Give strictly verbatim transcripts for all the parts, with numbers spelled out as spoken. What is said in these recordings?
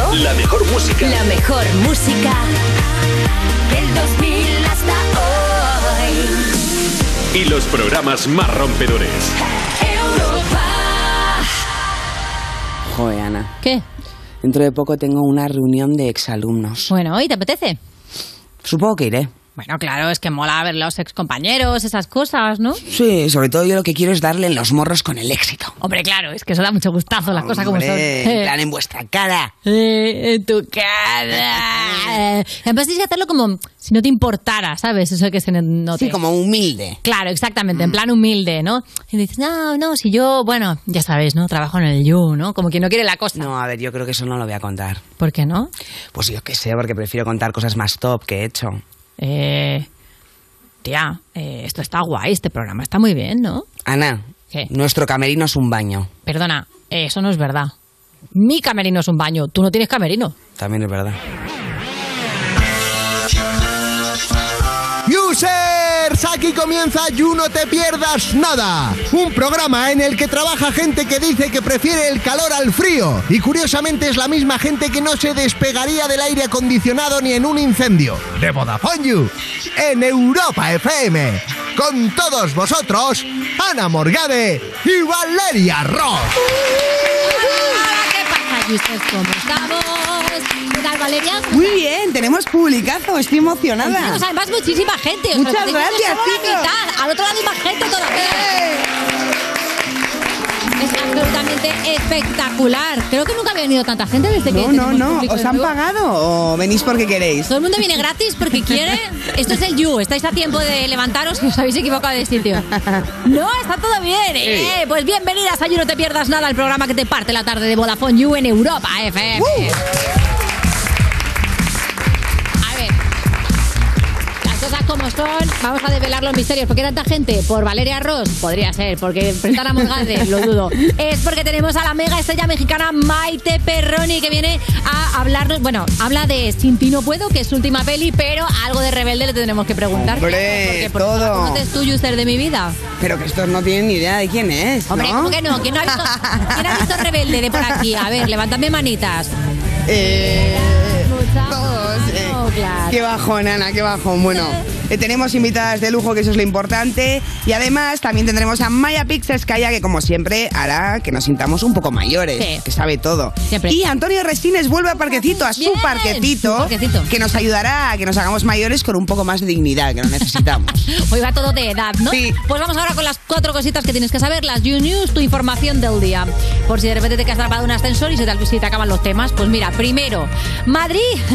La mejor música. La mejor música del dos mil hasta hoy. Y los programas más rompedores. Europa. Joder, Ana. ¿Qué? Dentro de poco tengo una reunión de exalumnos. Bueno, ¿y te apetece? Supongo que iré. Bueno, claro, es que mola ver los excompañeros, esas cosas, ¿no? Sí, sobre todo yo lo que quiero es darle en los morros con el éxito. Hombre, claro, es que eso da mucho gustazo, las cosas como son. En plan, en vuestra cara. Eh, en tu cara. Además tienes que hacerlo como si no te importara, ¿sabes? Eso que se note. Sí, como humilde. Claro, exactamente, en plan humilde, ¿no? Y dices, no, no, si yo, bueno, ya sabes, ¿no? Trabajo en el You, ¿no? Como quien no quiere la cosa. No, a ver, yo creo que eso no lo voy a contar. ¿Por qué no? Pues yo qué sé, porque prefiero contar cosas más top que he hecho. Eh... Tía, eh, esto está guay, este programa está muy bien, ¿no? Ana, ¿Qué? Nuestro camerino es un baño. Perdona, eh, eso no es verdad. Mi camerino es un baño, tú no tienes camerino. También es verdad. Users, aquí comienza You No Te Pierdas Nada, un programa en el que trabaja gente que dice que prefiere el calor al frío y curiosamente es la misma gente que no se despegaría del aire acondicionado ni en un incendio. De Vodafone You, en Europa F M, con todos vosotros, Ana Morgade y Valeria Ross. ¿Qué pasa, Users? ¿Cómo estamos? ¿Qué tal, Valeria? Muy bien, tenemos publicazo, estoy emocionada. Tenemos además muchísima gente. O sea, Muchas tenemos gracias, solo la chicos. mitad. Al otro lado hay más gente todavía. Es absolutamente espectacular. Creo que nunca había venido tanta gente desde que No, no, tenemos no. público ¿Os de han nuevo. pagado o venís porque queréis? Todo el mundo viene gratis porque quiere. Esto es el You. Estáis a tiempo de levantaros que os habéis equivocado de sitio. No, está todo bien. Eh, pues bienvenidas a You No Te Pierdas Nada, el programa que te parte la tarde de Vodafone You en Europa F M. Uh. A ver. Las cosas como son, vamos a develar los misterios. ¿Por qué tanta gente? ¿Por Valeria Ross? Podría ser, porque enfrentar a Morgade, lo dudo. Es porque tenemos a la mega estrella mexicana Maite Perroni, que viene a hablarnos, bueno, habla de Sin ti no puedo, que es su última peli, pero algo de Rebelde le tendremos que preguntar. Hombre, porque, porque todo. ¿no conoces tú, User de mi vida? Pero que estos no tienen ni idea de quién es, Hombre, ¿no? ¿cómo que no? ¿Quién no ha visto, ¿quién ha visto Rebelde de por aquí? A ver, levántame manitas. Eh... Mucha Todos, eh. mano, claro. Qué bajón, Ana, qué bajón. Bueno, eh, tenemos invitadas de lujo, que eso es lo importante. Y además también tendremos a Maya Pixelskaya, que como siempre hará que nos sintamos un poco mayores, Sí. que sabe todo. Siempre. Y Antonio Resines vuelve a Parquecito, a su Bien, parquecito, su parquecito. que nos ayudará a que nos hagamos mayores con un poco más de dignidad, que lo necesitamos. Hoy va todo de edad, ¿no? Sí. Pues vamos ahora con las cuatro cositas que tienes que saber, las You News, tu información del día. Por si de repente te quedas atrapado en un ascensor y se te, si te acaban los temas, pues mira, primero, Madrid.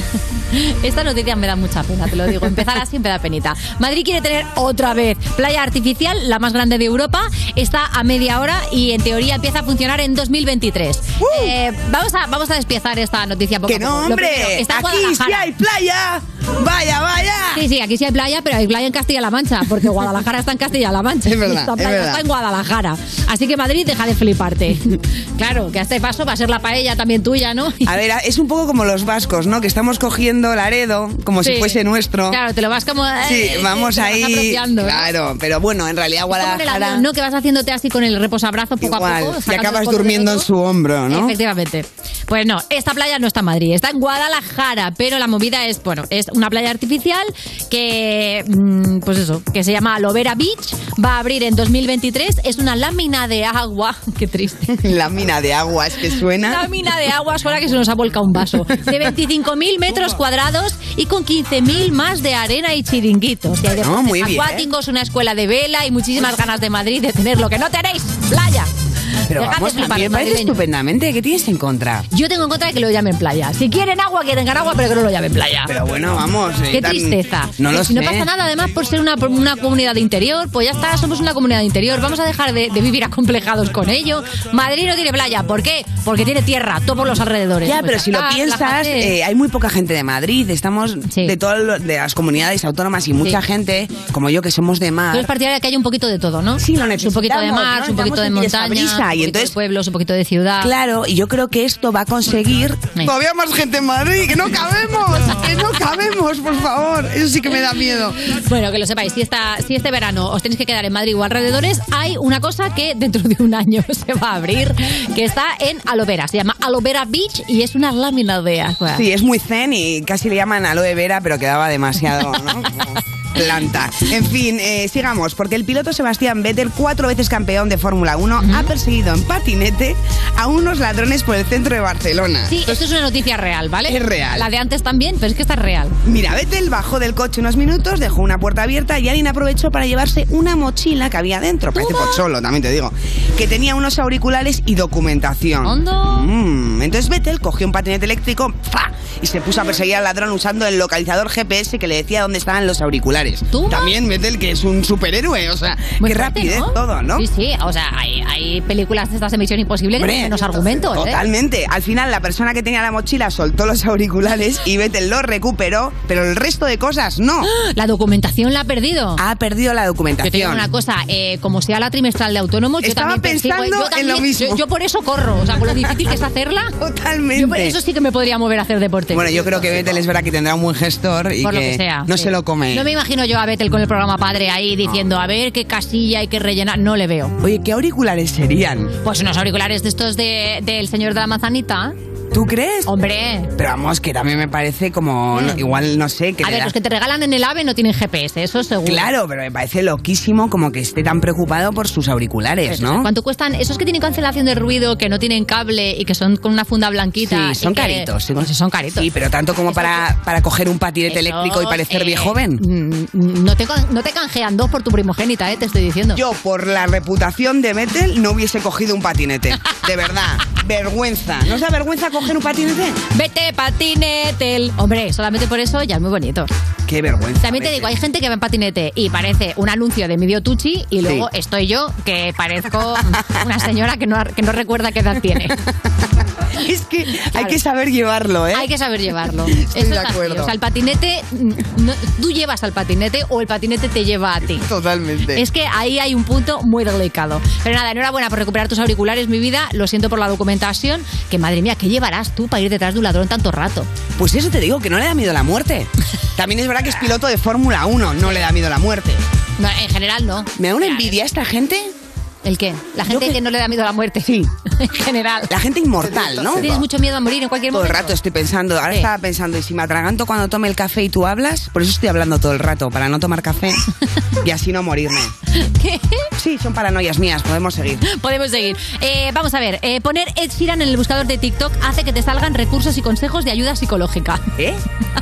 Esta noticia me da mucha pena, te lo digo. Empezar así me da penita. Madrid quiere tener otra vez playa artificial, la más grande de Europa. Está a media hora y en teoría empieza a funcionar en dos mil veintitrés. Uh. Eh, vamos, a, vamos a despiezar esta noticia poco Que a no, poco. Lo hombre, primero, está en aquí sí Guadalajara. hay playa. Vaya, vaya. Sí, sí, aquí sí hay playa, pero hay playa en Castilla-La Mancha, porque Guadalajara está en Castilla-La Mancha. Es verdad, Esta es playa verdad. está en Guadalajara. Así que Madrid, deja de fliparte. Claro, que a este paso va a ser la paella también tuya, ¿no? A ver, es un poco como los vascos, ¿no? Que estamos cogiendo Laredo como Sí. si fuese nuestro. Claro, te lo vas como... Sí, eh, vamos te lo vas ahí. apropiando, ¿no? Claro, pero bueno, en realidad Como en el Guadalajara. avión, ¿no? Que vas haciéndote así con el reposabrazo poco Igual, a poco. y sacando acabas el polvo durmiendo de en todo. su hombro, ¿no? Efectivamente. Pues no, esta playa no está en Madrid, está en Guadalajara, pero la movida es, bueno, es una playa artificial que, mm, pues eso, que se llama Aloe Vera Beach, va a abrir en dos mil veintitrés, es una lámina de agua, qué triste. Lámina de agua, es que suena. Lámina de agua sola que se nos ha volcado un vaso. De veinticinco mil metros cuadrados y con quince mil más de arena y chiringuitos. Y hay No, deportes muy bien. acuáticos, una escuela de vela y muchísimas ganas de Madrid de tener lo que no tenéis, playa. Pero Dejad de vamos, a flipar, mí me parece madrileños. estupendamente. ¿Qué tienes en contra? Yo tengo en contra de que lo llamen playa. Si quieren agua, que tengan agua, pero que no lo llamen playa. Pero bueno, vamos. eh, Qué tan- tristeza. No Que lo si sé. no pasa nada, además, por ser una, por una comunidad de interior, pues ya está, somos una comunidad de interior. Vamos a dejar de, de vivir acomplejados con ello. Madrid no tiene playa. ¿Por qué? Porque tiene tierra, todo por los alrededores. Ya, Pues pero si lo está, piensas, relájate. eh, hay muy poca gente de Madrid. Estamos Sí. de todas lo- de las comunidades autónomas y mucha Sí. gente, como yo, que somos de Tú mar. eres partidaria de que haya un poquito de todo, ¿no? Sí, lo Un poquito de necesitamos, mar, ¿no? un poquito de Necesitamos sentir esa montaña. casa. Un Y entonces, de pueblos, un poquito de ciudad. claro, y yo creo que esto va a conseguir Sí. todavía más gente en Madrid, que no cabemos, que no cabemos, por favor. Eso sí que me da miedo. Bueno, que lo sepáis, si, esta, si este verano os tenéis que quedar en Madrid o alrededores, hay una cosa que dentro de un año se va a abrir, que está en Aloe Vera. Se llama Aloe Vera Beach y es una lámina de agua. Sí, es muy zen y casi le llaman aloe vera, pero quedaba demasiado, ¿no? Como planta. En fin, eh, sigamos, porque el piloto Sebastián Vettel, cuatro veces campeón de Fórmula uno, uh-huh. ha perseguido en patinete a unos ladrones por el centro de Barcelona. Sí, esto es una noticia real, ¿vale? Es real. La de antes también, pero es que esta es real. Mira, Vettel bajó del coche unos minutos, dejó una puerta abierta y alguien aprovechó para llevarse una mochila que había dentro. Parece pocholo, también te digo. Que tenía unos auriculares y documentación. ¿Hondo? Mm, entonces Vettel cogió un patinete eléctrico ¡fa! Y se puso a perseguir al ladrón usando el localizador G P S que le decía dónde estaban los auriculares. ¿Tú? También Vettel, que es un superhéroe, o sea, Muy qué fuerte, rapidez ¿no? todo, ¿no? Sí, sí, o sea, hay, hay películas de estas de Misión Imposible que Hombre, tienen menos argumentos, ¿eh? Totalmente. Al final, la persona que tenía la mochila soltó los auriculares y Vettel los recuperó, pero el resto de cosas no. La documentación la ha perdido. Ha perdido la Yo documentación. te digo una cosa, eh, como sea la trimestral de autónomos, yo Estaba también persigo- pensando yo también- en lo mismo. Yo, yo por eso corro, o sea, con lo difícil que es hacerla. Totalmente. Yo por eso sí que me podría mover a hacer deporte. Bueno, yo creo que Vettel es verdad que tendrá un buen gestor y por lo que, que sea. no sí. se lo come. No me imagino yo a Vettel con el programa Padre ahí diciendo, a ver qué casilla hay que rellenar. No le veo. Oye, ¿qué auriculares serían? Pues unos auriculares de estos de, del señor de la manzanita. ¿Tú crees? Hombre. Pero vamos, que también me parece como... no, igual, no sé... Que A le ver, da- los que te regalan en el AVE no tienen G P S, eso seguro. Claro, pero me parece loquísimo como que esté tan preocupado por sus auriculares, ¿no? ¿Cuánto cuestan? Esos que tienen cancelación de ruido, que no tienen cable y que son con una funda blanquita. Sí, son y que- caritos. Sí, Pues son caritos. Sí, pero tanto como para, para coger un patinete Eso, eléctrico y parecer eh, viejo joven. mm, No te, can- no te canjean dos por tu primogénita, eh, te estoy diciendo. Yo, por la reputación de Vettel, no hubiese cogido un patinete. De verdad. Vergüenza. ¿No os da vergüenza coger un patinete? Vete, patinete. Hombre, solamente por eso ya es muy bonito. Qué vergüenza. También te Vettel. digo, hay gente que va en patinete y parece un anuncio de Medio Tucci y luego Sí. estoy yo que parezco una señora que no, que no recuerda qué edad tiene. Es que hay Claro. que saber llevarlo, ¿eh? Hay que saber llevarlo. Estoy Eso de es así. acuerdo. O sea, el patinete, no- tú llevas al patinete o el patinete te lleva a ti. Totalmente. Es que ahí hay un punto muy delicado. Pero nada, enhorabuena por recuperar tus auriculares, mi vida. Lo siento por la documentación. Que madre mía, ¿qué llevarás tú para ir detrás de un ladrón tanto rato? Pues eso te digo, que no le da miedo la muerte. También es verdad que es piloto de Fórmula uno, no le da miedo la muerte. No, en general no. ¿Me da una envidia esta gente? ¿El qué? La gente Yo que... que- no le da miedo a la muerte. Sí. En general. La gente inmortal, ¿no? ¿Tienes mucho miedo a morir en cualquier Todo el momento? rato estoy pensando, ahora Sí. estaba pensando, ¿y si me atraganto cuando tome el café y tú hablas? Por eso estoy hablando todo el rato, para no tomar café y así no morirme. ¿Qué? Sí, son paranoias mías, podemos seguir. Podemos seguir. Eh, vamos a ver, eh, poner Ed Sheeran en el buscador de TikTok hace que te salgan recursos y consejos de ayuda psicológica. ¿Eh?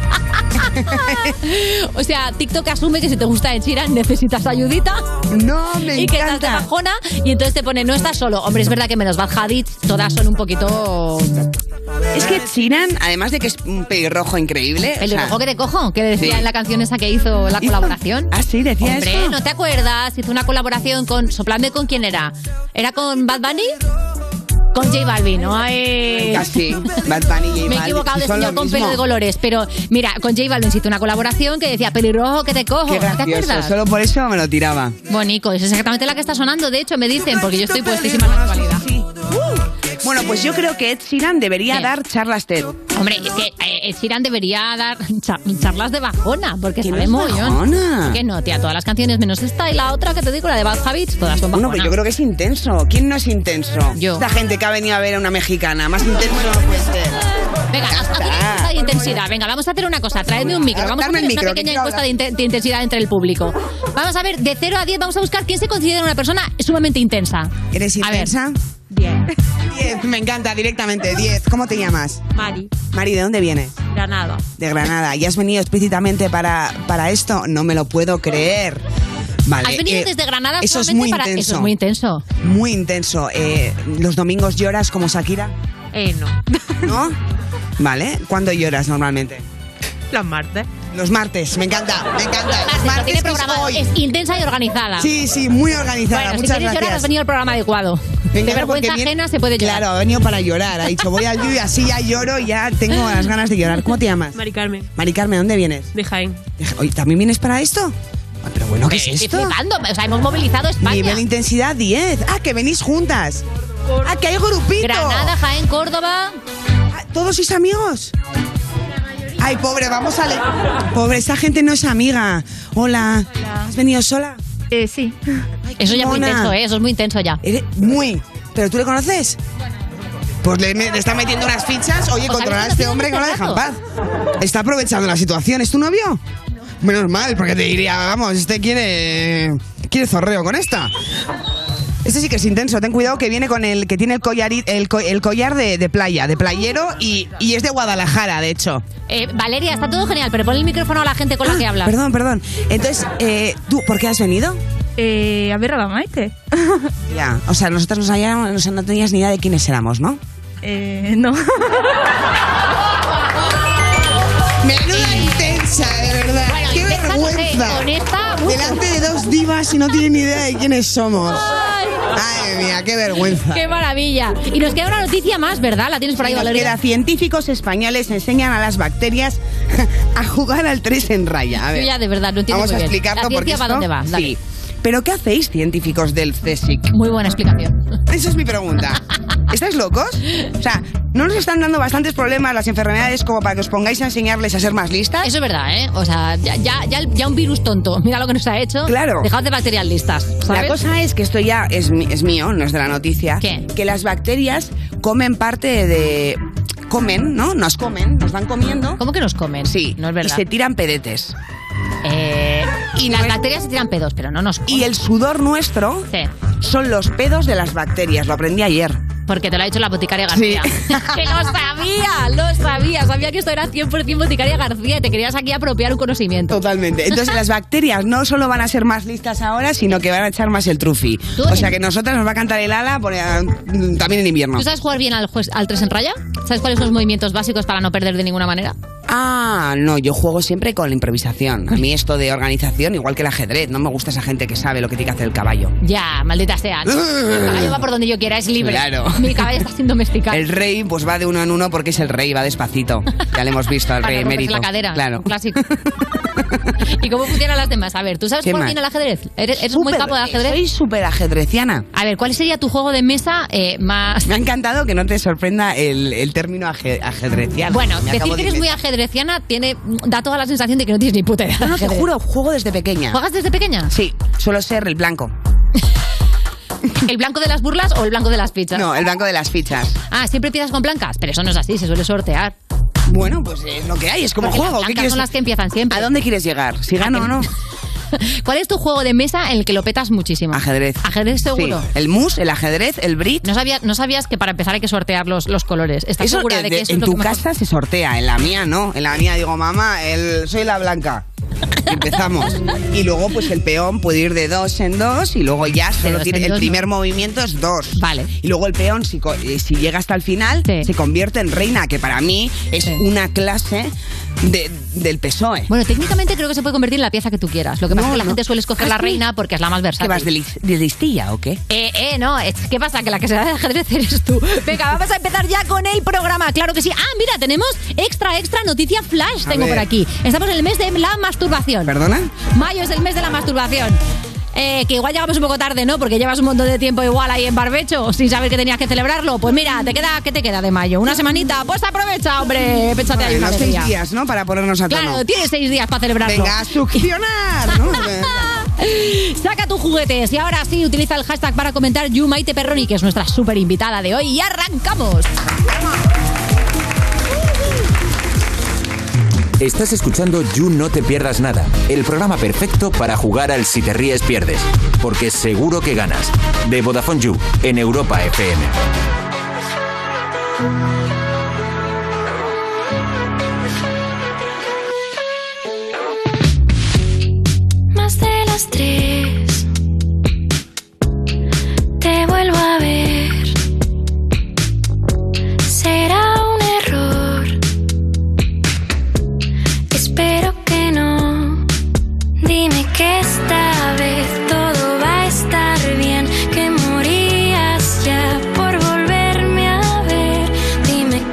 O sea, TikTok asume que si te gusta Ed Sheeran necesitas ayudita No, me y que estás de encanta. bajona y entonces te pone no estás solo. Hombre, es verdad que menos Bad Habits todas son un poquito... Es que Sheeran, además de que es un pelirrojo increíble... El o sea, ojo que te cojo, que decía Sí. en la canción esa que hizo la hizo- colaboración. Ah, sí, decía Hombre, eso. ¿no te acuerdas? Hizo una colaboración con... Sopladme con quién era. ¿Era con Bad Bunny? Con J Balvin, ¿no? Ay. Casi. Bad Bunny y J Me he Balvin, equivocado de son lo señor con mismo. pelo de colores, pero mira, con J Balvin hizo una colaboración que decía pelirrojo que te cojo, Qué ¿te gracioso, acuerdas? solo por eso me lo tiraba. Bonico, es exactamente la que está sonando, de hecho me dicen, porque yo estoy puestísima en la actualidad. Bueno, pues yo creo que Ed Sheeran debería Sí. dar charlas TED. Hombre, es que eh, Ed Sheeran debería dar cha- charlas de bajona, porque ¿Quién sabe es mogollón. bajona? Que no, tía, todas las canciones menos esta y la otra que te digo, la de Bad Habits, todas son Bueno, bajonas. pues yo creo que es intenso. ¿Quién no es intenso? Yo. Esta gente que ha venido a ver a una mexicana. Más intenso no puede ser. Venga, haz haz una está. encuesta de intensidad. Venga, vamos a hacer una cosa. Traedme un micro. Vamos a Darme hacer el una micro, pequeña que quiero encuesta de, hablar. inte- de intensidad entre el público. Vamos a ver, de cero a diez vamos a buscar quién se considera una persona sumamente intensa. ¿Eres A ver. intensa? Bien. diez, me encanta, directamente. diez. ¿Cómo te llamas? Mari, Mari, ¿de dónde vienes? Granada. De Granada. ¿Y has venido explícitamente para, para esto? No me lo puedo creer. Vale. Has venido eh, desde Granada eso es solamente muy para... intenso. Eso es muy intenso. Muy intenso. Eh, ¿Los domingos lloras como Shakira? Eh, no. ¿No? Vale. ¿Cuándo lloras normalmente? Los martes. Los martes. Me encanta, me encanta. Los Martes, lo martes tiene que es programado. hoy. Es intensa y organizada. Sí, sí, muy organizada. Bueno, si Muchas quieres llorar, gracias. has venido al programa adecuado. Me De encanta porque vergüenza viene- ajena se puede llorar. Claro, ha venido para llorar. Ha dicho, voy al Yu y así ya lloro, ya tengo las ganas de llorar. ¿Cómo te llamas? Mari Carmen, Mari Carmen, ¿dónde vienes? de Jaén. Oye, ¿también vienes para esto? Ah, pero bueno, ¿qué es Estoy esto? flipando. O sea, hemos movilizado España. Nivel de intensidad diez. Ah, que venís juntas. Ah, que hay grupito. Granada, Jaén, Córdoba. Ah, ¿todos sois amigos? Ay, pobre, vamos a leer. Pobre, esa gente no es amiga. Hola. Hola. ¿Has venido sola? Eh, sí. Ay, Eso ya es muy mona. intenso, ¿eh? Eso es muy intenso ya. Eres muy. ¿Pero tú le conoces? Pues le, le está metiendo unas fichas. Oye, ¿Os controlar a habéis este conocido hombre que no en la este deja en paz. Está aprovechando la situación. ¿Es tu novio? Menos mal, porque te diría, vamos, este quiere. quiere zorreo con esta. Este sí que es intenso. Ten cuidado que viene con el que tiene el collar, el, co- el collar de, de playa, de playero y, y es de Guadalajara, de hecho. Eh, Valeria, está todo genial, pero pon el micrófono a la gente con la que hablas. Perdón, perdón. Entonces, eh, ¿tú por qué has venido? Eh, a ver a la Maite. Ya, o sea, nosotros nos hallábamos, o sea, no tenías ni idea de quiénes éramos, ¿no? Eh, no. Menuda intensa, de verdad. Bueno, ¡Qué intensa, no sé, vergüenza! honesta, uf. Delante de dos divas y no tienen ni idea de quiénes somos. Ay, Ay, mía, qué vergüenza. ¡Qué maravilla! Y nos queda una noticia más, ¿verdad? ¿La tienes por ahí, Y nos Valeria? queda, científicos españoles enseñan a las bacterias a jugar al tres en raya. A ver, Yo ya de verdad no entiendo vamos muy a bien. explicarlo ¿La porque ciencia para esto- dónde va? Dale. Sí. ¿Pero qué hacéis, científicos del CSIC? Muy buena explicación. Esa es mi pregunta. ¿Estáis locos? O sea, ¿no nos están dando bastantes problemas las enfermedades como para que os pongáis a enseñarles a ser más listas? Eso es verdad, ¿eh? O sea, ya, ya, ya, ya un virus tonto. Mira lo que nos ha hecho. Claro. Dejad de bacterias listas, ¿sabes? La cosa es que esto ya es, mi- es mío, no es de la noticia. ¿Qué? Que las bacterias comen parte de... Comen, ¿no? Nos comen, nos van comiendo. ¿Cómo que nos comen? Sí, No es y verdad. se tiran pedetes. Eh, Y y las no es- bacterias se tiran pedos, pero no nos comen. Y el sudor nuestro Sí, son los pedos de las bacterias. Lo aprendí ayer. porque te lo ha dicho la boticaria García. Sí. ¡Que lo sabía! ¡Lo sabía! Sabía que esto era cien por ciento boticaria García y te querías aquí apropiar un conocimiento. Totalmente. Entonces las bacterias no solo van a ser más listas ahora, sino que van a echar más el trufi. Tú- O sea que nosotras nos va a cantar el ala por, eh, también en invierno. ¿Tú sabes jugar bien al, juez- al tres en raya? ¿Sabes cuáles son los movimientos básicos para no perder de ninguna manera? Ah, no, yo juego siempre con la improvisación. A mí esto de organización, igual que el ajedrez, no me gusta esa gente que sabe lo que tiene que hacer el caballo. Ya, maldita sea. El caballo va por donde yo quiera, es libre. Claro. Mi caballo está sin domesticar. El rey pues va de uno en uno porque es el rey, va despacito. Ya le hemos visto al Para rey no romperse emérito. la cadera. Claro. Un clásico. ¿Y cómo funcionan las demás? A ver, ¿tú sabes ¿Qué jugar más? bien al ajedrez? ¿Eres, eres muy Súper, capo de ajedrez? Soy súper ajedreciana. A ver, ¿cuál sería tu juego de mesa eh, más... Me ha encantado que no te sorprenda el, el término aje- ajedreciano. Bueno, Me decir acabo que de eres muy inventar. ajedreciana tiene, da toda la sensación de que no tienes ni puta idea. No, de no, te ajedrez. juro, juego desde pequeña. ¿Juegas desde pequeña? Sí, suelo ser el blanco. ¿El blanco de las burlas o el blanco de las fichas? No, el blanco de las fichas. Ah, ¿siempre empiezas con blancas? Pero eso no es así, se suele sortear. Bueno, pues es lo que hay, es como Porque juego. las ¿Qué blancas quieres? son las que empiezan siempre. ¿A dónde quieres llegar? ¿Si gano o no? ¿Cuál es tu juego de mesa en el que lo petas muchísimo? Ajedrez. ¿Ajedrez seguro? Sí. El mus, el ajedrez, el brick. No sabías, no sabías que para empezar hay que sortear los, los colores. ¿Estás Eso, segura eh, de que de- eso en es lo tu que mejor- casa se sortea, en la mía no. En la mía digo, mamá, el, soy la blanca. Y empezamos. Y luego, pues el peón puede ir de dos en dos y luego ya solo dos tiene. en El dos, primer no. movimiento es dos. Vale. Y luego el peón, si, co- eh, si llega hasta el final, Sí. se convierte en reina, que para mí es Sí. una clase de- del P S O E. Bueno, técnicamente creo que se puede convertir en la pieza que tú quieras. Lo que pasa No, es que la no. gente suele escoger ¿Ah, la sí? reina porque es la más ¿Qué versátil. vas de, lis- de listilla o qué? Eh, eh, no, es- ¿qué pasa? Que la que se da de ajedrez eres tú. Venga, vamos a empezar ya con el programa. Claro que sí. Ah, mira, tenemos extra, extra noticia flash. A Tengo ver. por aquí. Estamos en el mes de la masturbación. ¿Perdona? Mayo es el mes de la masturbación. Eh, que igual llegamos un poco tarde, ¿no? Porque llevas un montón de tiempo igual ahí en barbecho sin saber que tenías que celebrarlo. Pues mira, ¿te queda, ¿qué te queda de mayo? ¿Una semanita? Pues aprovecha, hombre. Péchate ahí Bueno, una seis alegría. días, ¿no? Para ponernos a tono. Claro, tienes seis días para celebrarlo. Venga, a succionar, ¿no? Saca tus juguetes y ahora sí utiliza el hashtag para comentar You Maite Perroni, que es nuestra súper invitada de hoy. Y arrancamos. Estás escuchando You No Te Pierdas Nada, el programa perfecto para jugar al Si Te Ríes Pierdes, porque seguro que ganas. De Vodafone You, en Europa F M. Más de las tres te vuelvo a ver. Será un error. Espero que no. Dime que esta vez todo va a estar bien. Que morías ya por volverme a ver. Dime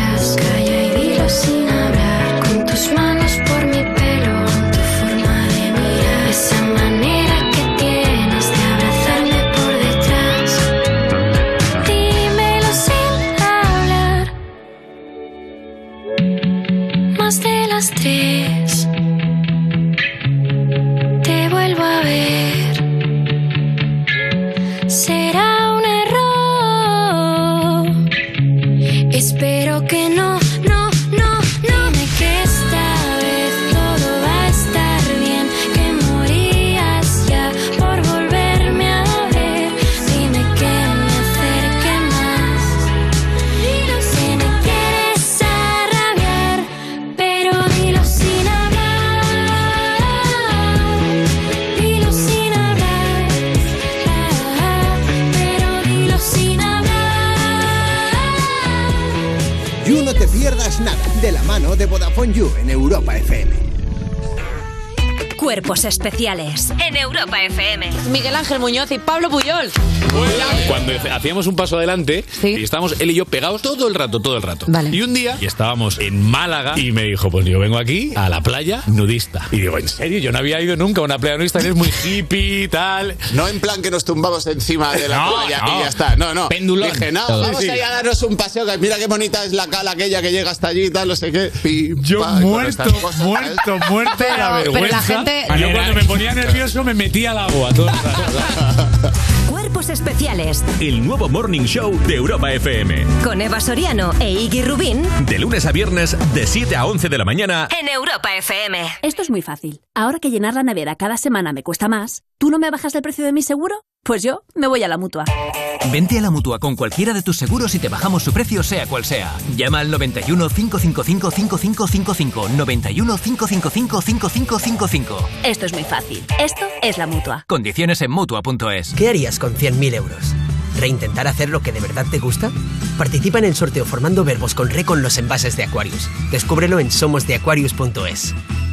miras. Calla y dilo sin hablar, con tus manos por mi pelo, tu forma de mirar, esa manera que tienes de abrazarme por detrás. Dímelo sin hablar. Más de las tres te vuelvo a ver. Será un error. Espero que no, no, no, no. Dime que esta vez todo va a estar bien, que morías ya por volverme a ver. Dime que me acerque más. Dilo si me quieres a rabiar, pero dilo sin hablar. Dilo sin hablar, ah, pero dilo sin hablar. You No Te Pierdas Nada, de la mano de Vodafone You en Europa F M. Cuerpos especiales en Europa F M. Miguel Ángel Muñoz y Pablo Puyol. Cuando hacíamos un paso adelante, Sí. y estábamos él y yo pegados todo el rato, todo el rato. Vale. Y un día, y estábamos en Málaga, y me dijo, pues yo vengo aquí a la playa nudista. Y digo, ¿en serio? Yo no había ido nunca a una playa nudista, es muy hippie y tal. No en plan que nos tumbamos encima de la No, playa no. y ya está. No, no. Pendulón. Dije, no, Todo. vamos Sí, sí. a ir a darnos un paseo, que mira qué bonita es la cala aquella que llega hasta allí y tal, no sé qué. Pim, Yo pam, con muerto, estas cosas, ¿sabes? muerto, muerto de la Pero- vergüenza. pero la gente- Yo cuando me ponía nervioso me metía al agua todo el rato. Cuerpos especiales El nuevo Morning Show de Europa F M. con Eva Soriano e Iggy Rubín De lunes a viernes, de siete a once de la mañana. en Europa F M. Esto es muy fácil. Ahora que llenar la nevera cada semana me cuesta más, ¿tú no me bajas el precio de mi seguro? Pues yo me voy a la Mutua. Vente a la Mutua con cualquiera de tus seguros y te bajamos su precio sea cual sea. Llama al noventa y uno, cinco cinco cinco, cinco cinco cinco cinco, noventa y uno, cinco cinco cinco, cinco cinco cinco cinco. Esto es muy fácil. Esto es la Mutua. Condiciones en Mutua punto es. ¿Qué harías con cien mil euros? ¿Reintentar hacer lo que de verdad te gusta? Participa en el sorteo formando verbos con re con los envases de Aquarius. Descúbrelo en somos de aquarius punto es.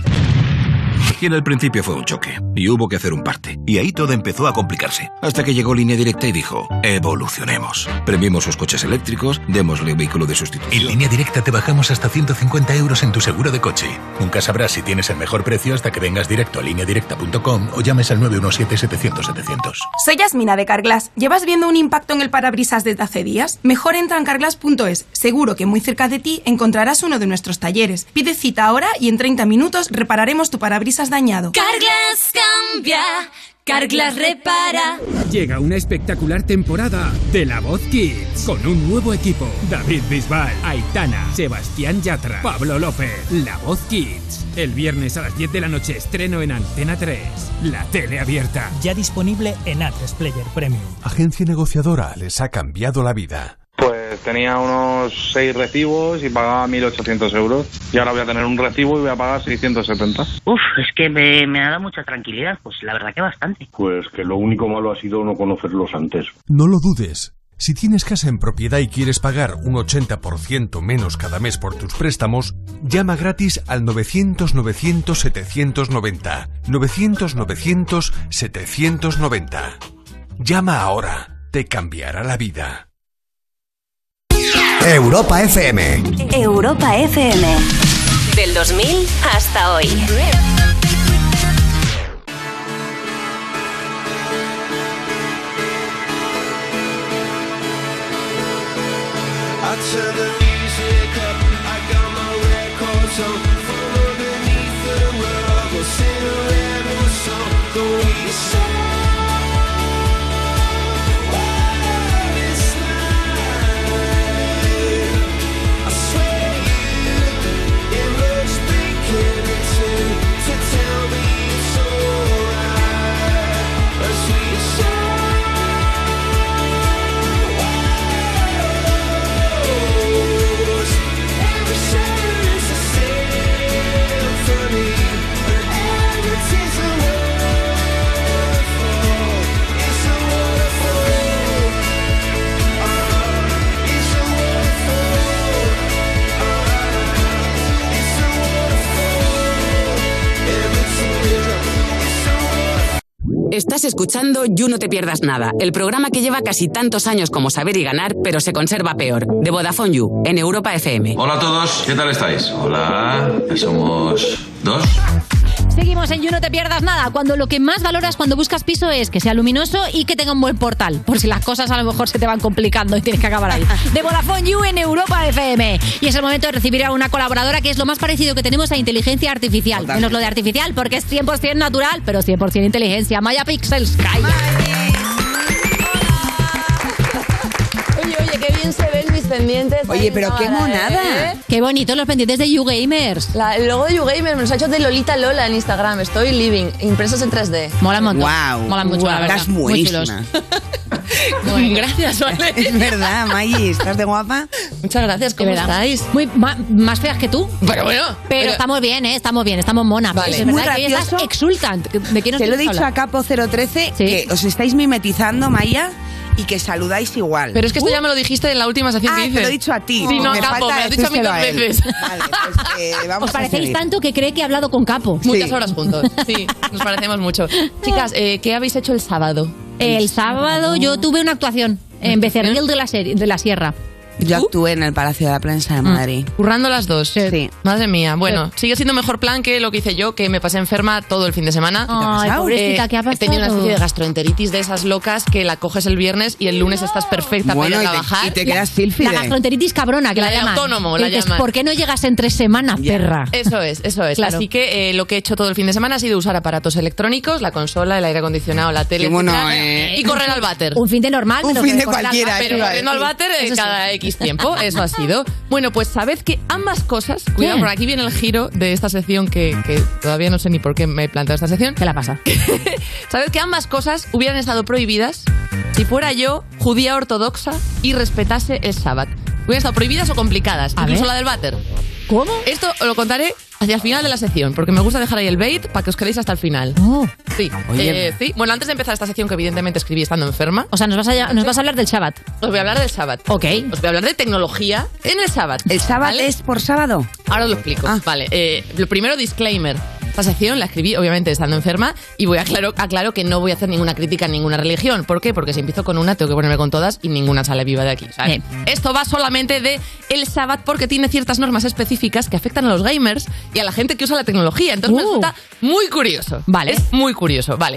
Y en el principio fue un choque, y hubo que hacer un parte. Y ahí todo empezó a complicarse. Hasta que llegó Línea Directa y dijo, evolucionemos. Premiemos sus coches eléctricos, démosle un vehículo de sustitución. En Línea Directa te bajamos hasta ciento cincuenta euros en tu seguro de coche. Nunca sabrás si tienes el mejor precio hasta que vengas directo a línea directa punto com o llames al nueve uno siete, setecientos, setecientos. Soy Yasmina de Carglass. ¿Llevas viendo un impacto en el parabrisas desde hace días? Mejor entra en carglass punto es. Seguro que muy cerca de ti encontrarás uno de nuestros talleres. Pide cita ahora y en treinta minutos repararemos tu parabrisas dañado. Carglass cambia, Carglass repara. Llega una espectacular temporada de La Voz Kids con un nuevo equipo. David Bisbal, Aitana, Sebastián Yatra, Pablo López. La Voz Kids. El viernes a las diez de la noche estreno en Antena tres. La tele abierta. Ya disponible en A tres Player Premium. Agencia negociadora les ha cambiado la vida. Pues tenía unos seis recibos y pagaba mil ochocientos euros. Y ahora voy a tener un recibo y voy a pagar seiscientos setenta. Uf, es que me, me ha dado mucha tranquilidad. Pues la verdad que bastante. Pues que lo único malo ha sido no conocerlos antes. No lo dudes. Si tienes casa en propiedad y quieres pagar un ochenta por ciento menos cada mes por tus préstamos, llama gratis al novecientos, novecientos, setecientos noventa. novecientos, novecientos, setecientos noventa. Llama ahora. Te cambiará la vida. Europa F M. Europa F M. Del dos mil hasta hoy. I turn the music up, I got my records on. From underneath the rug, we'll sing a rebel song. The way you say, what is life? I swear you, it looks beginning to, to tell me it's alright. As we say, every summer is the same. Estás escuchando You No Te Pierdas Nada, el programa que lleva casi tantos años como Saber y Ganar, pero se conserva peor, de Vodafone You, en Europa F M. Hola a todos, ¿qué tal estáis? Hola, ya somos dos. Seguimos en You No Te Pierdas Nada, cuando lo que más valoras cuando buscas piso es que sea luminoso y que tenga un buen portal, por si las cosas a lo mejor se te van complicando y tienes que acabar ahí. De Vodafone You en Europa F M. Y es el momento de recibir a una colaboradora que es lo más parecido que tenemos a inteligencia artificial. Total. Menos lo de artificial porque es cien por ciento natural, pero cien por ciento inteligencia. Maya Pixels, calla. Oye, oye, qué bien se ven mis pendientes. Oye, pero qué monada. ¿eh? Qué bonitos los pendientes de YouGamers. La, el logo de YouGamers me los ha hecho de Lolita Lola en Instagram. Estoy living, impresos en tres D. Mola un montón. Wow. Mola mucho, la verdad. Estás Muy chulos. buenísima. Bueno. Gracias, Vale. Es verdad, Maggie, ¿estás de guapa? Muchas gracias, ¿cómo De verdad. estáis? Muy, ma- más feas que tú. Pero bueno. Pero, pero- estamos bien, ¿eh? Estamos bien, estamos monas. Vale. Es Es muy verdad que hoy estás gracioso. exultant. ¿De quién nos Te lo he quieres dicho hablar? a Capo cero trece Sí. que os estáis mimetizando, Maya, y que saludáis igual. Pero es que esto ya me lo dijiste en la última sección Ah, que te hice. lo he dicho a ti. Sí, no a Me Capo, falta me lo has dicho a mí decírselo dos a él. veces. Vale, pues eh, vamos Os a parecéis seguir. tanto que cree que he hablado con Capo. Muchas Sí. horas juntos. Sí, nos parecemos mucho. Chicas, eh, ¿qué habéis hecho el sábado? El sábado yo tuve una actuación en Becerril de la, Ser- de la Sierra. Yo actué en el Palacio de la Prensa de Madrid. Currando las dos. Sí. Madre mía. Bueno, sigue siendo mejor plan que lo que hice yo, que me pasé enferma todo el fin de semana. Ay, pobrecita, ¿qué ha pasado? He tenido una especie de gastroenteritis de esas locas que la coges el viernes y el lunes estás perfecta Bueno, para ir y a te- trabajar. y te quedas sílfide. La gastroenteritis cabrona, que La la, de llaman. autónomo, la Que dices, llaman. ¿por qué no llegas en tres semanas, perra? Eso es, eso es. Claro. Así que eh, lo que he hecho todo el fin de semana ha sido usar aparatos electrónicos, la consola, el aire acondicionado, la tele, Qué bueno, etcétera, eh. y correr al váter. Un fin de normal. Un pero fin de correr al cualquiera, váter. Pero iba a corriendo al decir. váter eh, Eso sí. cada X tiempo, eso ha sido. Bueno, pues sabed que ambas cosas, cuidado, por aquí viene el giro de esta sección que, que todavía no sé ni por qué me he planteado esta sección. ¿Qué la pasa? Sabed que ambas cosas hubieran estado prohibidas si fuera yo judía ortodoxa y respetase el sábado. Hubieran estado prohibidas o complicadas, A incluso ver. la del váter. ¿Cómo? Esto os lo contaré hacia el final de la sección, porque me gusta dejar ahí el bait para que os quedéis hasta el final. Oh. Sí. Oye. Eh, sí. Bueno, antes de empezar esta sección, que evidentemente escribí estando enferma, O sea, nos vas a, nos vas a hablar del Shabbat. os voy a hablar del sábado. Ok. Os voy a hablar de tecnología en el sábado. ¿El sábado ¿vale? es por sábado? Ahora os lo explico. Ah. Vale, eh, lo primero, disclaimer. Esta sección la escribí, obviamente, estando enferma, y voy a aclaro, aclaro que no voy a hacer ninguna crítica a ninguna religión. ¿Por qué? Porque si empiezo con una, tengo que ponerme con todas y ninguna sale viva de aquí. O sea, Bien. esto va solamente de el sábado porque tiene ciertas normas específicas que afectan a los gamers y a la gente que usa la tecnología. Entonces me Uh. resulta muy curioso. Vale. Es muy curioso, vale.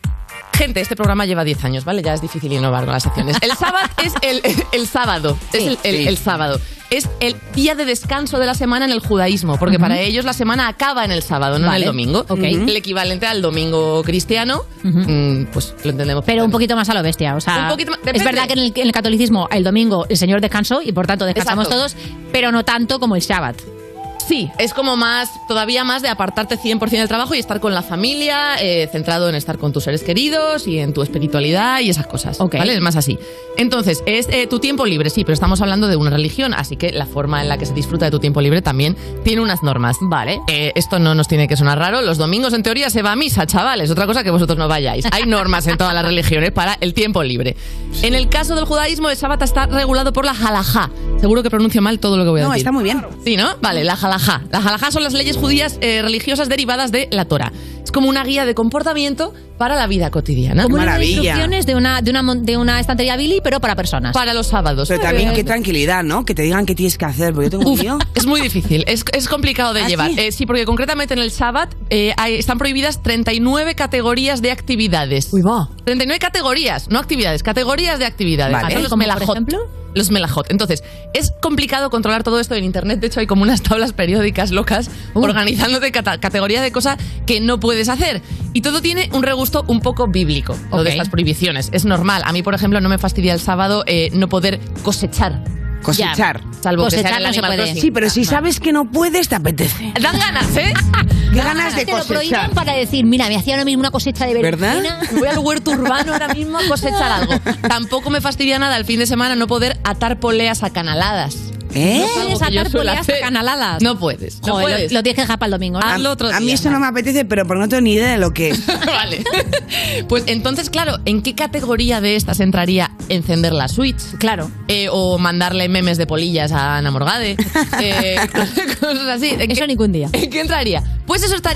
Gente, este programa lleva diez años, ¿vale? Ya es difícil innovar con las secciones. El sábado es el, el sábado. Es el, el- sí. el sábado. Es el día de descanso de la semana en el judaísmo, porque Ujú. para ellos la semana acaba en el sábado, no Vale. en el domingo. Ok. El equivalente al domingo cristiano, Ujú. mm, pues lo entendemos. Pero un poquito más a lo bestia. O sea, Un poquito más- es depende. verdad que en el, en el catolicismo el domingo el Señor descansó y por tanto descansamos Exacto. todos, pero no tanto como el Shabbat. Sí, es como más, todavía más de apartarte cien por ciento del trabajo y estar con la familia, eh, centrado en estar con tus seres queridos y en tu espiritualidad y esas cosas. Ok. ¿Vale? Es más así. Entonces, es eh, tu tiempo libre, sí, pero estamos hablando de una religión, así que la forma en la que se disfruta de tu tiempo libre también tiene unas normas. Vale. Eh, esto no nos tiene que sonar raro. Los domingos, en teoría, se va a misa, chavales. Otra cosa que vosotros no vayáis. Hay normas en todas las religiones para el tiempo libre. En el caso del judaísmo, el sábado está regulado por la halajá. Seguro que pronuncio mal todo lo que voy a No, decir. está muy bien. Sí, ¿no? Vale, la halajá. La halajá son las leyes judías eh, religiosas derivadas de la Torá. Es como una guía de comportamiento para la vida cotidiana. Como unas maravilla. instrucciones de una, de, una, mon- de una estantería Billy, pero para personas. Para los sábados. Pero también qué tranquilidad, ¿no? Que te digan qué tienes que hacer, porque yo tengo un Uf, lío. es muy difícil, es, es complicado de ¿Ah, llevar. sí? Eh, sí, porque concretamente en el Shabbat eh, hay- están prohibidas treinta y nueve categorías de actividades. Uy, va. treinta y nueve categorías, no actividades, categorías de actividades. Vale. Son los ¿Como por melajot. ejemplo? Los melajot. Entonces, es complicado controlar todo esto en internet. De hecho, hay como unas tablas periódicas locas Uh. organizándote cata- categorías de cosas que no puedes hacer. Y todo tiene un regusto un poco bíblico, lo Ok. de estas prohibiciones. Es normal. A mí, por ejemplo, no me fastidia el sábado eh, no poder cosechar. Cosechar. Salvo que sea Cosechar en el no se Animal puede. Crossing. Sí, pero si sabes que no puedes, te apetece. Dan ganas, ¿eh? Qué ganas de Te lo cosechar. prohíben para decir, mira, me hacía ahora mismo una cosecha de ¿Verdad? berenjena. Voy al huerto urbano ahora mismo a cosechar algo. Tampoco me fastidia nada el fin de semana no poder atar poleas acanaladas. ¿Eh? No es algo Puedes que yo atar suelo poleas hacer. acanaladas. No puedes, no Joder, puedes. lo, lo tienes que dejar para el domingo, ¿no? Ah, Hazlo otro A mí día. eso no me apetece, pero porque no tengo ni idea de lo que es. Vale. Pues entonces, claro, ¿en qué categoría de estas entraría encender la Switch? Claro. Eh, o mandarle memes de polillas a Ana Morgade. Eh, cosas así. ¿En Eso qué, ningún día. ¿En qué entraría? Pues eso estaría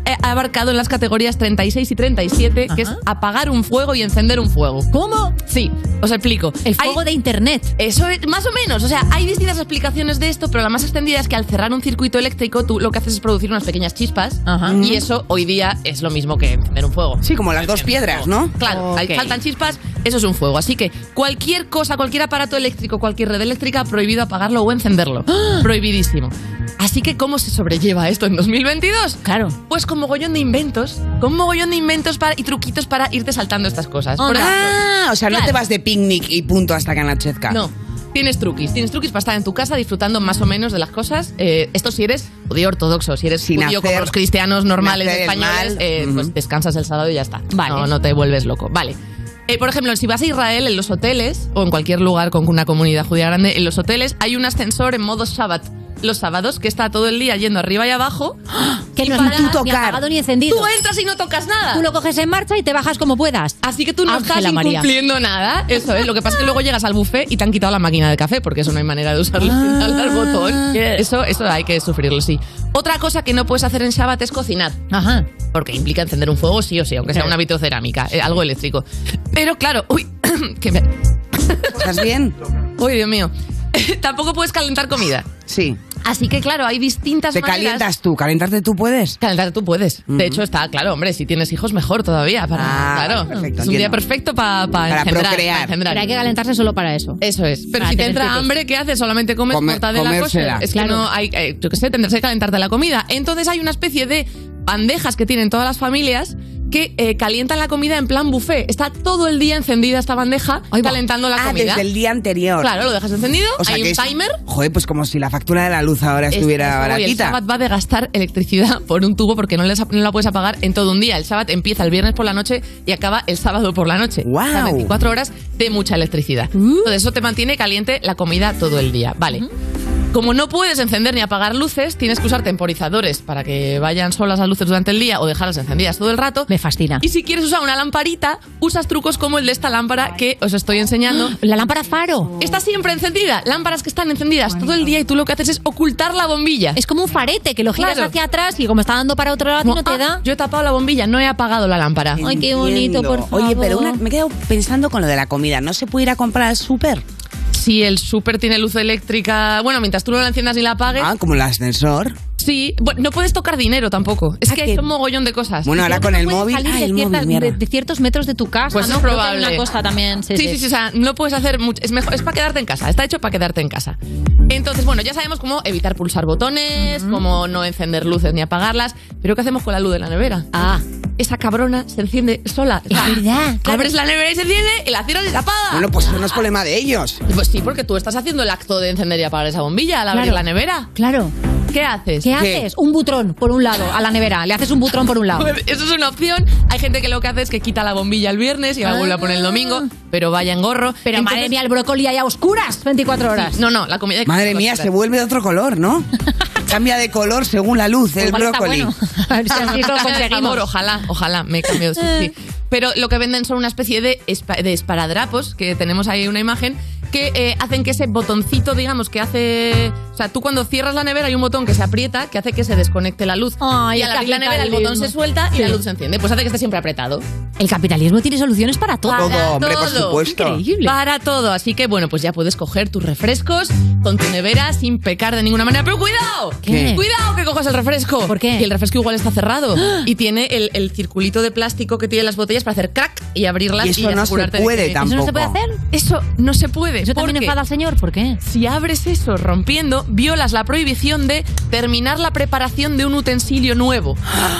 eh, abarcado en las categorías treinta y seis y treinta y siete, Ajá. que es apagar un fuego y encender un fuego. ¿Cómo? Sí, os explico. El fuego hay, de internet. Eso es, más o menos. O sea, hay distintas explicaciones de esto, pero la más extendida es que al cerrar un circuito eléctrico, tú lo que haces es producir unas pequeñas chispas. Ajá. Y eso hoy día es lo mismo que encender un fuego. Sí, como las dos piedras, ¿no? Claro, okay. Ahí saltan chispas, eso es un fuego. Así que cualquier cosa, cualquier aparato eléctrico, cualquier red eléctrica, prohibido apagarlo o encenderlo. ¡Ah! Prohibidísimo. Así que, ¿cómo se sobrelleva esto en dos mil veintidós? Claro. Pues con mogollón de inventos, con mogollón de inventos para, y truquitos para irte saltando estas cosas. Oh, Por ejemplo, ah, o sea, no claro. te vas de picnic y punto hasta que anochezca. No. Tienes truquis, tienes truquis para estar en tu casa disfrutando más o menos de las cosas. Eh, esto si eres judío ortodoxo, si eres Sin judío hacer, como los cristianos normales españoles, eh, uh-huh. pues descansas el sábado y ya está. Vale. No, no te vuelves loco. Vale. Eh, por ejemplo, si vas a Israel, en los hoteles, o en cualquier lugar con una comunidad judía grande, en los hoteles hay un ascensor en modo Shabbat. Los sábados, que está todo el día yendo arriba y abajo. Que y no para, está ni apagado ni encendido. Tú entras y no tocas nada. Tú lo coges en marcha y te bajas como puedas. Así que tú no Ángela estás María. incumpliendo nada. Eso es. Lo que pasa es que luego llegas al buffet y te han quitado la máquina de café, porque eso no hay manera de usarlo Ah. sin darle al botón. Eso, eso hay que sufrirlo, sí. Otra cosa que no puedes hacer en Shabbat es cocinar. Ajá. Porque implica encender un fuego sí o sí, aunque sea una vitrocerámica, eh, algo eléctrico. Pero claro, uy, que me... ¿Estás bien? Uy, Dios mío. Tampoco puedes calentar comida. Sí. Así que, claro, hay distintas Te maneras... Te calientas tú, calentarte tú puedes. Calentarte tú puedes. Uh-huh. De hecho, está claro, hombre, si tienes hijos, mejor todavía. Para, ah, claro, perfecto, es un entiendo. día perfecto pa, pa para engendrar, procrear. para engendrar. Pero hay que calentarse solo para eso. Eso es. Pero Para si te tener entra hijos. hambre, ¿qué haces? Solamente comes Come- mortadela comérsela. kosher. Es Claro. que no hay... Eh, yo qué sé, tendrás que calentarte la comida. Entonces hay una especie de bandejas que tienen todas las familias que eh, calientan la comida en plan buffet. Está todo el día encendida esta bandeja calentando la ah, comida. desde el día anterior. Claro, lo dejas encendido, O sea hay que un es- timer. Joder, pues como si la factura de la luz ahora Es estuviera eso, y el baratita. Shabbat va de gastar electricidad por un tubo porque no, les, no la puedes apagar en todo un día. El Shabbat empieza el viernes por la noche y acaba el sábado por la noche. ¡Guau! O sea, veinticuatro horas de mucha electricidad. Uh. Entonces eso te mantiene caliente la comida todo el día. Vale. Como no puedes encender ni apagar luces, tienes que usar temporizadores para que vayan solas las luces durante el día o dejarlas encendidas todo el rato. Me fascina. Y si quieres usar una lamparita, usas trucos como el de esta lámpara que os estoy enseñando. La lámpara faro. Está siempre encendida. Lámparas que están encendidas todo el día y tú lo que haces es ocultar la bombilla. Es como un farete que lo giras Claro. hacia atrás y como está dando para otro lado Como, no te ah, da. Yo he tapado la bombilla, no he apagado la lámpara. Ay, qué bonito, Entiendo. por favor. Oye, pero una- me he quedado pensando con lo de la comida. ¿No se puede ir a comprar al súper? Si el súper tiene luz eléctrica, bueno, mientras tú no la enciendas ni la apagues. Ah, como el ascensor. Sí, bueno, no puedes tocar dinero tampoco. Es Ah, que que- hay un mogollón de cosas. Bueno, ahora No con el puedes móvil. salir Ah, de, el ciertas- móvil, mierda. de- de ciertos metros de tu casa. Pues ¿no? es Creo que hay probable. una cosa también. Sí, Sí, sí, sí, o sea, no puedes hacer mucho. Es mejor, es para quedarte en casa. Está hecho para quedarte en casa. Entonces, bueno, ya sabemos cómo evitar pulsar botones, cómo no encender luces ni apagarlas. Pero ¿qué hacemos con la luz de la nevera? Ah, Esa cabrona se enciende sola. es verdad. claro. Abres la nevera y se enciende y la cierras y se apaga. Bueno, pues eso no es problema de ellos. Pues sí, porque tú estás haciendo el acto de encender y apagar esa bombilla al abrir Claro. la nevera. Claro. ¿Qué haces? ¿Qué haces? Un butrón por un lado a la nevera. Le haces un butrón por un lado. Pues eso es una opción. Hay gente que lo que hace es que quita la bombilla el viernes y la vuelve a poner el domingo, pero vaya en gorro. Pero Entonces- madre mía, el brócoli ahí a oscuras veinticuatro horas. Sí, no, no, la comida hay que Madre hacerla mía, oscura. se vuelve de otro color, ¿no? Cambia de color según la luz, el Igual está brócoli. bueno. A ver si así lo Cambia de conseguimos. sabor, ojalá, ojalá, me he cambiado. sí, sí. Pero lo que venden son una especie de, espa- de esparadrapos, que tenemos ahí una imagen, que eh, hacen que ese botoncito, digamos, que hace... O sea, tú cuando cierras la nevera hay un botón que se aprieta, que hace que se desconecte la luz. Ay, y el al abrir la nevera el capitalismo. botón se suelta y Sí. la luz se enciende. Pues hace que esté siempre apretado. El capitalismo tiene soluciones para todo. Todo, Para hombre, por todo. supuesto. Increíble. Para todo. Así que, bueno, pues ya puedes coger tus refrescos con tu nevera sin pecar de ninguna manera. ¡Pero cuidado! ¿Qué? ¡Cuidado que cojas el refresco! ¿Por qué? Y el refresco igual está cerrado. Y tiene el, el circulito de plástico que tiene las botellas para hacer crack y abrirlas Y eso no se asegurarte de puede que- tampoco. ¿Eso no se puede hacer? Eso no se puede. ¿Eso también porque enfada al señor? ¿Por qué? si abres eso rompiendo, violas la prohibición de terminar la preparación de un utensilio nuevo.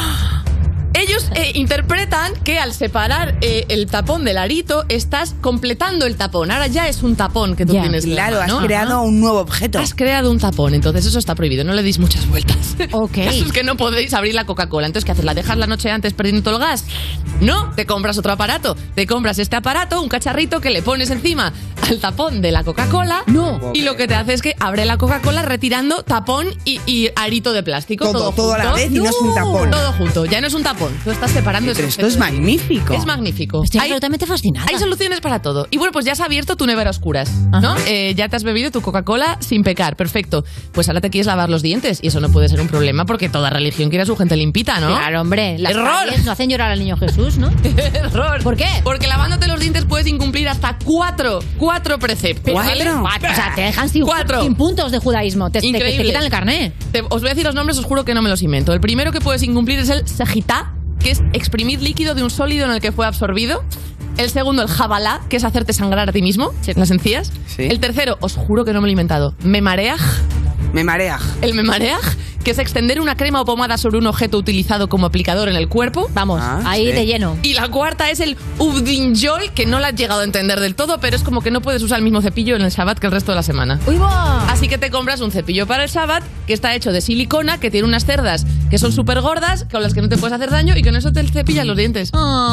Ellos eh, interpretan que al separar eh, el tapón del arito estás completando el tapón. Ahora ya es un tapón que tú Ya, tienes. en la Claro, has mano. creado un nuevo objeto. Has creado un tapón, entonces eso está prohibido. No le deis muchas vueltas. Ok. Eso es que no podéis abrir la Coca-Cola. Entonces, ¿qué haces? ¿La dejas la noche antes perdiendo todo el gas? No, te compras otro aparato. Te compras este aparato, un cacharrito que le pones encima al tapón de la Coca-Cola. No. Y lo que te hace es que abre la Coca-Cola retirando tapón y, y arito de plástico. Todo, Todo, todo a la junto. vez y no es un tapón. Todo junto. Ya no es un tapón. montón. Tú estás separando Pero ese esto es objeto de- magnífico. Es magnífico. Estoy Hay- absolutamente fascinada. Hay soluciones para todo. Y bueno, pues ya has abierto tu nevera a oscuras, ¿no? Eh, ya te has bebido tu Coca-Cola sin pecar. Perfecto. Pues ahora te quieres lavar los dientes y eso no puede ser un problema porque toda religión quiere a su gente limpita, ¿no? Claro, hombre. Las ¡Error! caries no hacen llorar al niño Jesús, ¿no? Error. ¿Por qué? Porque lavándote los dientes puedes incumplir hasta cuatro, cuatro preceptos. ¿vale? Cuatro. O sea, te dejan sin, Cuatro. sin puntos de judaísmo. Te, te, te Increíble. quitan el carné. Te- os voy a decir los nombres, os juro que no me los invento. El primero que puedes incumplir es el sejitá, que es exprimir líquido de un sólido en el que fue absorbido. El segundo, el jabalá, que es hacerte sangrar a ti mismo, en las encías. Sí. El tercero, os juro que no me lo he inventado, memareaj. Me marea. El memareaj, que es extender una crema o pomada sobre un objeto utilizado como aplicador en el cuerpo. Vamos, Ah, ahí sí. de lleno. Y la cuarta es el ubdinjol, que no la has llegado a entender del todo, pero es como que no puedes usar el mismo cepillo en el Shabbat que el resto de la semana. ¡Uy, va! Así que te compras un cepillo para el Shabbat que está hecho de silicona, que tiene unas cerdas que son súper gordas, con las que no te puedes hacer daño y con eso te cepillas los dientes.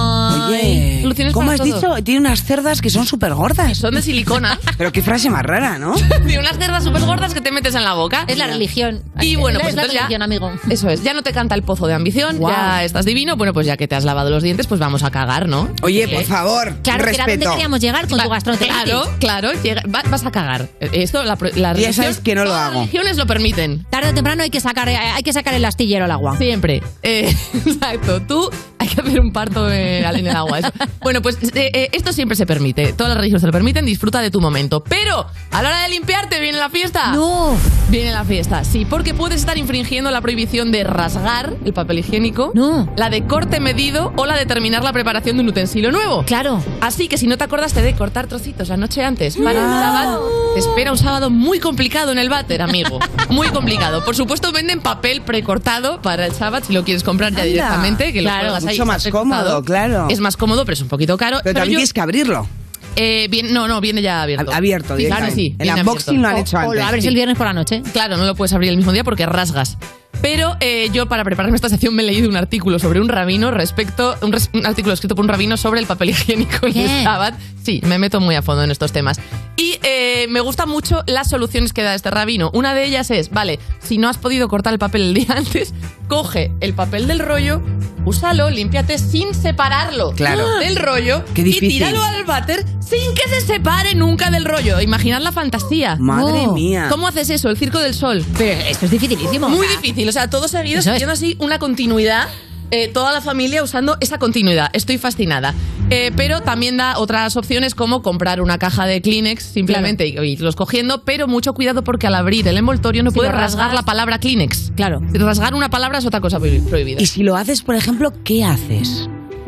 Oye, Soluciones ¿cómo para has todo. dicho? Tiene unas cerdas que son súper gordas. Son de silicona. Pero qué frase más rara, ¿no? Tiene unas cerdas súper gordas que te metes en la boca. Es la religión. Y bueno, es pues la entonces ya- religión, amigo. Eso es, ya no te canta el pozo de ambición, Guau. ya estás divino. Bueno, pues ya que te has lavado los dientes, pues vamos a cagar, ¿no? Oye, ¿Eh? por favor, Claro, que era donde respeto. queríamos llegar con tu Va- gastroenteritis. Claro, claro, llega- va- vas a cagar. Esto, la, pro- la Ya religión, sabes que no lo todas hago. Las religiones lo permiten. Tarde o temprano hay que sacar, hay que sacar el astillero al agua. Siempre. Eh, exacto. Tú hay que hacer un parto eh, en el agua. Eso. Bueno, pues eh, eh, esto siempre se permite. Todas las religiones se lo permiten. Disfruta de tu momento. Pero a la hora de limpiarte viene la fiesta. No. Viene la fiesta, sí, porque puedes estar infringiendo la prohibición de rasgar el papel higiénico, No. la de corte medido o la de terminar la preparación de un utensilio nuevo. Claro. Así que si no te acordaste de cortar trocitos la noche antes para el sábado, te espera un sábado muy complicado en el váter, amigo. Muy complicado. Por supuesto, venden papel precortado para el sábado si lo quieres comprar ya Anda. directamente. Que Claro, lo cuelgas ahí, mucho está más precortado. cómodo, claro. Es más cómodo, pero es un poquito caro. Pero también yo- tienes que abrirlo. eh, bien, no, no, viene ya abierto. Ab- abierto, Sí, claro, directamente. sí. El viene unboxing abierto. lo han hecho O antes. lo abres Sí. el viernes por la noche. Claro, no lo puedes abrir el mismo día porque rasgas. Pero eh, yo para prepararme esta sección me he leído un artículo sobre un rabino respecto, un, res- un artículo escrito por un rabino sobre el papel higiénico en ¿Qué? el Shabbat. Sí, me meto muy a fondo en estos temas. Y eh, me gustan mucho las soluciones que da este rabino. Una de ellas es, vale, si no has podido cortar el papel el día antes, coge el papel del rollo, úsalo, límpiate sin separarlo Claro. del rollo Qué y difícil. tíralo al váter sin que se separe nunca del rollo. Imaginad la fantasía. Madre Oh. mía. ¿Cómo haces eso? El circo del sol. Pero esto es dificilísimo. Muy O sea, difícil, o sea, todo seguido, Eso es. siguiendo así una continuidad. eh, toda la familia usando esa continuidad. Estoy fascinada. Eh, pero también da otras opciones como comprar una caja de Kleenex simplemente y, y irlos cogiendo, pero mucho cuidado porque al abrir el envoltorio no Si puedes lo rasgar rasgas- la palabra Kleenex. Claro. Rasgar una palabra es otra cosa prohi- prohibida. Y si lo haces, por ejemplo, ¿qué haces?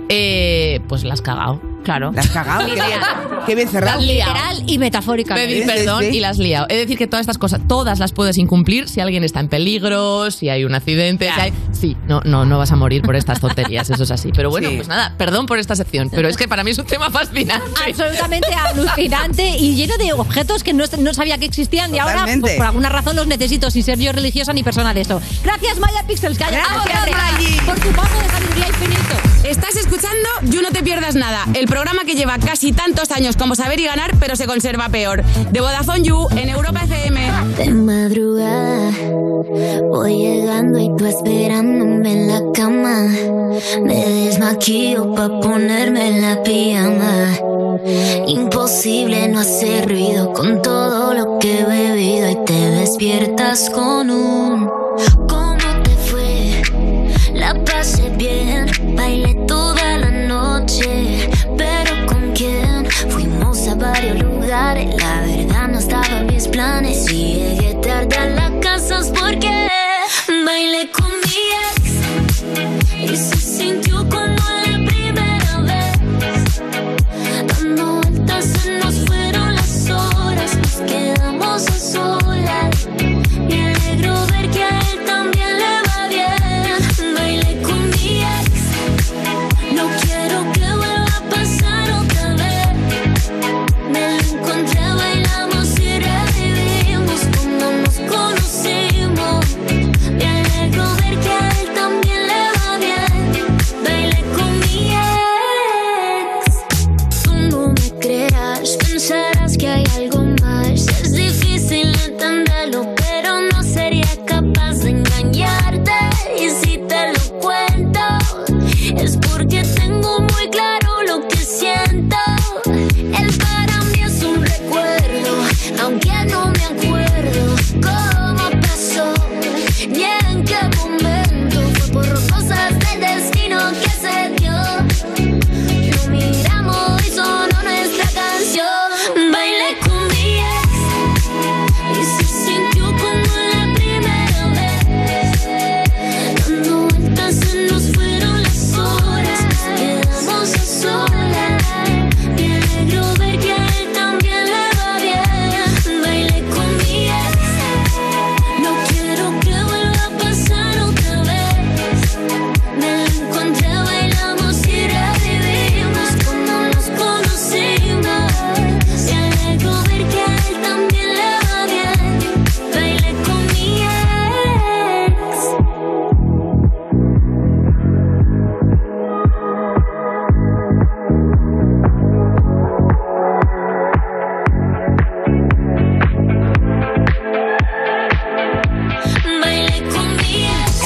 Eh, pues la has cagado. Claro. ¿La has cagado? Qué bien, qué bien cerrado. La has liado. Literal y metafóricamente. Pedir Sí, sí, perdón sí. y las has liado. Es decir, que todas estas cosas, todas las puedes incumplir si alguien está en peligro, si hay un accidente, si hay... Sí, no, no, no vas a morir por estas tonterías, eso es así. Pero bueno, Sí. pues nada, perdón por esta sección, pero es que para mí es un tema fascinante. Absolutamente alucinante y lleno de objetos que no, no sabía que existían y ahora Totalmente. pues, por alguna razón los necesito sin ser yo religiosa ni persona de eso. Gracias Maya Pixels, que haya Gracias, gracias, Maggi. por tu paso de sabiduría infinito. Estás escuchando You No Te Pierdas Nada, el programa que lleva casi tantos años como Saber y Ganar, pero se conserva peor. De Vodafone You en Europa F M. De madrugada voy llegando y tú esperándome en la cama. Me desmaquillo pa' ponerme la pijama. Imposible no hacer ruido con todo lo que he bebido y te despiertas con un ¿cómo te fue? La pasé bien, bailé toda la noche, pero ¿con quién? Fuimos a varios lugares, la verdad no estaba en mis planes. Si llegué tarde a la casa es porque bailé con mi ex y se sintió como la primera vez. Dando vueltas se nos fueron las horas, nos quedamos a solas. Me alegro ver que a él también le va bien. Bailé con mi ex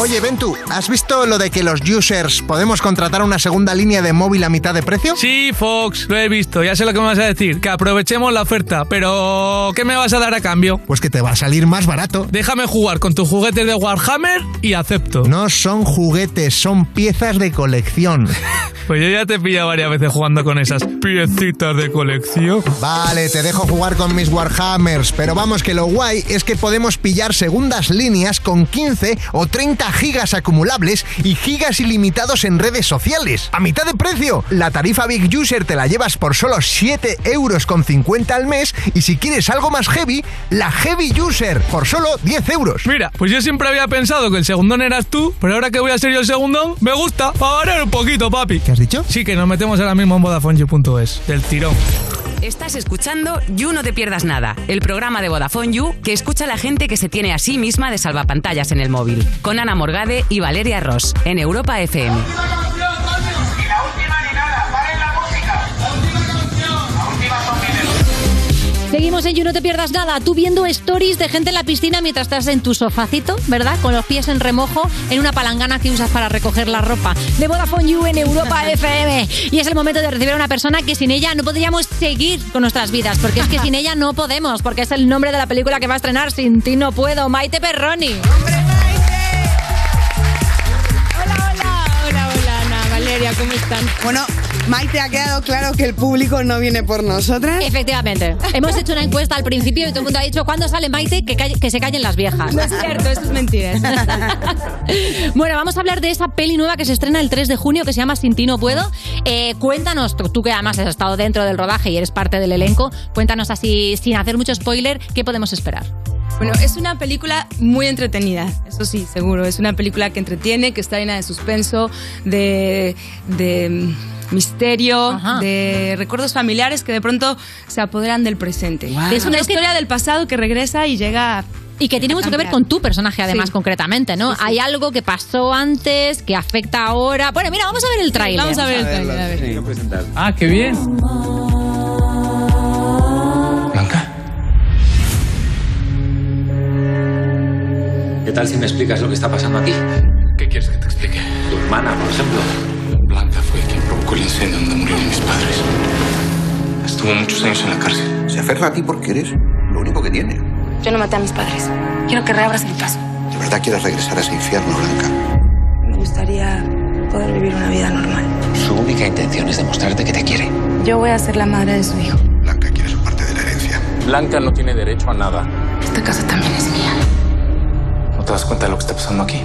Oye, Ventu, ¿has visto lo de que los users podemos contratar una segunda línea de móvil a mitad de precio? Sí, Fox, lo he visto. Ya sé lo que me vas a decir, que aprovechemos la oferta. Pero, ¿qué me vas a dar a cambio? Pues que te va a salir más barato. Déjame jugar con tus juguetes de Warhammer y acepto. No son juguetes, son piezas de colección. Pues yo ya te he pillado varias veces jugando con esas piecitas de colección. Vale, te dejo jugar con mis Warhammers, pero vamos, que lo guay es que podemos pillar segundas líneas con quince o treinta gigas acumulables y gigas ilimitados en redes sociales. ¡A mitad de precio! La tarifa Big User te la llevas por solo siete euros con cincuenta al mes y si quieres algo más heavy, la Heavy User por solo diez euros. Mira, pues yo siempre había pensado que el segundón eras tú, pero ahora que voy a ser yo el segundón, me gusta, para variar un poquito, papi. ¿Qué has dicho? Sí, que nos metemos ahora mismo en Vodafone You punto es, del tirón. Estás escuchando You No Te Pierdas Nada, el programa de Vodafone You que escucha a la gente que se tiene a sí misma de salvapantallas en el móvil, con Ana Morgade y Valeria Ross, en Europa F M. Seguimos en You No Te Pierdas Nada, tú viendo stories de gente en la piscina mientras estás en tu sofacito, ¿verdad? Con los pies en remojo, en una palangana que usas para recoger la ropa. De Vodafone You en Europa F M. Y es el momento de recibir a una persona que sin ella no podríamos seguir con nuestras vidas, porque es que sin ella no podemos, porque es el nombre de la película que va a estrenar Sin ti no puedo, Maite Perroni. ¡Hombre, Maite! Hola, hola, hola, hola, Ana, Valeria, ¿cómo están? Bueno, Maite, ha quedado claro que el público no viene por nosotras. Efectivamente. Hemos hecho una encuesta al principio y todo el mundo ha dicho, ¿cuándo sale Maite? Que, calle, que se callen las viejas. No es cierto, eso es mentira. Bueno, vamos a hablar de esa peli nueva que se estrena el tres de junio que se llama Sin ti no puedo. Eh, cuéntanos, tú, tú que además has estado dentro del rodaje y eres parte del elenco, cuéntanos así, sin hacer mucho spoiler, ¿qué podemos esperar? Bueno, es una película muy entretenida, eso sí, seguro. Es una película que entretiene, que está llena de suspenso, de... de misterio, Ajá. de recuerdos familiares que de pronto se apoderan del presente. Wow. Es una historia del pasado que regresa y llega... Y que tiene mucho que ver con tu personaje, además, sí. concretamente, ¿no? Sí, sí. Hay algo que pasó antes, que afecta ahora... Bueno, mira, vamos a ver el tráiler. Vamos a ver el tráiler, a ver. Sí. Ah, qué bien. Blanca. ¿Qué tal si me explicas lo que está pasando aquí? ¿Qué quieres que te explique? Tu hermana, por ejemplo. Blanca fue quien provocó el incendio donde murieron mis padres. Estuvo muchos años en la cárcel. Se aferra a ti porque eres lo único que tiene. Yo no maté a mis padres. Quiero que reabras el caso. ¿De verdad quieres regresar a ese infierno, Blanca? Me gustaría poder vivir una vida normal. Su única intención es demostrarte que te quiere. Yo voy a ser la madre de su hijo. Blanca quiere su parte de la herencia. Blanca no tiene derecho a nada. Esta casa también es mía. ¿No te das cuenta de lo que está pasando aquí?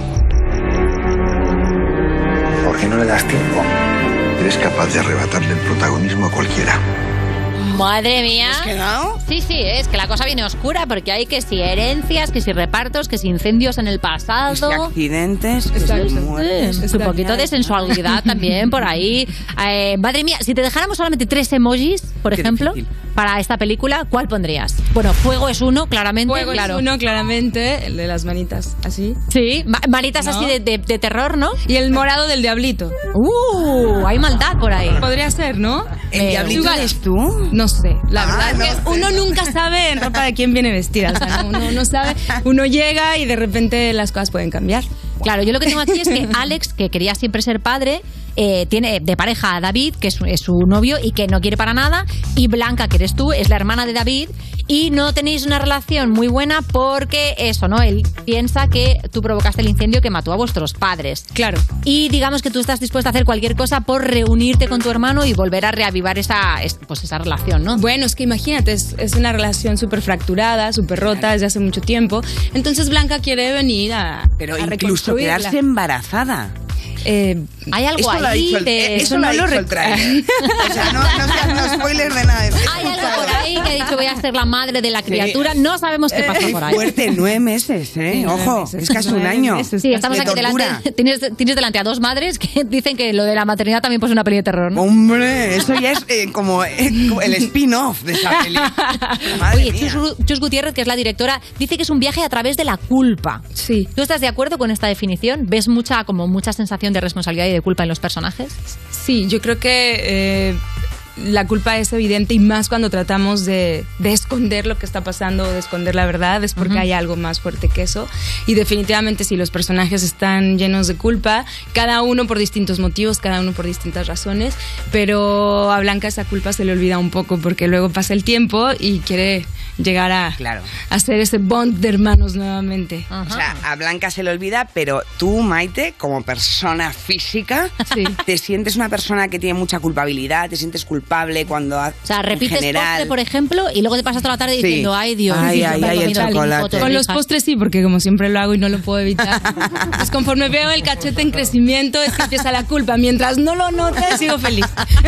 ¿Por qué no le das tiempo? Eres capaz de arrebatarle el protagonismo a cualquiera. Madre mía. ¿Has quedado? Sí, sí, es que la cosa viene oscura porque hay que si herencias, que si repartos, que si incendios en el pasado. Que si accidentes, que si muertes. Un poquito de sensualidad también por ahí. Eh, madre mía, si te dejáramos solamente tres emojis, por Qué ejemplo, difícil. para esta película, ¿cuál pondrías? Bueno, fuego es uno, claramente. Fuego claro. es uno, claramente. El de las manitas, así. Sí, ma- manitas ¿No? así de, de, de terror, ¿no? Y el morado del diablito. Uh, hay maldad por ahí. Podría ser, ¿no? ¿El Eh, diablito igual- eres tú? No sé. La Ah, verdad no es que sé. uno nunca sabe en ropa de quién viene vestida. O sea, no, uno no sabe. Uno llega y de repente las cosas pueden cambiar. Claro, yo lo que tengo aquí es que Alex, que quería siempre ser padre, eh, tiene de pareja a David, que es, es su novio y que no quiere para nada, y Blanca, que eres tú, es la hermana de David, y no tenéis una relación muy buena porque eso, ¿no? Él piensa que tú provocaste el incendio que mató a vuestros padres. Claro. Y digamos que tú estás dispuesta a hacer cualquier cosa por reunirte con tu hermano y volver a reavivar esa, es- pues esa relación, ¿no? Bueno, es que imagínate, es, es una relación súper fracturada, súper rota desde hace mucho tiempo. Entonces Blanca quiere venir a. Pero a incluso reconstruirla. quedarse embarazada. Eh, Hay algo Eso lo ha ahí dicho el, de... eh, eso eso lo ha no lo dicho el rec- trailer. O sea, no, no seas no spoiler de nada. Hay algo por ahí que ha dicho voy a ser la madre de la criatura. No sabemos qué pasa Es por ahí. fuerte, nueve meses, ¿eh? Sí, nueve Ojo, meses. es casi un Nueve año. meses. Sí, estamos de aquí tortura. delante. Tienes, tienes delante a dos madres que dicen que lo de la maternidad también puede ser una peli de terror, ¿no? Hombre, eso ya es eh, como eh, como el spin-off de esa peli. Madre Oye, mía. Chus, Ru- Chus Gutiérrez, que es la directora, dice que es un viaje a través de la culpa. Sí. ¿Tú estás de acuerdo con esta definición? ¿Ves mucha, como mucha sensación de responsabilidad y de culpa en los personajes? Sí, yo creo que eh, la culpa es evidente y más cuando tratamos de, de esconder lo que está pasando o de esconder la verdad, es porque uh-huh. hay algo más fuerte que eso. Y definitivamente si los personajes están llenos de culpa, cada uno por distintos motivos, cada uno por distintas razones, pero a Blanca esa culpa se le olvida un poco porque luego pasa el tiempo y quiere llegar a, claro. a hacer ese bond de hermanos nuevamente. Ajá. O sea, a Blanca se le olvida, pero tú, Maite, como persona física, sí. te sientes una persona que tiene mucha culpabilidad, te sientes culpable cuando... O sea, repites general... postre, por ejemplo, y luego te pasas toda la tarde sí. diciendo, ay, Dios, ay, ay, ay, el chocolate. Con los postres sí, porque como siempre lo hago y no lo puedo evitar. Pues conforme veo el cachete en crecimiento, es que empieza la culpa. Mientras no lo note, sigo feliz.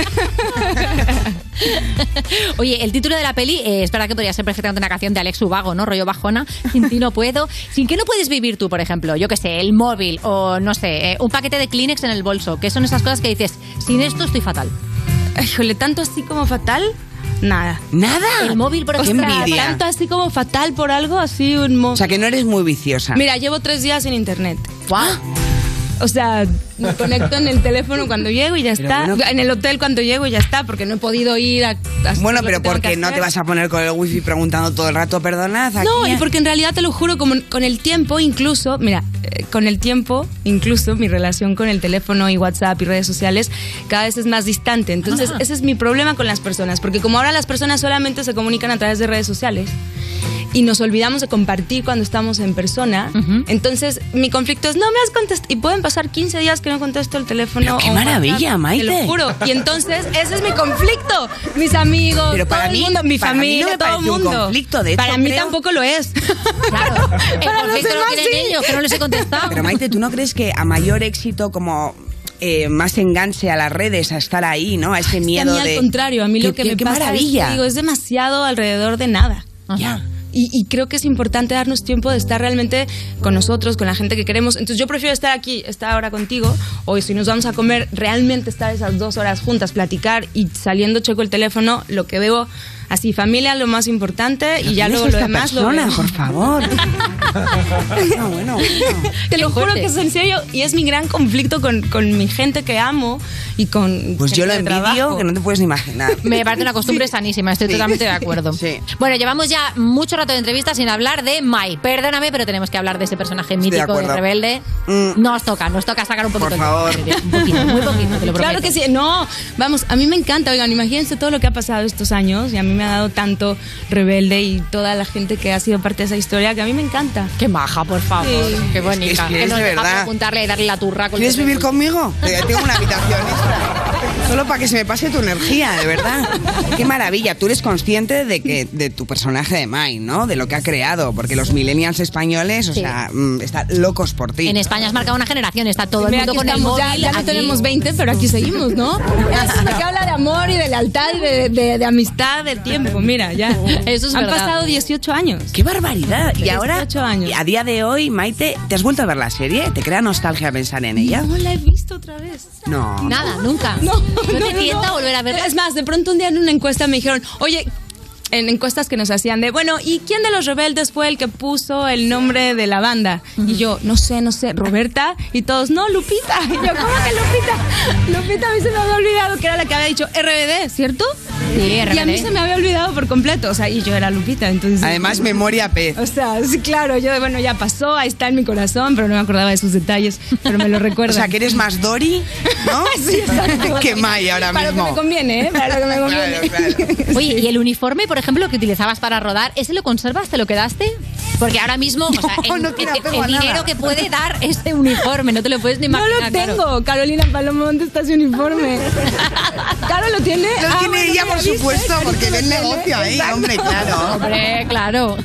Oye, el título de la peli, eh, es verdad que podría ser perfectamente una canción de Alex Ubago, ¿no? Rollo bajona, sin ti no puedo. ¿Sin qué no puedes vivir tú, por ejemplo? Yo qué sé, el móvil o, no sé, eh, un paquete de Kleenex en el bolso. ¿Qué son esas cosas que dices, sin esto estoy fatal? Híjole, ¿tanto así como fatal? Nada. ¿Nada? El móvil, por ejemplo. Qué envidia. Tanto así como fatal por algo, así un móvil. O sea, que no eres muy viciosa. Mira, llevo tres días sin internet. ¿What? O sea, me conecto en el teléfono cuando llego y ya pero está. Bueno, en el hotel cuando llego y ya está, porque no he podido ir a... a bueno, pero porque no te vas a poner con el wifi preguntando todo el rato, perdonad. Aquí no, y porque en realidad te lo juro, como con el tiempo incluso, mira, eh, con el tiempo incluso mi relación con el teléfono y WhatsApp y redes sociales cada vez es más distante. Entonces, ah. ese es mi problema con las personas, porque como ahora las personas solamente se comunican a través de redes sociales, y nos olvidamos de compartir cuando estamos en persona. Uh-huh. Entonces, mi conflicto es, no me has contestado. Y pueden pasar quince días que no contesto el teléfono. Pero qué maravilla, Maite. Te lo juro. Y entonces, ese es mi conflicto. Mis amigos, pero para todo mí, el mundo, mi para familia, mí no me todo el mundo. Un conflicto, de hecho, para mí creo... tampoco lo es. Claro. El para conflicto los lo tienen sí. ellos, que no les he contestado. Pero, Maite, ¿tú no crees que a mayor éxito como... Eh, más enganche a las redes, a estar ahí, ¿no? A ese miedo es que a mí, de... al contrario, a mí qué, lo que qué, me qué pasa maravilla. es que digo, es demasiado alrededor de nada. Ya. Y, y creo que es importante darnos tiempo de estar realmente con nosotros, con la gente que queremos. Entonces yo prefiero estar aquí, estar ahora contigo, o si nos vamos a comer, realmente estar esas dos horas juntas, platicar y saliendo checo el teléfono, lo que veo así, familia lo más importante y ya luego lo demás persona, lo veo. Por favor. No, bueno, bueno. Te lo juro que es en serio y es mi gran conflicto con, con mi gente que amo y con pues yo lo envidio trabajo. Que no te puedes ni imaginar. Me parece una costumbre sí. sanísima, estoy sí. totalmente de acuerdo. Sí. Bueno, llevamos ya mucho rato de entrevista sin hablar de Mai. Perdóname, pero tenemos que hablar de ese personaje mítico de, de Rebelde. Mm. Nos toca, nos toca sacar un poquito. Por favor. De, un poquito, muy poquito, te lo prometo. Claro que sí. No, vamos, a mí me encanta. Oigan, imagínense todo lo que ha pasado estos años y a mí me ha dado tanto Rebelde y toda la gente que ha sido parte de esa historia que a mí me encanta. Qué maja, por favor. Sí. Qué bonita. Es que, que es nos de deja verdad. preguntarle y darle la turra. Con ¿Quieres vivir conmigo? Tengo una habitación extra. Solo para que se me pase tu energía, de verdad. Qué maravilla. Tú eres consciente de que de tu personaje de Mai, ¿no? De lo que ha creado, porque los millennials españoles, o sí. sea, mmm, están locos por ti. En España has marcado una generación, está todo Mira, el mundo con estamos, el móvil. Ya, ya no tenemos veinte, pero aquí seguimos, ¿no? Es que habla de amor y de lealtad y de, de, de amistad, de tiempo. Mira, ya. Eso es Han verdad. pasado dieciocho años. ¡Qué barbaridad! Y ahora, años. a día de hoy, Maite, ¿te has vuelto a ver la serie? ¿Te crea nostalgia pensar en ella? No la he visto otra vez. No. Nada, nunca. No, ¿No, no te no, tienta no. volver a verla? Es más, de pronto un día en una encuesta me dijeron, oye, en encuestas que nos hacían de, bueno, ¿y quién de los rebeldes fue el que puso el nombre de la banda? Uh-huh. Y yo, no sé, no sé, Roberta. Y todos, no, Lupita. Y yo, ¿cómo que Lupita? Lupita a mí se me había olvidado que era la que había dicho R B D, ¿cierto? Sí, R B D. Y a mí se me había olvidado por completo. O sea, y yo era Lupita, entonces... Además, memoria pez. O sea, sí, claro, yo, bueno, ya pasó, ahí está en mi corazón, pero no me acordaba de sus detalles, pero me lo recuerdo. O sea, que eres más Dory, ¿no? Sí, exacto. Que Mai ahora para mismo. Para lo que me conviene, ¿eh? Para lo que me conviene. Claro, claro. Oye, ¿y el uniforme, por ejemplo, que utilizabas para rodar, ese lo conservas? ¿Te lo quedaste? Porque ahora mismo, no, o sea, el, no el, el, el dinero que puede dar ese uniforme, no te lo puedes ni imaginar. No lo tengo. Claro. Carolina Palomo, ¿dónde está ese uniforme? ¿Caro lo tiene? Lo ah, tiene bueno, ella, por supuesto, porque ve el negocio ahí, exacto. hombre, claro. Hombre, claro.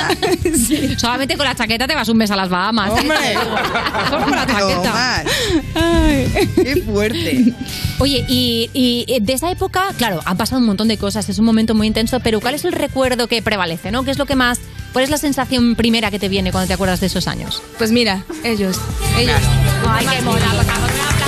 Sí. Solamente con la chaqueta te vas un mes a las Bahamas. Hombre. Solo con la chaqueta. Ay. Qué fuerte. Oye, y, y de esa época, claro, han pasado un montón de cosas, es un momento muy intenso, pero ¿cuál es el recuerdo que prevalece, no? ¿Qué es lo que más... ¿Cuál es la sensación primera que te viene cuando te acuerdas de esos años? Pues mira, ellos. Ellos. Claro. Ay, qué mola, por favor.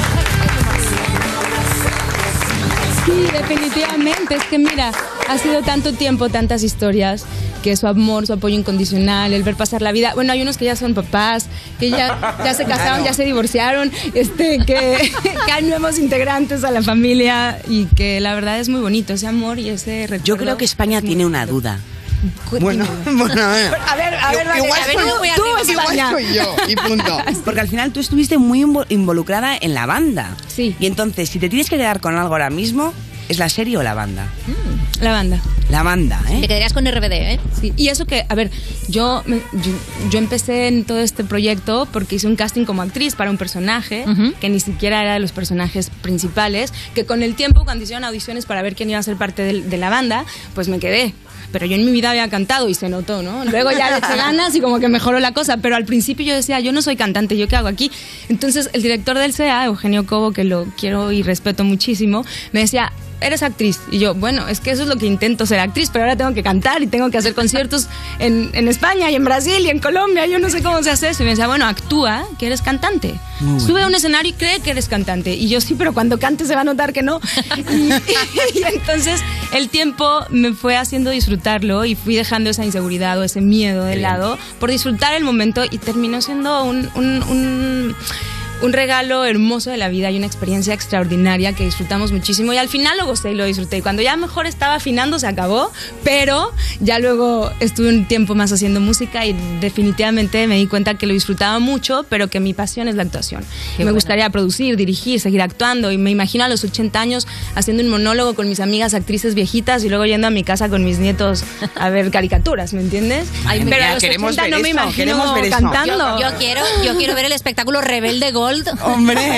Sí, definitivamente. Es que mira, ha sido tanto tiempo, tantas historias, que su amor, su apoyo incondicional, el ver pasar la vida. Bueno, hay unos que ya son papás, que ya, ya se casaron, ya se divorciaron, este, que, que hay nuevos integrantes a la familia y que la verdad es muy bonito ese amor y ese recuerdo. Yo creo que España tiene una duda. Bueno, bueno, a ver, a ver, a ver, igual, a ver, soy, no voy a tú, decir igual España. soy yo, y punto. Porque al final tú estuviste muy invo- involucrada en la banda. Sí. Y entonces, si te tienes que quedar con algo ahora mismo, ¿es la serie o la banda? La banda. La banda, ¿eh? Te quedarías con R B D, ¿eh? Sí, y eso que, a ver, yo, me- yo, yo empecé en todo este proyecto porque hice un casting como actriz para un personaje Ujú. que ni siquiera era de los personajes principales, que con el tiempo, cuando hicieron audiciones para ver quién iba a ser parte del- de la banda, pues me quedé. Pero yo en mi vida había cantado y se notó, ¿no? Luego ya le eché ganas y como que mejoró la cosa, pero al principio yo decía, yo no soy cantante, ¿yo qué hago aquí? Entonces el director del C E A, Eugenio Cobo, que lo quiero y respeto muchísimo, me decía, eres actriz. Y yo, bueno, es que eso es lo que intento, ser actriz, pero ahora tengo que cantar y tengo que hacer conciertos en, en España y en Brasil y en Colombia, yo no sé cómo se hace eso. Y me decía, bueno, actúa, que eres cantante. Muy bueno. Sube a un escenario y cree que eres cantante. Y yo, sí, pero cuando cante se va a notar que no. Y, y entonces el tiempo me fue haciendo disfrutarlo y fui dejando esa inseguridad o ese miedo de lado por disfrutar el momento y terminó siendo un... un, un un regalo hermoso de la vida y una experiencia extraordinaria que disfrutamos muchísimo y al final lo gocé y lo disfruté y cuando ya mejor estaba afinando se acabó, pero ya luego estuve un tiempo más haciendo música y definitivamente me di cuenta que lo disfrutaba mucho, pero que mi pasión es la actuación. Qué me buena. gustaría producir, dirigir, seguir actuando y me imagino a los ochenta años haciendo un monólogo con mis amigas actrices viejitas y luego yendo a mi casa con mis nietos a ver caricaturas, ¿me entiendes? Ay, pero mira, a los queremos ochenta ver no me eso, imagino queremos ver eso. cantando. Yo, yo quiero, yo quiero ver el espectáculo Rebelde Gold. Hombre,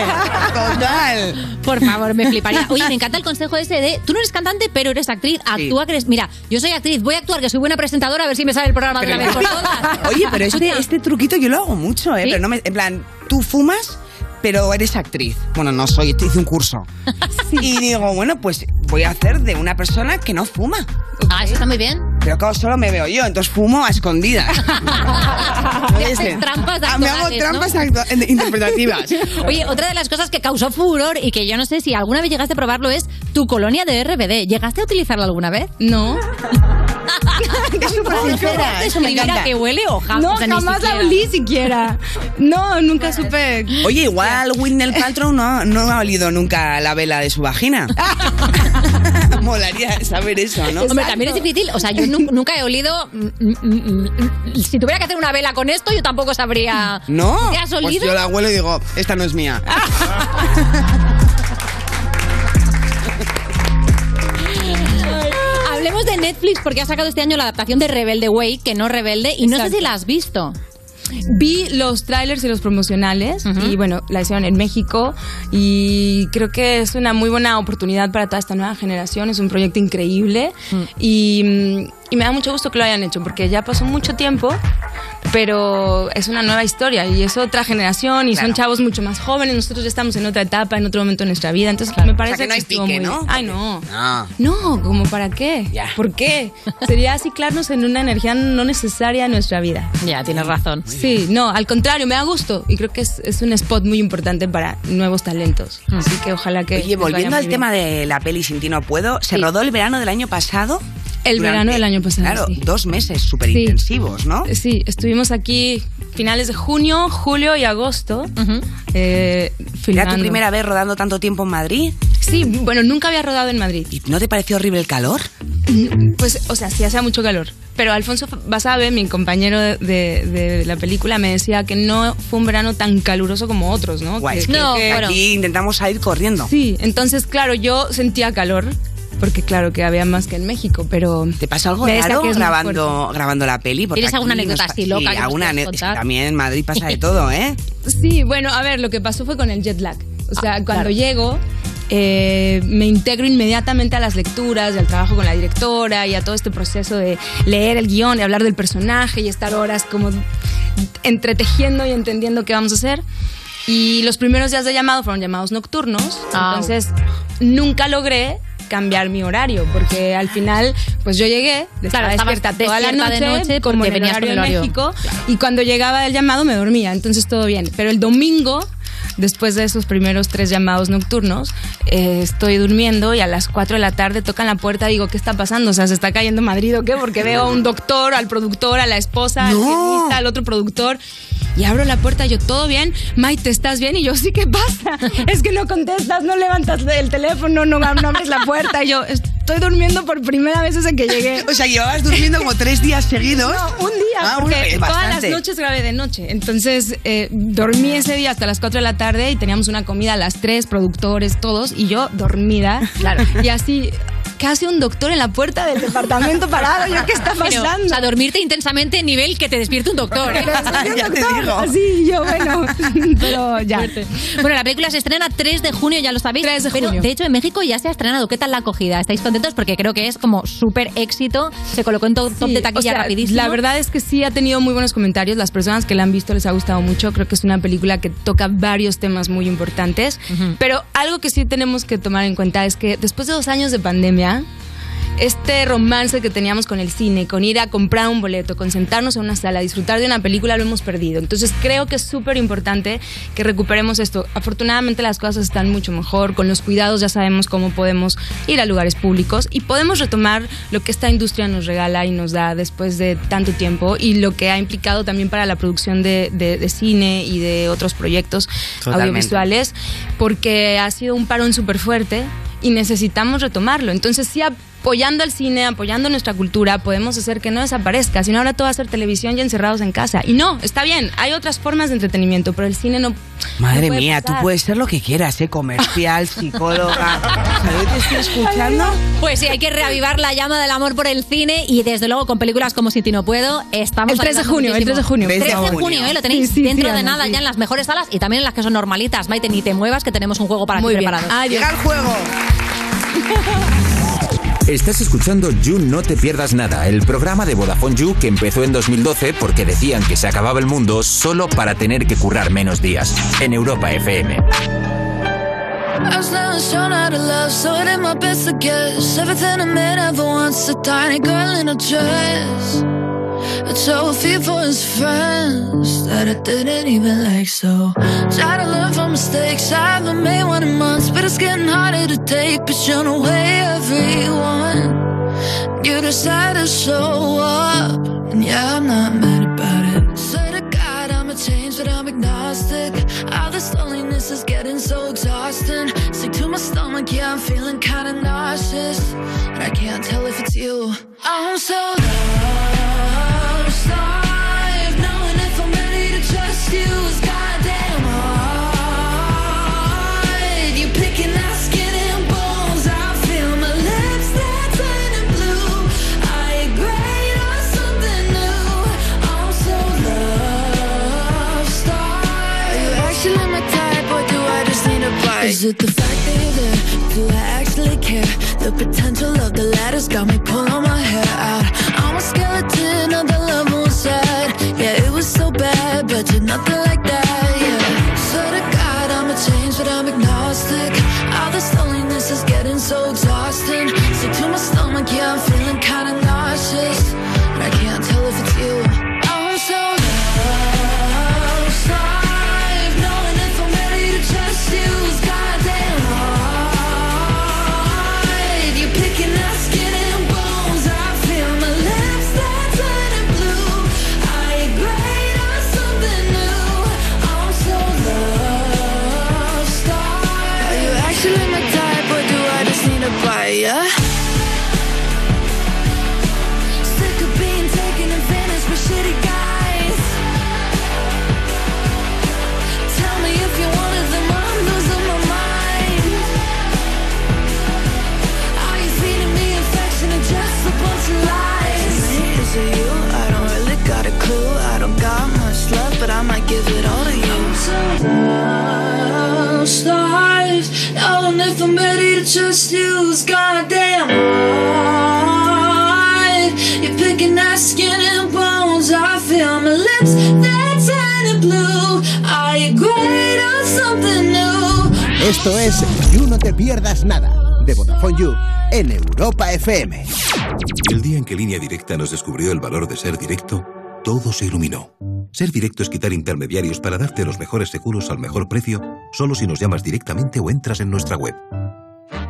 total. Por favor, me fliparía. Oye, me encanta el consejo ese de, tú no eres cantante, pero eres actriz, actúa que eres... Mira, yo soy actriz, voy a actuar, que soy buena presentadora, a ver si me sale el programa de una vez por todas. Oye, pero este, este truquito yo lo hago mucho, ¿eh? ¿Sí? Pero no me, en plan, tú fumas, pero eres actriz. Bueno, no soy, hice un curso. Y digo, bueno, pues voy a hacer de una persona que no fuma. Ah, eso está muy bien. Pero claro, solo me veo yo, entonces fumo a escondidas. Te haces trampas Ah, me hago actorales, trampas ¿no? actu- interpretativas. Oye, otra de las cosas que causó furor y que yo no sé si alguna vez llegaste a probarlo es tu colonia de R B D. ¿Llegaste a utilizarla alguna vez? No. Es súper sincera, eso me Escribir a encanta. que huele o jamás. No, o sea, ni jamás la siquiera. olí siquiera. No, nunca supe. Oye, igual Whitney Paltrow no, no ha olido nunca la vela de su vagina. Molaría saber eso, ¿no? Hombre, también es difícil. O sea, yo nu- nunca he olido. mm, mm, mm, mm, Si tuviera que hacer una vela con esto, yo tampoco sabría. No, ¿Te has pues olido? yo la huelo y digo, esta no es mía. Hablemos de Netflix porque ha sacado este año la adaptación de Rebelde Way, que no Rebelde, y no sé Exacto. si la has visto. Vi los trailers y los promocionales y bueno, la hicieron en México y creo que es una muy buena oportunidad para toda esta nueva generación, es un proyecto increíble y, mm, y me da mucho gusto que lo hayan hecho porque ya pasó mucho tiempo, pero es una nueva historia y es otra generación y Claro. son chavos mucho más jóvenes, nosotros ya estamos en otra etapa, en otro momento de nuestra vida, entonces me parece O sea, que no hay estuvo pique, muy ¿no? bien. Ay, no. No. No, ¿como para qué? Ya. ¿Por qué? Sería ciclarnos en una energía no necesaria en nuestra vida. Ya, tienes razón. Sí, no, al contrario, me da gusto y creo que es, es un spot muy importante para nuevos talentos. Así que ojalá que... Oye, les vaya volviendo muy al bien. tema de la peli Sin ti no puedo, se Sí. rodó el verano del año pasado. El Durante- verano del año pasado, Claro, sí. dos meses súper Sí. intensivos, ¿no? Sí, estuvimos aquí finales de junio, julio y agosto eh, ¿Era filmando. tu primera vez rodando tanto tiempo en Madrid? Sí, bueno, nunca había rodado en Madrid. ¿Y no te pareció horrible el calor? Pues, o sea, sí hacía mucho calor. Pero Alfonso Basabe, mi compañero de, de- de la película, me decía que no fue un verano tan caluroso como otros, ¿no? Guay, Que- es que que- que- aquí intentamos salir corriendo. Sí, entonces, claro, yo sentía calor, porque claro que había más que en México, pero... ¿Te pasó algo me decía raro que es más grabando, grabando la peli? Porque ¿Tienes alguna aquí anécdota nos- así loca Sí, que nos alguna quieras ane- es que contar? también en Madrid pasa de todo, ¿eh? Sí, bueno, a ver, lo que pasó fue con el jet lag. O sea, Ah, cuando claro. llego, eh, me integro inmediatamente a las lecturas y al trabajo con la directora y a todo este proceso de leer el guión y hablar del personaje y estar horas como entretejiendo y entendiendo qué vamos a hacer. Y los primeros días de llamado fueron llamados nocturnos, Ah. entonces nunca logré cambiar mi horario porque al final pues yo llegué Claro, estaba estabas despierta toda la despierta noche, de noche como porque en el venías horario con el de horario. México y cuando llegaba el llamado me dormía, entonces todo bien, pero el domingo después de esos primeros tres llamados nocturnos eh, estoy durmiendo y a las cuatro de la tarde tocan la puerta, digo, ¿qué está pasando? O sea, ¿se está cayendo Madrid o qué? Porque veo a un doctor, al productor, a la esposa, al No. guionista, al otro productor y abro la puerta, yo, ¿todo bien? Maite, ¿estás bien? Y yo, sí, ¿qué pasa? Es que no contestas, no levantas el teléfono, no, no abres la puerta. Y yo, estoy durmiendo por primera vez desde que llegué. O sea, llevabas durmiendo como tres días seguidos. No, un día, ah, porque bueno, todas bastante. las noches grabé de noche. Entonces, eh, dormí ese día hasta las cuatro de la tarde y teníamos una comida a las tres, productores, todos, y yo dormida. Claro. Y así... casi un doctor en la puerta del departamento parado. Yo, ¿qué está pasando? Pero, o sea, dormirte intensamente en nivel que te despierte un doctor. ¿eh? Ya te digo. Sí, yo, bueno, pero ya. Bueno, la película se estrena tres de junio, ya lo sabéis. tres de pero, junio. de hecho, en México ya se ha estrenado. ¿Qué tal la acogida? ¿Estáis contentos? Porque creo que es como súper éxito. Se colocó en top, top Sí, de taquilla o sea, rapidísimo. La verdad es que sí ha tenido muy buenos comentarios. Las personas que la han visto les ha gustado mucho. Creo que es una película que toca varios temas muy importantes. Ujú. Pero algo que sí tenemos que tomar en cuenta es que después de dos años de pandemia, este romance que teníamos con el cine, con ir a comprar un boleto, con sentarnos en una sala, disfrutar de una película, lo hemos perdido. Entonces creo que es súper importante que recuperemos esto. Afortunadamente las cosas están mucho mejor, con los cuidados ya sabemos cómo podemos ir a lugares públicos y podemos retomar lo que esta industria nos regala y nos da después de tanto tiempo y lo que ha implicado también para la producción de, de, de cine y de otros proyectos Totalmente. audiovisuales, porque ha sido un parón súper fuerte y necesitamos retomarlo. Entonces sí, apoyando al cine, apoyando nuestra cultura, podemos hacer que no desaparezca, sino ahora todo va a ser televisión y encerrados en casa. Y no, está bien, hay otras formas de entretenimiento, pero el cine no... Madre no puede mía, pasar. tú puedes ser lo que quieras, ¿eh? Comercial, psicóloga. O sea, yo te estoy escuchando. Pues sí, hay que reavivar la llama del amor por el cine y desde luego con películas como Sin ti no puedo estamos El tres de ayudando junio, el muchísimo. tres de junio. tres de junio, junio, ¿eh? Lo tenéis Sí, sí, dentro sí, de Ana, nada sí. ya en las mejores salas y también en las que son normalitas. Maite, ni te muevas que tenemos un juego para Muy ti bien. preparado. Adiós. Llega el juego. Estás escuchando You No Te Pierdas Nada, el programa de Vodafone You que empezó en dos mil doce porque decían que se acababa el mundo solo para tener que currar menos días. En Europa F M. I was never shown how to love, so I did my best to guess everything a man ever wants. A tiny girl in a dress, a trophy for his friends that I didn't even like. So try to learn from mistakes. I haven't made one in months, but it's getting harder to take. But you know, way everyone, you decide to show up, and yeah, I'm not mad about it. Swear to God, I'ma change, but I'm agnostic. All this loneliness is getting so exhausting. Sick to my stomach, yeah, I'm feeling kinda nauseous, and I can't tell if it's you. I'm so lost, life, knowing if I'm ready to trust you is goddamn hard. You picking out skin and bones, I feel my lips that turning blue. Are you great or something new? I'm so lost. Are you actually my type, or do I just need a bite? Is it the fact that you're there? Do I actually care? The potential of the letters got me pulling my hair out. I'm a skeleton of the love inside. Yeah, it was so bad, but you're nothing like that, yeah. Swear to God, I'ma change, but I'm agnostic. All this loneliness is getting so exhausting. Sick to my stomach, yeah, I'm feeling kinda nauseous, and I can't tell if it's you. I'm so lost, life, knowing if I'm ready to trust you is goddamn hard. You're picking out skin and bones, I feel my lips that turning blue. Are you great or something new? I'm so lost. Are you actually my type, or do I just need a bite, yeah? Sick of being taken advantage by shitty guys. Tell me if you're one of them, I'm losing my mind. Are you feeding me affection or just a bunch of lies? Is it you? I don't really got a clue. I don't got much love, but I might give it all to you. I'm so lost, knowing if I'm ready to trust you is goddamn hard. You're picking at skin and bones, I feel my lips that turning blue. Are you great or something new? Esto es You No Te Pierdas Nada, de Vodafone You, en Europa F M. El día en que Línea Directa nos descubrió el valor de ser directo, todo se iluminó. Ser directo es quitar intermediarios para darte los mejores seguros al mejor precio, solo si nos llamas directamente o entras en nuestra web.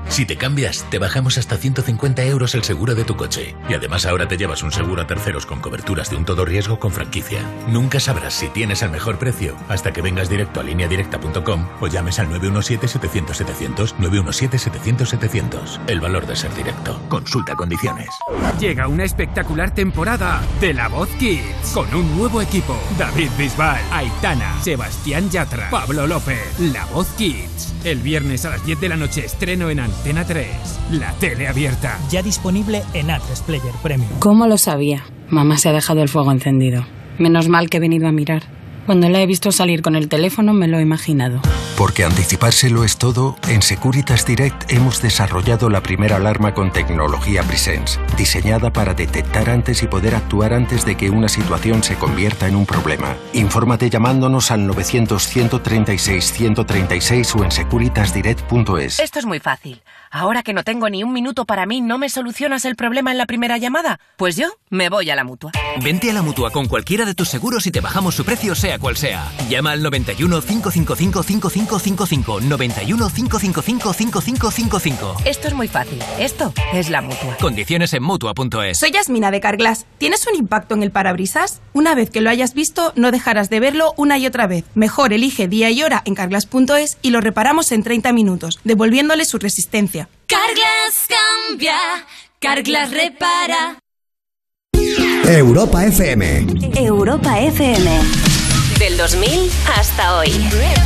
Si te cambias, te bajamos hasta ciento cincuenta euros el seguro de tu coche. Y además ahora te llevas un seguro a terceros con coberturas de un todo riesgo con franquicia. Nunca sabrás si tienes el mejor precio hasta que vengas directo a línea directa punto com o llames al nueve uno siete setecientos setecientos, nueve uno siete setecientos setecientos. El valor de ser directo. Consulta condiciones. Llega una espectacular temporada de La Voz Kids con un nuevo equipo. David Bisbal, Aitana, Sebastián Yatra, Pablo López. La Voz Kids. El viernes a las diez de la noche estreno en Antena tres. La tele abierta. Ya disponible en A tres Player Premium. ¿Cómo lo sabía? Mamá se ha dejado el fuego encendido. Menos mal que he venido a mirar. Cuando la he visto salir con el teléfono me lo he imaginado. Porque anticipárselo es todo, en Securitas Direct hemos desarrollado la primera alarma con tecnología Presence, diseñada para detectar antes y poder actuar antes de que una situación se convierta en un problema. Infórmate llamándonos al novecientos, ciento treinta y seis, ciento treinta y seis o en securitas direct punto es. Esto es muy fácil. Ahora que no tengo ni un minuto para mí, ¿no me solucionas el problema en la primera llamada? Pues yo me voy a la Mutua. Vente a la Mutua con cualquiera de tus seguros y te bajamos su precio, sea cual sea. Llama al noventa y uno, cinco cinco cinco, cinco cinco cinco cinco, noventa y uno, cinco cinco cinco, cinco cinco cinco cinco. Esto es muy fácil. Esto es la Mutua. Condiciones en Mutua punto es. Soy Yasmina de Carglass. ¿Tienes un impacto en el parabrisas? Una vez que lo hayas visto, no dejarás de verlo una y otra vez. Mejor elige día y hora en Carglass punto es y lo reparamos en treinta minutos, devolviéndole su resistencia. Carglass cambia, Carglass repara. Europa F M. Europa F M. Del dos mil hasta hoy.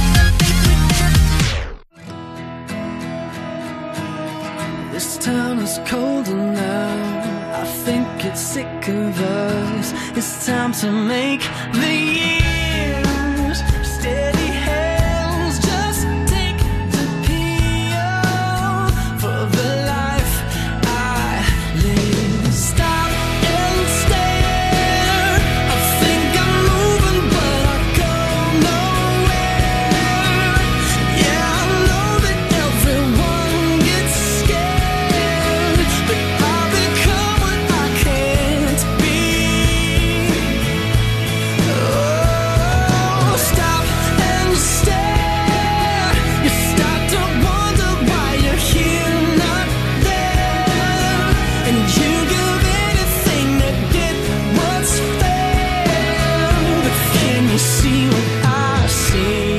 This town is colder now. I think it's sick of us. It's time to make the years steady hands. Just take the peel for the life I live. Stop and stare. I think I'm moving, but I go nowhere. Yeah, I know that everyone gets scared, but I'll become what I can't be. Oh, stop and stare. You start to wonder why you're here, not there, and you give anything to get what's fair. But can you see what I see?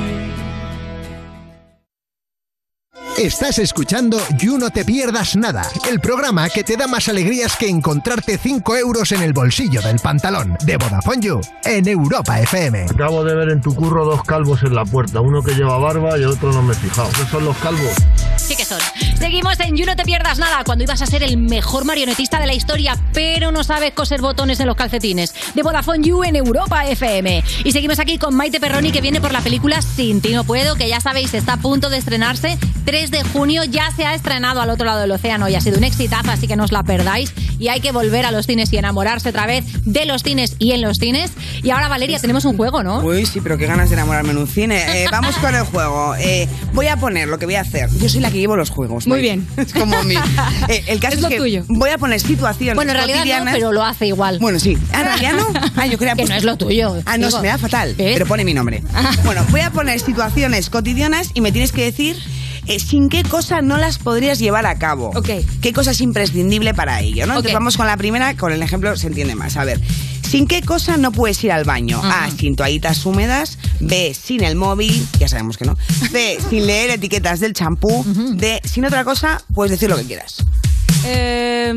Estás escuchando You No Te Pierdas Nada, el programa que te da más alegrías que encontrarte cinco euros en el bolsillo del pantalón, de Vodafone You, en Europa F M. Acabo de ver en tu curro dos calvos en la puerta, uno que lleva barba y el otro no me he fijado. ¿Qué son los calvos? Sí que son. Seguimos en You No Te Pierdas Nada, cuando ibas a ser el mejor marionetista de la historia, pero no sabes coser botones en los calcetines, de Vodafone You en Europa F M. Y seguimos aquí con Maite Perroni, que viene por la película Sin ti no puedo, que ya sabéis, está a punto de estrenarse. tres de junio ya se ha estrenado al otro lado del océano y ha sido un exitazo, así que no os la perdáis. Y hay que volver a los cines y enamorarse otra vez de los cines y en los cines. Y ahora, Valeria, tenemos un juego, ¿no? Uy, sí, pero qué ganas de enamorarme en un cine. Eh, vamos con el juego. Eh, voy a poner lo que voy a hacer. Yo soy la que llevo los juegos. Muy bien. Es como mi... Eh, el caso Es es, lo que tuyo. voy a poner situaciones Bueno, en realidad no, cotidianas. pero lo hace igual. Bueno, sí. Ah, ¿en realidad no? Ah, yo creía Que pues- no es lo tuyo. Ah, no, digo. se me da fatal. ¿Ves? Pero pone mi nombre. Bueno, voy a poner situaciones cotidianas y me tienes que decir eh, sin qué cosa no las podrías llevar a cabo. Ok. ¿Qué cosa es imprescindible para ello, ¿no? Ok. Entonces vamos con la primera, con el ejemplo se entiende más. A ver, ¿sin qué cosa no puedes ir al baño? A, sin toallitas húmedas. B, sin el móvil. Ya sabemos que no. C, sin leer etiquetas del champú. D, sin otra cosa, puedes decir lo que quieras. Eh,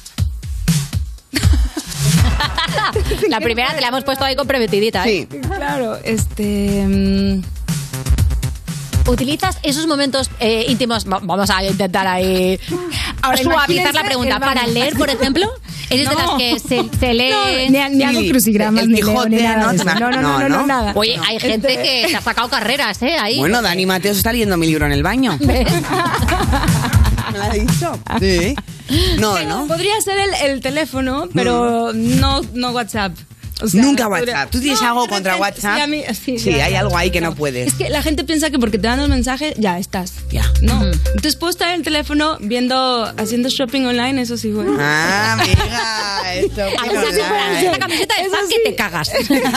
La primera te la hemos puesto ahí comprometidita, ¿eh? Sí. claro, este... mm, ¿Utilizas esos momentos eh, íntimos? va- Vamos a intentar ahí Ahora, suavizar imagínense la pregunta. el baño. ¿Para leer, por ejemplo? ¿Eres de No. las que se, se lee? No, ni, ni hago Sí, crucigramas, el ni leo, Quijote, ni nada ¿no? de eso. No, No, no, no, no, no, no. no, nada. Oye, hay gente Este- que se ha sacado carreras, ¿eh? Ahí. Bueno, Dani Mateo se está leyendo mi libro en el baño. ¿Me lo ha dicho? Sí. No, ¿no? Podría ser el, el teléfono, pero no, no WhatsApp. O sea, Nunca pero- WhatsApp. ¿Tú tienes No, algo de contra repente- WhatsApp? Sí, a mí- sí, Sí, ya, hay ya, algo ahí ya. que no puedes. Es que la gente piensa que porque te dan un mensaje, ya estás. Ya. No. Entonces puedo estar en el teléfono viendo, haciendo shopping online, eso sí, bueno. Ah, amiga, esto. O sea, si fuera esta camiseta de fan que te cagas.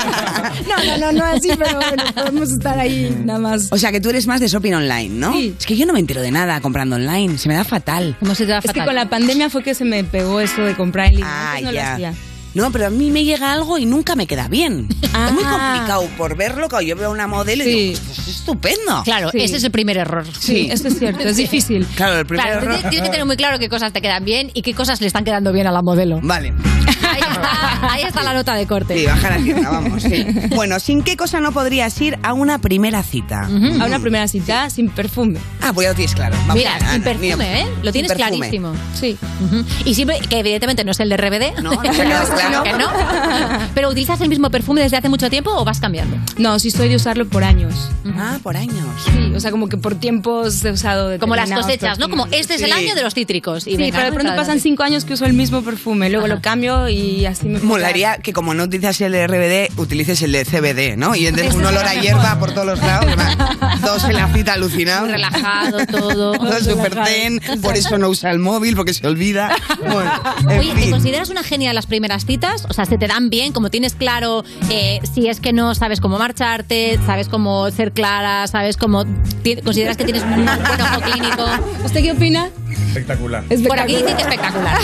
No, no, no, no así, pero bueno, podemos estar ahí nada más. O sea, que tú eres más de shopping online, ¿no? Sí. Es que yo no me entero de nada comprando online, se me da fatal. ¿Cómo se te da Es que fatal? con la pandemia fue que se me pegó eso de comprar en línea. Ah, Antes no lo ya. hacía. No, pero a mí me llega algo y nunca me queda bien. Ah. Es muy complicado por verlo, cuando yo veo una modelo y Sí. digo, "Pues es estupendo". Claro, Sí. ese es el primer error. Sí, eso es cierto, es difícil. Claro, el primer Claro, error. tienes tienes que tener muy claro qué cosas te quedan bien y qué cosas le están quedando bien a la modelo. Vale. Ahí está, ahí está la nota de corte. Sí, baja la tierra, vamos. Sí. Bueno, ¿sin qué cosa no podrías ir a una primera cita? A una primera cita sin perfume. Ah, pues ya lo tienes claro. Vamos, Mira, Ana, sin perfume, mira. ¿eh? Lo Sin tienes perfume. clarísimo. Sí. Ujú. Y siempre, que evidentemente no es el de R B D. No, no, claro. que no. Pero ¿utilizas el mismo perfume desde hace mucho tiempo o vas cambiando? No, sí soy de usarlo por años. Ah, por años. Sí, o sea, como que por tiempos he usado Como las determinados cosechas, ¿no? Como perfumes. este es el Sí. año de los cítricos. Y Sí, venga, pero de ¿no? pronto Para pasan adelante. cinco años que uso el mismo perfume, luego lo cambio y así me... Molaría que como no utilizas el de R B D, utilices el de C B D, ¿no? Y entonces un olor a hierba por todos los lados. ¿verdad? Todos en la cita alucinados. Muy relajado todo. Todo súper zen, por eso no usa el móvil, porque se olvida. Bueno, en Oye, ¿te fin. consideras una genia en las primeras citas? O sea, ¿se te dan bien? Como tienes claro, eh, si es que no sabes cómo marcharte, sabes cómo ser clara, sabes cómo... ti- ¿Consideras que tienes un buen ojo clínico? ¿Usted qué opina? Espectacular. Por aquí dicen que espectacular.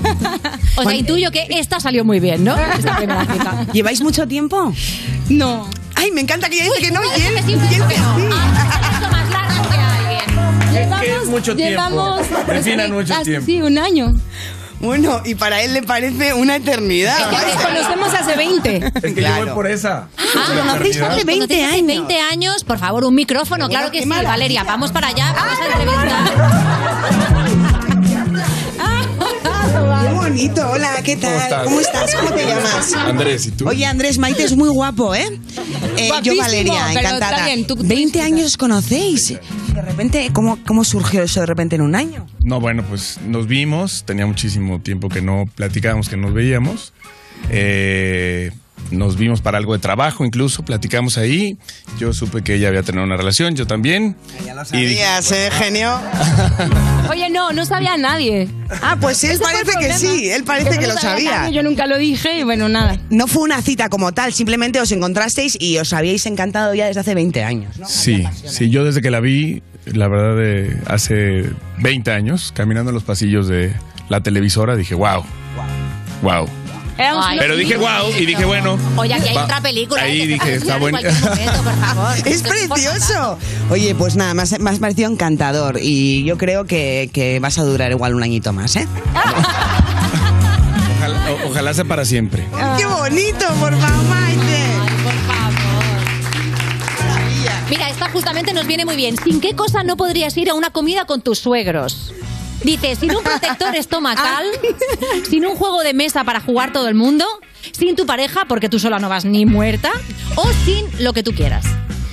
O sea, intuyo que esta salió muy bien, ¿no? Esta primera cita. ¿Lleváis mucho tiempo? No. Ay, me encanta que ella dice que no, y Puede él, ser que sí, y puede él ser que que no. sí. Ah, esto más largo que alguien. Llevamos, ¿Qué es mucho tiempo? llevamos, Definan mucho ah, tiempo. Sí, un año. Bueno, y para él le parece una eternidad. Es que nos vaya. conocemos hace veinte. Es que Claro. yo voy por esa. Ah, La conocéis eternidad. hace veinte Cuando tienes años. veinte años, por favor, un micrófono, Pero claro bueno, que qué sí, maravilla. Valeria. Vamos para allá, vamos a entrevistar. Qué bonito. Hola, ¿qué tal? estás? ¿Cómo estás? ¿Cómo te llamas? Andrés, ¿y tú? Oye, Andrés, Maite es muy guapo, ¿eh? Eh, yo, Guapísimo, Valeria, pero encantada. está bien, tú- tú veinte disfruta. años os conocéis. De repente, ¿cómo, ¿cómo surgió eso de repente en un año? No, bueno, pues nos vimos, tenía muchísimo tiempo que no platicábamos, que nos veíamos. Eh, nos vimos para algo de trabajo, incluso platicamos ahí. Yo supe que ella había tenido una relación, yo también. Ya lo Y dije, sabías, ¿eh, genio? Oye, no, no sabía nadie. Ah, pues él Ese fue el parece que problema. sí, él parece que no lo sabía sabía. nadie, Yo nunca lo dije y bueno, nada. No fue una cita como tal, simplemente os encontrasteis y os habíais encantado ya desde hace veinte años, ¿no? Sí, sí, yo desde que la vi, la verdad, de hace veinte años, caminando en los pasillos de la televisora, dije, wow, wow. Éramos Ay, unos Pero dije, niños. wow, y dije, bueno. Oye, aquí hay va- otra película. Ahí ¿eh? que dije, te está puede bueno. enseñar en cualquier momento, por favor. Es Esto importa precioso. Oye, pues nada, me has, me has parecido encantador y yo creo que, que vas a durar igual un añito más, ¿eh? Ojalá, o- ojalá sea para siempre. ¡Qué bonito, por favor, Maite! Por favor. Mira, esta justamente nos viene muy bien. ¿Sin qué cosa no podrías ir a una comida con tus suegros? Dice, sin un protector estomacal, sin un juego de mesa para jugar todo el mundo, sin tu pareja, porque tú sola no vas ni muerta, o sin lo que tú quieras.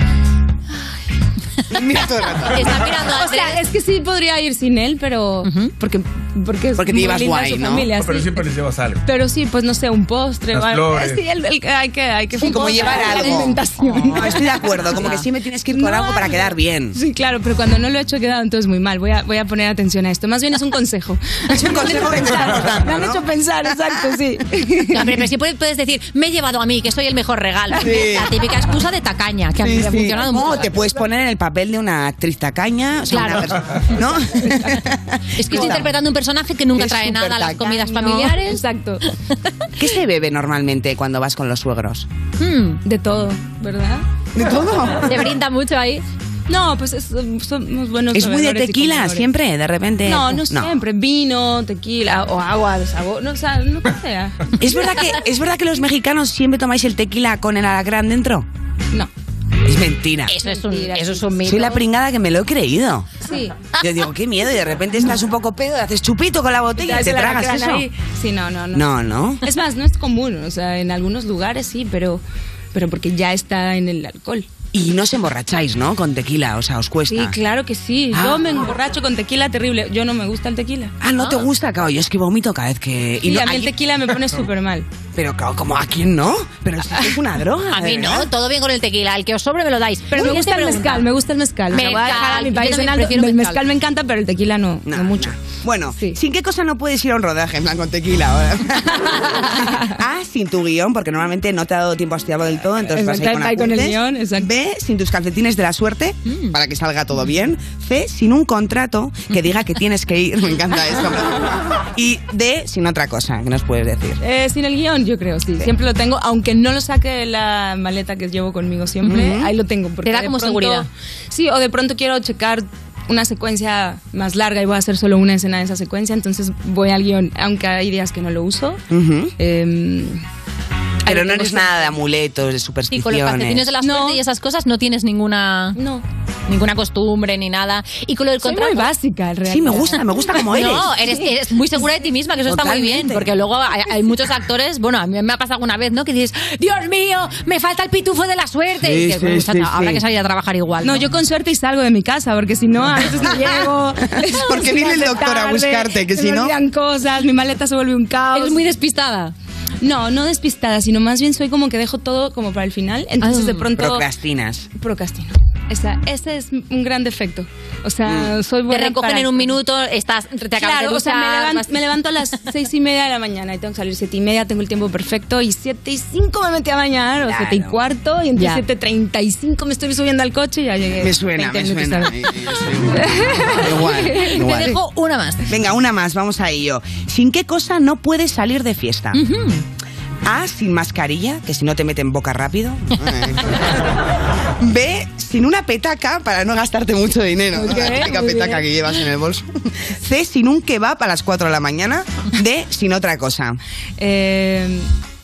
Mira todo el rato. Está mirando a O sea, Andrés. es que sí podría ir sin él, pero porque porque, es Porque te muy llevas linda guay, su ¿no? familia, Pero sí. siempre les llevas algo. Pero sí, pues no sé, un postre Las o algo. flores. Sí, el- el- hay que hay que Sí, como postre, llevar la algo. alimentación. No, estoy de acuerdo, como que siempre tienes que ir con No, algo para quedar bien. Sí, claro, pero cuando no lo he hecho he quedado entonces muy mal. Voy a, voy a poner atención a esto. Más bien es un consejo. Es un consejo que te estamos dando, Me han ¿no? hecho pensar, exacto, sí. No, hombre, pero sí puedes, puedes decir, me he llevado a mí, que soy el mejor regalo. Sí. La típica excusa de tacaña, que a mí me ha funcionado No, mucho. te puedes poner en el papel de una actriz tacaña. O sea, Claro. una persona- ¿No? Es que estoy interpretando un personaje que nunca Es trae nada a las supertacaño. comidas familiares. Exacto. ¿Qué se bebe normalmente cuando vas con los suegros? Hmm, De todo, ¿verdad? ¿De todo? te brinda mucho ahí. No, pues es- somos buenos ¿Es muy de bebedores y tequila comedores. siempre? De repente. No, no, siempre. Vino, tequila o agua de sabor. No, o sea, no que sea. ¿Es verdad, que, ¿Es verdad que los mexicanos siempre tomáis el tequila con el alacrán dentro? No. Es mentira. Eso es un, eso es un mito. Soy la pringada que me lo he creído. Sí. Yo digo, qué miedo, y de repente estás un poco pedo, haces chupito con la botella y te la tragas alacrán eso. ahí. Sí, no, no, no. No, no. Es más, no es común. O sea, en algunos lugares sí, pero, pero porque ya está en el alcohol. Y no os emborracháis, ¿no? Con tequila, o sea, os cuesta. Sí, claro que sí. Ah. Yo me emborracho con tequila terrible. Yo no me gusta el tequila. Ah, ¿no te gusta? Claro, yo es que vomito cada vez que... Sí, y no, a mí el hay- tequila me pone súper mal. Pero claro, como a quién no. Pero si es una droga. A mí de no, verdad. todo bien con el tequila. El que os sobre me lo dais. Pero me Siguiente gusta el pregunta. mezcal, me gusta el mezcal. O sea, voy a dejar a mi Mezcal, país yo en también alto. prefiero El mezcal. mezcal me encanta, pero el tequila no, no, mucho. Bueno, ¿sin qué cosa no puedes ir a un rodaje? En plan, con tequila. A, sin tu guión, porque normalmente no te ha dado tiempo a estudiarlo del todo, entonces vas a ir con Ahí con el apuntes. guión, exacto. B, sin tus calcetines de la suerte, para que salga todo bien. C, sin un contrato que diga que tienes que ir. Me encanta esto. Y D, sin otra cosa, que nos puedes decir. Eh, sin el guión, yo creo, sí. Siempre lo tengo, aunque no lo saque de la maleta que llevo conmigo siempre, Ujú. ahí lo tengo. Porque Te da de como pronto- seguridad. Sí, o de pronto quiero checar una secuencia más larga y voy a hacer solo una escena de esa secuencia, entonces voy al guión, aunque hay días que no lo uso. Ujú. Eh, Pero ahí no tengo eres siempre. nada de amuletos, de Y supersticiones. con los calcetines de la suerte y esas cosas no tienes ninguna no. ninguna costumbre ni nada. Y con lo del Soy contrato. muy básica, en realidad. Sí, me gusta, me gusta como eres. No, eres, eres muy segura de ti misma, que eso está muy bien. Totalmente. Porque luego hay, hay muchos actores, bueno, a mí me ha pasado alguna vez, ¿no? Que dices, Dios mío, me falta el pitufo de la suerte. Sí, y que, sí, bueno, muchacha, sí, habrá sí. que salir a trabajar igual. No, No, yo con suerte y salgo de mi casa, porque si no, a veces no llego. Porque Se viene el hace doctor a tarde, buscarte, que se si me no- olvidan cosas, mi maleta se vuelve un caos. Eres muy despistada. No, no despistada, sino más bien soy como que dejo todo como para el final. Entonces de pronto... Procrastinas. Procrastino. Esa, ese es un gran defecto. O sea, soy buena Te recogen para- en un minuto, estás, te acabas Claro, de o sea, me, duchar, levan- vas- me levanto a las seis y media de la mañana y tengo que salir siete y media, tengo el tiempo perfecto y siete y cinco me metí a bañar, o Claro. siete y cuarto, y entonces Ya. siete treinta y cinco me estoy subiendo al coche y ya llegué. Me suena, veinte me minutos suena. tarde. Igual, igual. Te dejo una más. Venga, una más, vamos a ello. ¿Sin qué cosa no puedes salir de fiesta? A, sin mascarilla, que si no te meten boca rápido. B, sin una petaca para no gastarte mucho dinero. ¿no? Ok, La típica muy petaca bien. que llevas en el bolso. C, sin un kebab a las cuatro de la mañana. D, sin otra cosa. Eh,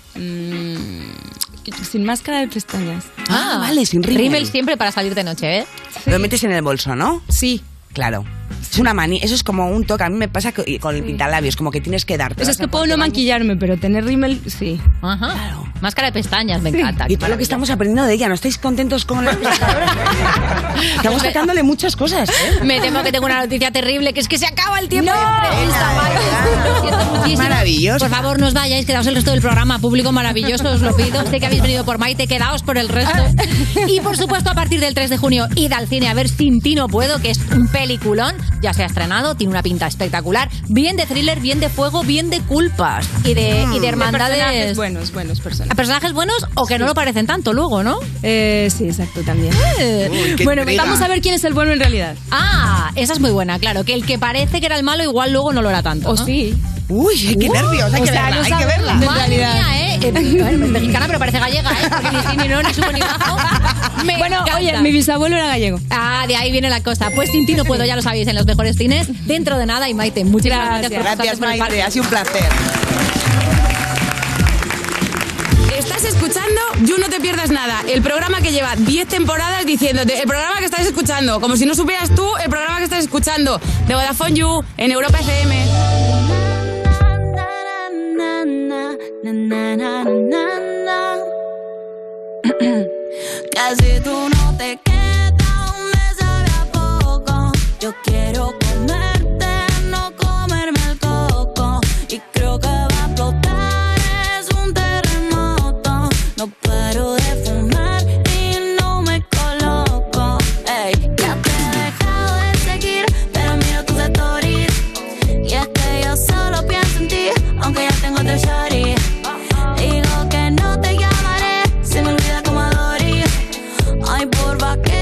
mm, sin máscara de pestañas. Ah, vale, sin rímel. rímel siempre para salir de noche, ¿eh? Lo metes en el bolso, ¿no? Sí. Claro. Es una manía, eso es como un toque. A mí me pasa que- con el pintalabios, como que tienes que darte. O sea, es que puedo no maquillarme, pero tener rímel, sí. Ajá. Máscara de pestañas, me encanta. Y todo lo que estamos aprendiendo de ella, ¿no estáis contentos con la Estamos sacándole muchas cosas. ¿eh? Me temo que tengo una noticia terrible, que es que se acaba el tiempo No. de entrevista, Maite. Lo siento muchísimo. Maravilloso. Por favor, no os vayáis, quedaos el resto del programa. Público maravilloso, os lo pido. Sé que habéis venido por Maite, quedaos por el resto. Y por supuesto, a partir del tres de junio, id al cine a ver Sin ti no puedo, que es un peliculón. Ya se ha estrenado, tiene una pinta espectacular. Bien de thriller, bien de fuego, bien de culpas. Y de, y de hermandades. Personajes buenos, buenos personajes. Personajes buenos o que no lo parecen tanto luego, ¿no? Eh, sí, exacto, también. Eh, Uy, qué Bueno, intriga. vamos a ver quién es el bueno en realidad. Ah, esa es muy buena, claro. Que el que parece que era el malo igual luego no lo era tanto. O ¿no? sí. Uy, qué Uh, nervios, hay o que sea, verla, no hay que sabes verla. de Madre realidad. mía, ¿eh? Eh, bueno, es mexicana, pero parece gallega, ¿eh? Porque ni sí, ni no, ni subo ni bajo. Me Bueno, encanta. oye, mi bisabuelo era gallego. Ah, de ahí viene la cosa. Pues Sin ti no puedo, ya lo sabéis, en los mejores cines. Dentro de nada, y Maite, muchísimas gracias, Gracias. por Gracias, pasarte por el Maite, parque. ha sido un placer. Estás escuchando You No Te Pierdas Nada, el programa que lleva diez temporadas diciéndote, el programa que estás escuchando, como si no supieras tú el programa que estás escuchando, de Vodafone You, en Europa F M. Casi tú no te quedas, me sabe a poco. Yo quiero comerte, no comerme el coco. Y creo que va a explotar, es un terremoto. No paro de fumar y no me coloco. Ey, ya te he dejado de seguir, pero miro tus stories. Y es que yo solo pienso en ti, aunque ya tengo otro shorty. Digo que no te llamaré, se me olvida como Dory. Ay, porfa, que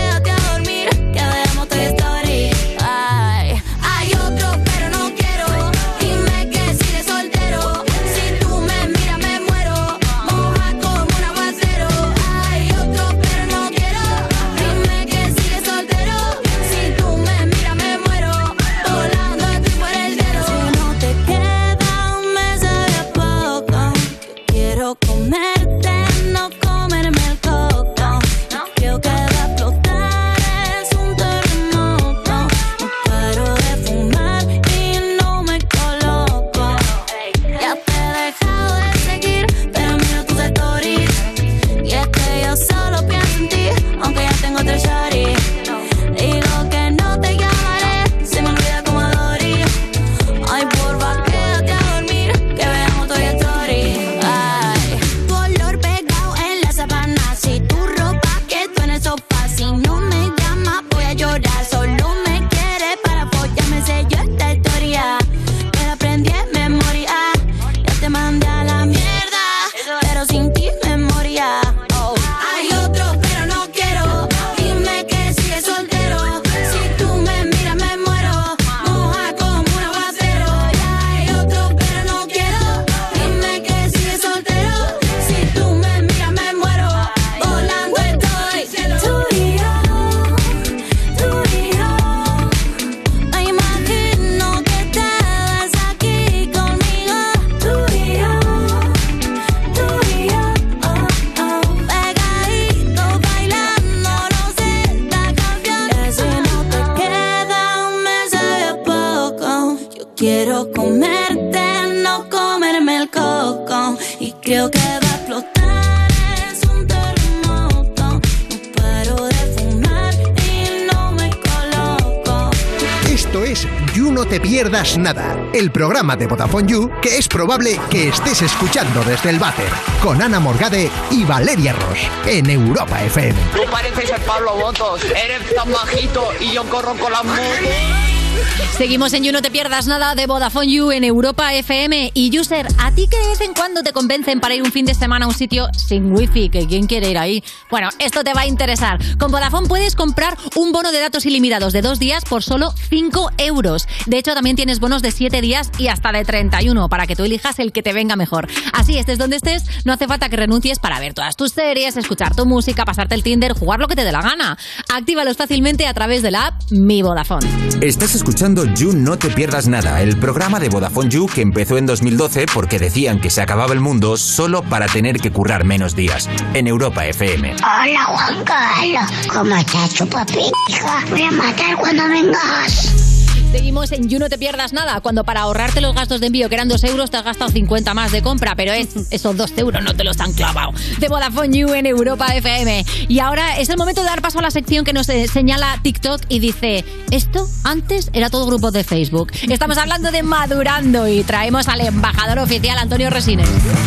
Creo que va a explotar, es un terremoto. No paro de fumar y no me coloco. Esto es You No Te Pierdas Nada, el programa de Vodafone You que es probable que estés escuchando desde el váter, con Ana Morgade y Valeria Ross, en Europa F M. Tú pareces el Pablo Botos, eres tan bajito y yo corro con las motos. Seguimos en You No Te Pierdas Nada de Vodafone You en Europa F M. Y User, ¿a ti que de vez en cuando te convencen para ir un fin de semana a un sitio sin wifi? ¿Que quién quiere ir ahí? Bueno, esto te va a interesar. Con Vodafone puedes comprar un bono de datos ilimitados de dos días por solo cinco euros. De hecho, también tienes bonos de siete días y hasta de treinta y uno para que tú elijas el que te venga mejor. Así, estés donde estés, no hace falta que renuncies para ver todas tus series, escuchar tu música, pasarte el Tinder, jugar lo que te dé la gana. Actívalos fácilmente a través de la app Mi Vodafone. Estás escuchando You No Te Pierdas Nada, el programa de Vodafone You que empezó en dos mil doce porque decían que se acababa el mundo solo para tener que currar menos días. En Europa F M. Hola, Juan Carlos. ¿Cómo estás, chupapija? Voy a matar cuando vengas. Seguimos en You No Te Pierdas Nada, cuando para ahorrarte los gastos de envío, que eran dos euros, te has gastado cincuenta más de compra, pero es, esos dos euros no te los han clavado. De Vodafone You en Europa F M. Y ahora es el momento de dar paso a la sección que nos eh, señala TikTok y dice, esto antes era todo grupos de Facebook. Estamos hablando de Madurando y traemos al embajador oficial Antonio Resines.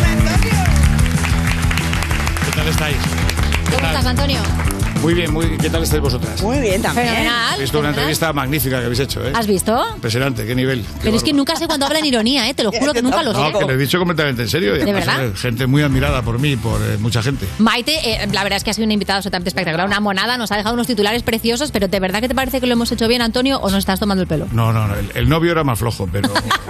¿Qué tal estáis? ¿Cómo estás, Antonio? Muy bien, muy bien. ¿Qué tal estáis vosotras? Muy bien también. Fenomenal. He visto una entrevista magnífica que habéis hecho, ¿eh? ¿Has visto? Impresionante, qué nivel. Qué Pero bárbaro. es que nunca sé cuándo hablan ironía, ¿eh? Te lo juro que nunca lo sé. No, que lo he dicho completamente en serio. Y ¿De además, verdad? eh, gente muy admirada por mí y por eh, mucha gente. Maite, eh, la verdad es que ha sido un invitado absolutamente espectacular, una monada, nos ha dejado unos titulares preciosos, pero ¿de verdad que te parece que lo hemos hecho bien, Antonio, o nos estás tomando el pelo? No, no, no. El, el novio era más flojo, pero...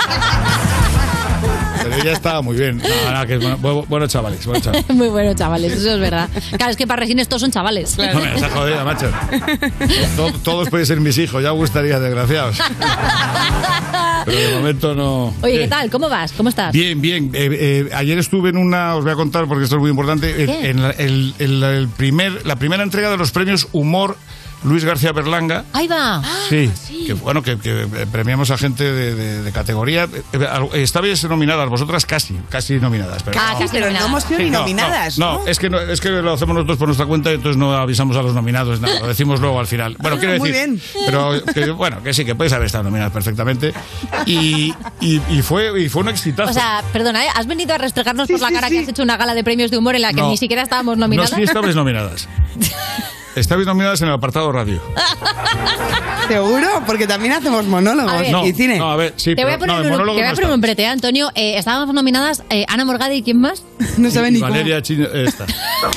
Pero ella estaba muy bien. No, no, que es bueno, bueno, bueno, chavales, bueno, chavales. Muy bueno, chavales, eso es verdad. Claro, es que para Resines todos son chavales. No me esa jodida, macho. Todo- todos pueden ser mis hijos, ya os gustaría, desgraciados. Pero de momento no. Oye, ¿qué tal? ¿Cómo vas? ¿Cómo estás? Bien, bien. Eh, eh, ayer estuve en una, os voy a contar porque esto es muy importante, en, ¿Qué? en la, el, el- el primer, la primera entrega de los premios Humor Luis García Berlanga. Ahí va. Sí, que bueno, que, que premiamos a gente de, de- de categoría. Eh, eh, Estabais nominadas, vosotras casi, casi nominadas. Pero Ah, no. casi pero no hemos sido Sí, ni no, nominadas, no, ¿no? no, es que no, es que lo hacemos nosotros por nuestra cuenta y entonces no avisamos a los nominados, nada, lo decimos luego al final. Bueno, Ah, quiero muy decir, bien. pero que, bueno, que sí, que podéis haber estado nominadas perfectamente. Y, y, y fue, y fue un exitazo. O sea, perdona, ¿eh? ¿Has venido a restregarnos por la cara que has hecho una gala de premios de humor en la que No. ni siquiera estábamos nominadas? No, sí estabais nominadas. Estabais nominadas en el apartado radio. ¿Seguro? Porque también hacemos monólogos A ver. No, y cine. no, a ver, sí, Te voy a pero poner, no, un, en te monólogo voy a no poner un estaba. brete, ¿eh, Antonio. Eh, estábamos nominadas eh, Ana Morgade y ¿quién más? No sabe ni Y Valeria Chino, esta.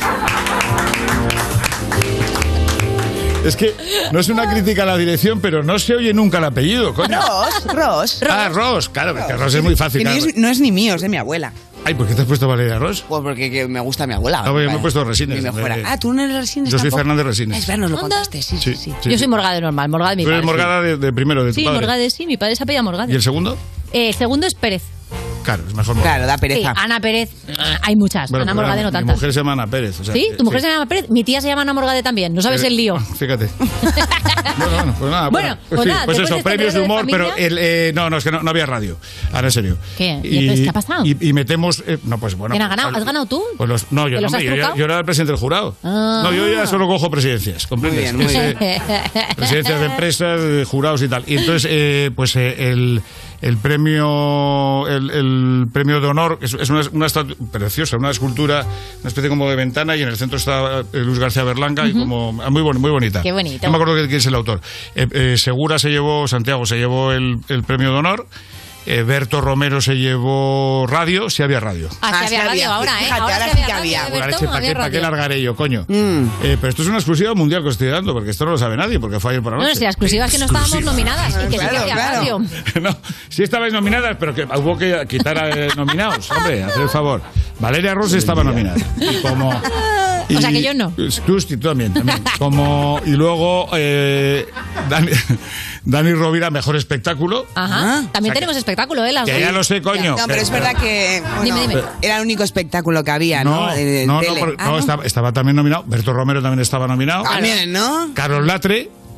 Es que no es una crítica a la dirección, pero no se oye nunca el apellido, coño. Ross, Ross. Ah, Ross, claro, que Ross es muy fácil. Que no, claro. es, no es ni mío, es de mi abuela. Ay, ¿por qué te has puesto Valeria Ross? Pues porque que me gusta mi abuela. No, yo me he puesto Resines. Mi mejora. Eh, Ah, tú no eres Resines. Yo soy tampoco? Fernández Resines. Es verdad, nos lo Anda. contaste, sí, sí, sí. sí. Yo soy Morgade normal, Morgade mi Tú eres padre. Morgada de, de primero, de tu Sí, padre. Morgade sí, mi padre se apellida Morgade. ¿Y el segundo? Eh, el segundo es Pérez. Claro, es mejor Morgade. Claro, da Sí, pereza. Ana Pérez, ah, hay muchas. Bueno, Ana pero Morgade no mi tantas. mujer se llama Ana Pérez. O sea, ¿Sí? que- ¿Tu mujer se llama Pérez? Mi tía se llama Ana Morgade también. No sabes Eh, el lío. Fíjate. bueno, bueno, pues nada. Bueno, pues sí, nada, pues después eso, de este premios de breve de humor, pero familia- el, eh, no, no, es que no, no había radio. Ahora en serio. ¿Qué? ¿Y entonces qué ha pasado? Y, y metemos. eh, no, pues bueno. ¿Quién ha pues, ganado? al- ¿Has ganado tú? Pues los, no, yo ¿Te no, los has hombre, yo, ya- trucado? yo era el presidente del jurado. Ah. No, yo ya solo cojo presidencias, ¿comprendes? Muy bien, muy Ese- Presidencias de empresas, de jurados y tal. Y entonces, eh, pues eh, el, el premio el, el premio de honor es, es una, una estatua preciosa, una escultura, una especie como de ventana, y en el centro está eh, Luis García Berlanga, y como muy, bon- muy bonita. Qué bonito. No me acuerdo quién es el autor. Eh, eh, Segura se llevó, Santiago se llevó el, el premio de honor. Eh, Berto Romero se llevó radio, sí había radio. Ah, sí había radio ahora, ¿eh? Fíjate, ahora ahora sí sí había que radio, había. de Buena Berto, leche, ¿para había qué, ¿para qué radio. largaré yo, coño? Mm. Eh, pero esto es una exclusiva mundial que os estoy dando, porque esto no lo sabe nadie, porque fue ayer por la No, noche. no, si la exclusiva es que no estábamos Exclusiva. nominadas y que sí que Claro, había claro. radio. No, sí estabais nominadas, pero que hubo que quitar a eh, nominados. Hombre, haced el favor. Valeria Ross estaba nominada. Y como, O sea que yo no. Tú, sí, tú también, también. Como, y luego eh, Dani, Dani Rovira, mejor espectáculo. Ajá. También O sea, tenemos espectáculo, ¿eh? Las Que dos. ya lo sé, coño. No, pero es verdad que bueno, Dime, dime. era el único espectáculo que había, ¿no? No, De- de no, no, tele. por- Ah, no, ¿no? Estaba, estaba también nominado. Berto Romero también estaba nominado. También, ¿no? Carlos Latre,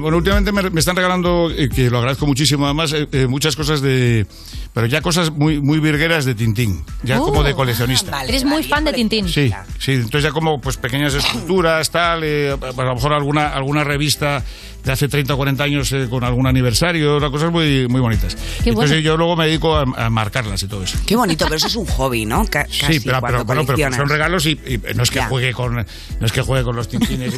bueno, últimamente me, me están regalando, eh, que lo agradezco muchísimo, además, eh, eh, muchas cosas de pero ya cosas muy, muy virgueras de Tintín, ya Uh, como de coleccionista. Vale, Eres muy fan de Tintín. Sí, sí, entonces ya como pues pequeñas esculturas, tal, eh, a lo mejor alguna, alguna revista de hace treinta o cuarenta años eh, con algún aniversario, cosas muy, muy bonitas. Qué Entonces bueno. yo luego me dedico a, a marcarlas y todo eso. Qué bonito, pero eso es un hobby, ¿no? Ca- casi Sí, pero, cuando pero, bueno, pero coleccionas. son regalos y, y no es que Ya. juegue con no es que juegue con los tintines.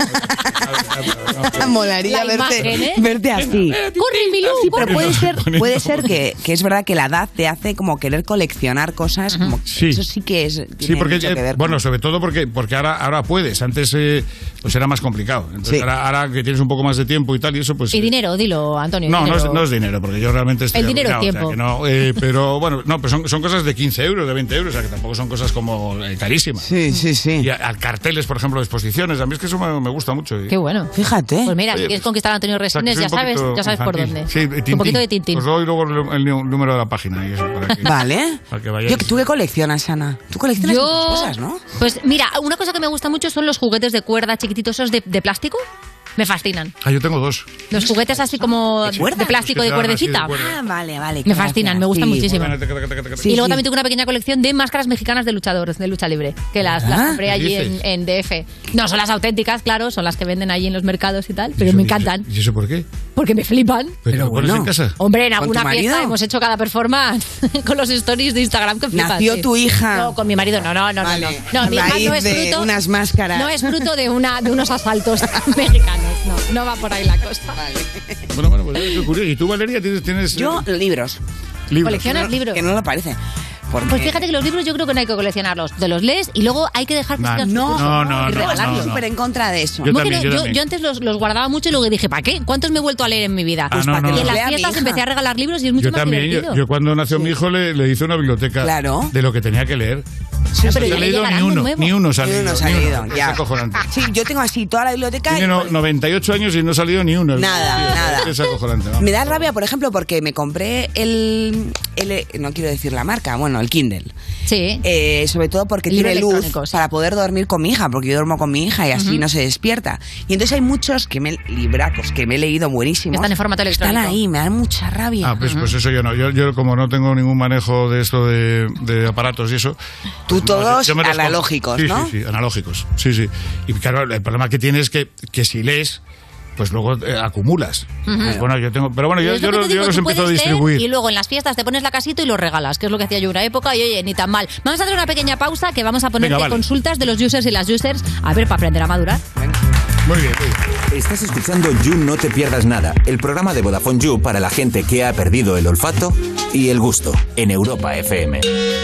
Molaría La verte, imagen, ¿eh? verte así. Corre, Milú, Sí, pero corre. puede ser, Poniendo- puede ser que, que es verdad que la edad te hace como querer coleccionar cosas. Como, Sí. Eso sí que es. Sí, tiene porque mucho que eh, ver bueno, sobre todo porque porque ahora ahora puedes. Antes eh, pues era más complicado. Entonces Sí. ahora, ahora que tienes un poco más de tiempo y tal y eso pues Y eh, dinero, dilo, Antonio. no, no es, dinero. no es dinero, porque yo realmente estoy El dinero es arruinado, tiempo. o sea, que no, eh, pero bueno, no, pero son, son cosas de quince euros, de veinte euros, o sea, que tampoco son cosas como eh, carísimas. Sí, sí, sí. Y a, a carteles, por ejemplo, de exposiciones, a mí es que eso me, me gusta mucho. y- Qué bueno. Fíjate. Pues mira, Oye, si quieres pues, conquistar a Antonio o sea, que Resines, soy ya un sabes, poquito ya sabes por infantil. dónde. Sí, un Tintín. poquito de Tintín. Os doy luego el, el número de la página y eso, para que, Vale. para que vayáis. Yo, ¿tú qué coleccionas, Ana? Tú coleccionas Yo, muchas cosas, ¿no? Pues mira, una cosa que me gusta mucho son los juguetes de cuerda chiquititos, esos de, de plástico. Me fascinan. Ah, yo tengo dos. Los juguetes así como ¿De de plástico, Los de que te dan así de cuerdecita. cuerda. Ah, vale, vale. Me fascinan, me gustan muchísimo. Sí, y luego sí. también tengo una pequeña colección de máscaras mexicanas de luchadores, de lucha libre, que las, las Ah, compré ¿qué allí en, dices? en D F. No son las auténticas, claro, son las que venden allí en los mercados y tal, pero me encantan, ¿Y eso por qué? porque me flipan. ¿Pero lo pones en casa? Hombre, en ¿Con alguna tu marido? fiesta hemos hecho cada performance con los stories de Instagram que flipan. Nació sí. tu hija. No, con mi marido no, no, no, Vale. no. No, A mi hija raíz no es de fruto unas máscaras. No es fruto de una de unos asaltos mexicanos, no, no va por ahí la cosa. Bueno, bueno, pues qué curioso. ¿Y tú, Valeria, tienes...? tienes Yo, libros. libros? ¿Coleccionas Que no- libros? Que no lo parece. Porque Pues fíjate que los libros yo creo que no hay que coleccionarlos. Te los lees y luego hay que dejar que Nah. sigan No, su curso. No, no, y no, regalarlos. no, no. súper en contra de eso. Yo ¿Cómo que también, no? yo yo, también. yo antes los, los guardaba mucho y luego dije, ¿para qué? ¿Cuántos me he vuelto a leer en mi vida? Ah, no, no, y no. en Lea las a mi fiestas hija. empecé a regalar libros y es mucho Yo más también. divertido. Yo, yo cuando nació mi hijo le, le hice una biblioteca Claro. de lo que tenía que leer. Sí, No pero he ya le leído llegarán ni de uno, nuevo. ni uno ha salido. Ni uno ha ni salido, uno. ya. Es acojonante. Sí, yo tengo así toda la biblioteca. Tiene y- no- noventa y ocho años y no ha salido ni uno. Nada, Sí, nada. Es acojonante. vamos. Me da rabia, por ejemplo, porque me compré el, el- no quiero decir la marca, bueno, el Kindle. Sí. Eh, sobre todo porque Libro tiene luz electrónico, sí. para poder dormir con mi hija, porque yo duermo con mi hija y así Ujú. no se despierta. Y entonces hay muchos que me libracos que me he leído buenísimos. Están en formato electrónico. Están ahí, me dan mucha rabia. Ah, pues, pues eso yo no. Yo, yo como no tengo ningún manejo de esto de, de aparatos y eso. Tú pues no, todos yo me los compro. analógicos, Sí, ¿no? Sí, sí, analógicos. Sí, sí. Y claro, el problema que tienes es que, que si lees, pues luego eh, acumulas. Ujú. Pues bueno, yo tengo. Pero bueno, yo, Es lo yo, que los- te yo digo, los tú empiezo a puedes leer distribuir. Y luego en las fiestas te pones la casita y los regalas, que es lo que hacía yo una época. Y oye, ni tan mal. Vamos a hacer una pequeña pausa que vamos a ponerte Venga, vale. consultas de los users y las users. A ver, para aprender a madurar. Muy bien, Estás escuchando You No Te Pierdas Nada, el programa de Vodafone You para la gente que ha perdido el olfato y el gusto en Europa F M.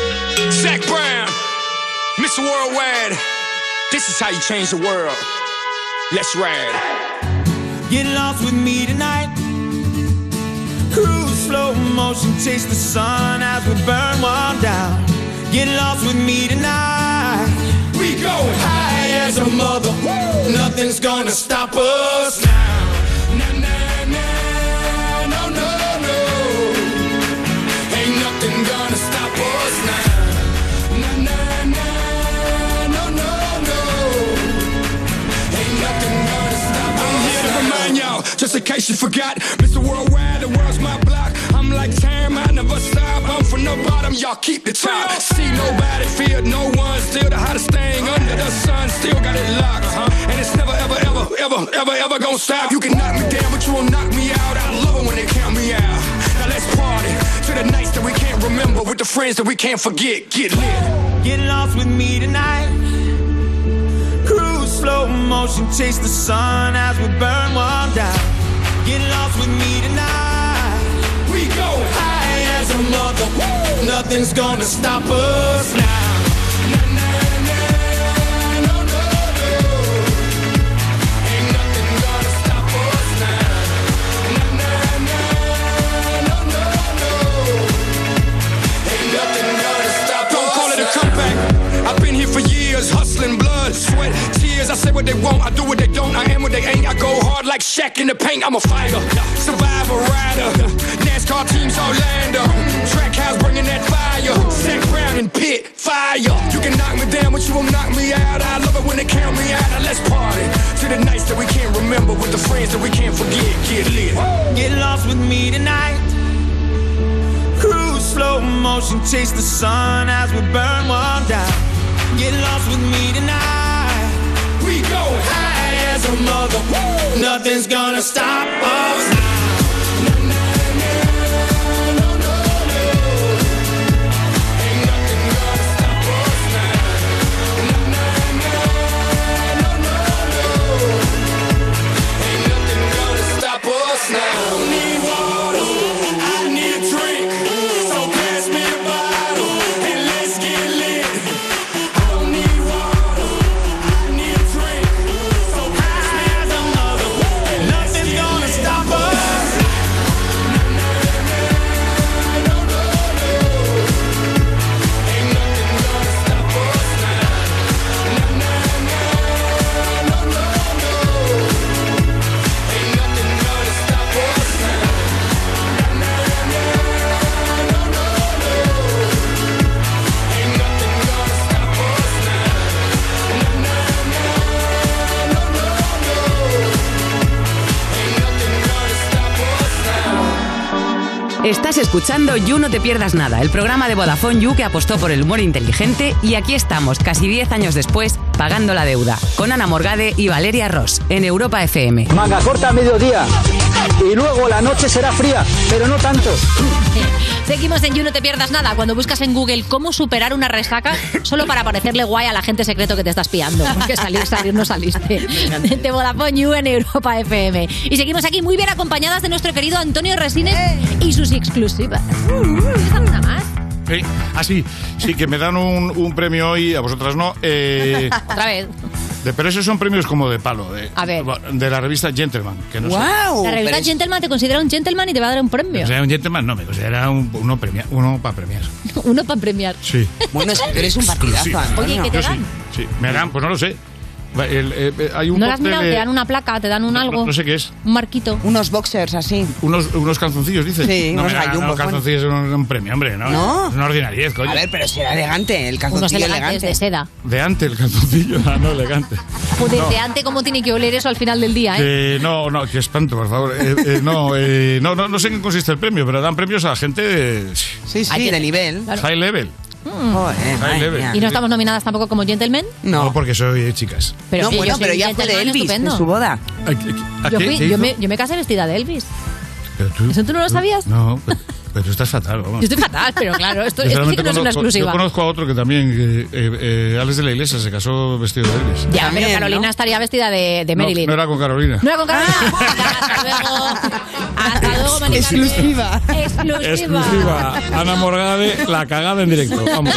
Zach Brown, Mister Worldwide. This is how you change the world. Let's ride. Get lost with me tonight. Cruise slow motion, chase the sun as we burn one down. Get lost with me tonight. We go high as a mother. Woo! Nothing's gonna stop us now. Na, na, na, no, no, no. Ain't nothing gonna stop us now. Na, na, na, no, no, no. Ain't nothing gonna stop us. I'm here to remind y'all, just in case you forgot, Mister Worldwide, the world's my block. I'm like time, I never stop. I'm from the bottom, y'all keep the top. See nobody, feel no one. Still the hottest thing under the sun. Still got it locked, huh? And it's never, ever, ever, ever, ever, ever gonna stop. You can knock me down, but you won't knock me out. I love it when they count me out. Now let's party to the nights that we can't remember with the friends that we can't forget. Get lit. Get lost with me tonight. Cruise slow motion, chase the sun as we burn one down. Get lost with me tonight. We go high as a mother. Woo! Nothing's gonna stop us now. Na, na, na, no, no, no. Ain't nothing gonna stop us now. Na, na, na, no, no, no. Ain't nothing gonna stop Don't us call it a now. comeback. I've been here for years, hustling blood, sweat, tears. I say what they want, I do what they don't. I am what they ain't. I go hard like Shaq in the paint. I'm a fighter, survivor, rider. NASCAR teams Orlando. Track house bringing that fire. Zach Brown and Pitt, fire. You can knock me down, but you won't knock me out. I love it when they count me out. Now let's party to the nights that we can't remember with the friends that we can't forget. Get lit. Get lost with me tonight. Cruise slow slow motion, chase the sun as we burn one down. Get lost with me tonight. We go high as a mother. Woo! Nothing's gonna stop us now. Estás escuchando You No Te Pierdas Nada, el programa de Vodafone You que apostó por el humor inteligente, y aquí estamos, casi diez años después, pagando la deuda, con Ana Morgade y Valeria Ross, en Europa F M. Manga corta a mediodía, y luego la noche será fría, pero no tanto. Seguimos en You No Te Pierdas Nada, cuando buscas en Google cómo superar una resaca solo para parecerle guay al agente secreto que te estás pillando, porque salir, salir no saliste. De Vodafone You en Europa F M. Y seguimos aquí muy bien acompañadas de nuestro querido Antonio Resines y sus exclusivas. ¿Tienes alguna más? Sí, ah, sí, sí, que me dan un, un premio hoy, a vosotras no. Eh, Otra vez. De, pero esos son premios como de palo. De, A ver. De la revista Gentleman. Que no Wow, la revista Gentleman te considera un gentleman y te va a dar un premio. O sea, un gentleman no, me considera un, uno, premia, uno para premiar. Uno para premiar. Sí. Bueno, es que eres un partidazo, Sí. Antonio. Oye, ¿qué te Yo dan? Sí, sí, me dan, pues no lo sé. El, eh, eh, hay un ¿No lo has cóctel, mirado? eh, Te dan una placa, te dan un no, algo. No, no sé qué es. Un marquito. Unos boxers así. Unos, unos calzoncillos, dices. Sí, no unos me dan gallumbos, unos calzoncillos, es un, un premio, hombre. No, ¿No? Es una ordinariedad, coño. A ver, pero será elegante, el calzoncillo Unos elegantes elegante. de seda. De ante el calzoncillo, ah, no elegante. Joder, No. de ante cómo tiene que oler eso al final del día, ¿eh? Eh, no, no, que espanto, por favor. Eh, eh, no, eh, no, no, no sé en qué consiste el premio, pero dan premios a gente de, Sí, sí, de nivel. high level. Mm. Joder, High madre level. mía. ¿Y no estamos nominadas tampoco como gentlemen? No, porque soy chicas. Pero no, sí, bueno, yo soy pero un ya fue de gentleman Elvis estupendo. en su boda. ¿A, a- a Yo, qué? fui- ¿Qué yo, hizo? me, yo me casé vestida de Elvis. Pero tú- ¿Eso tú no lo sabías? No, pero, pero tú estás fatal, vamos. Yo estoy fatal, pero claro, esto, esto sí Sinceramente, que no es una conozco- exclusiva. Yo conozco a otro que también, eh, eh, eh, Alex de la Iglesia, se casó vestido de Elvis. Ya, También, pero Carolina ¿no? estaría vestida de, de No, Marilyn. no era con Carolina. ¿No era con Carolina? Hasta luego. Hasta luego, Mari Carmen. Exclusiva. Exclusiva. Exclusiva. Ana Morgade, la cagada en directo. Vamos.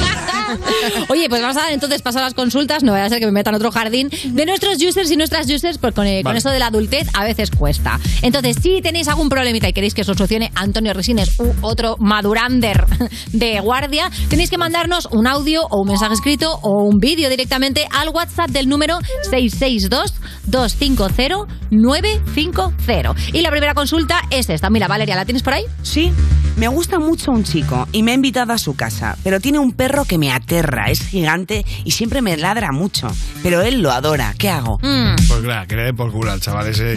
Oye, pues vamos a dar entonces paso a las consultas. No vaya a ser que me metan otro jardín de nuestros users y nuestras users, pues con, eh, con Vale. eso de la adultez a veces cuesta. Entonces, si tenéis algún problemita y queréis que os lo solucione Antonio Resines u otro madurander de guardia, tenéis que mandarnos un audio o un mensaje escrito o un vídeo directamente al WhatsApp del número seis seis dos, dos cinco cero, nueve cinco cero. Y la primera consulta es esta. Mira, Valeria, ¿la tienes por ahí? Sí, me gusta mucho un chico y me ha invitado a su casa, pero tiene un perro que me aterra, es gigante y siempre me ladra mucho, pero él lo adora. ¿Qué hago? Mm. Pues claro, que le den por culo al chaval ese.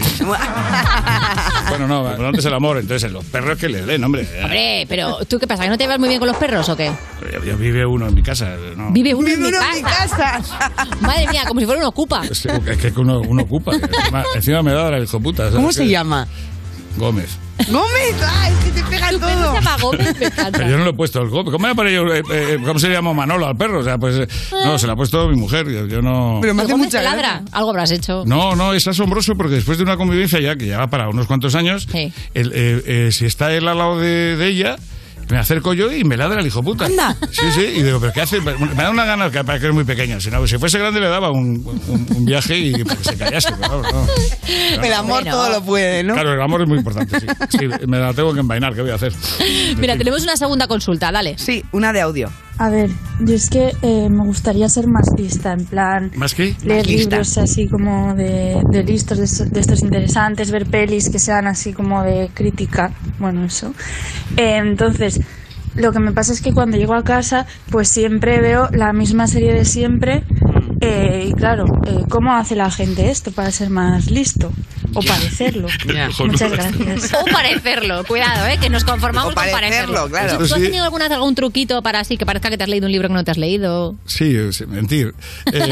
Bueno, no, bueno, antes el amor, entonces los perros que le den, hombre. Hombre, pero ¿tú qué pasa? ¿Que no te llevas muy bien con los perros o qué? Yo, yo vive uno en mi casa. ¿no? Vive uno, Vive en, mi uno en mi casa. Madre mía, como si fuera un ocupa. Es que, es que uno, uno ocupa. Encima, encima me da el hijo puta. ¿sabes? ¿Cómo se Que- llama? Gómez. Gómez, ay, es que te pega Tu perro todo. se llama Gómez, me encanta. Pero yo no le he puesto el Gómez. ¿Cómo, me ha parecido, eh, eh, ¿Cómo se llama Manolo al perro? O sea, pues. eh, No, se lo ha puesto mi mujer. Yo, yo no. Pero me ¿El hace Gómez mucha te gracia. ladra? Algo habrás hecho. No, no, es asombroso porque después de una convivencia ya que lleva para unos cuantos años, Sí. el, eh, eh, si está él al lado de, de ella, me acerco yo y me ladra el hijo puta. Anda. Sí, sí, y digo, ¿pero qué hace? Me da una gana, que para que es muy pequeño. Si, no, si fuese grande le daba un, un, un viaje y para que se callase. Pero, claro, no. Pero El no. amor Bueno. todo lo puede, ¿no? Claro, el amor es muy importante, sí. Sí, me la tengo que envainar, ¿qué voy a hacer? Mira, tenemos una segunda consulta, dale. Sí, una de audio. A ver, yo es que eh, me gustaría ser más lista, en plan, ¿Más qué? leer Más lista. libros así como de, de listos, de, estos- de estos interesantes, ver pelis que sean así como de crítica, bueno, eso. Eh, entonces, lo que me pasa es que cuando llego a casa, pues siempre veo la misma serie de siempre, eh, y claro, eh, ¿cómo hace la gente esto para ser más listo? O parecerlo. Muchas gracias. O parecerlo, cuidado, ¿eh? Que nos conformamos O con parecerlo, parecerlo. claro. ¿Tú has Sí. tenido alguna vez algún truquito para así que parezca que te has leído un libro que no te has leído? Sí, es mentir. Eh,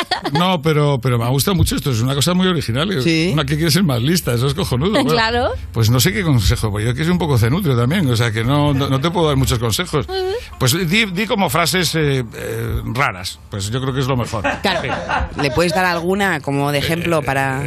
No, pero, pero me gusta mucho esto, es una cosa muy original. Una que quiere ser más lista, eso es cojonudo. Bueno, Claro. Pues no sé qué consejo, porque yo que soy un poco cenutrio también, o sea que no, no, no te puedo dar muchos consejos. Pues di, di como frases eh, eh, raras, pues yo creo que es lo mejor. Claro. ¿Le puedes dar alguna como de ejemplo para...?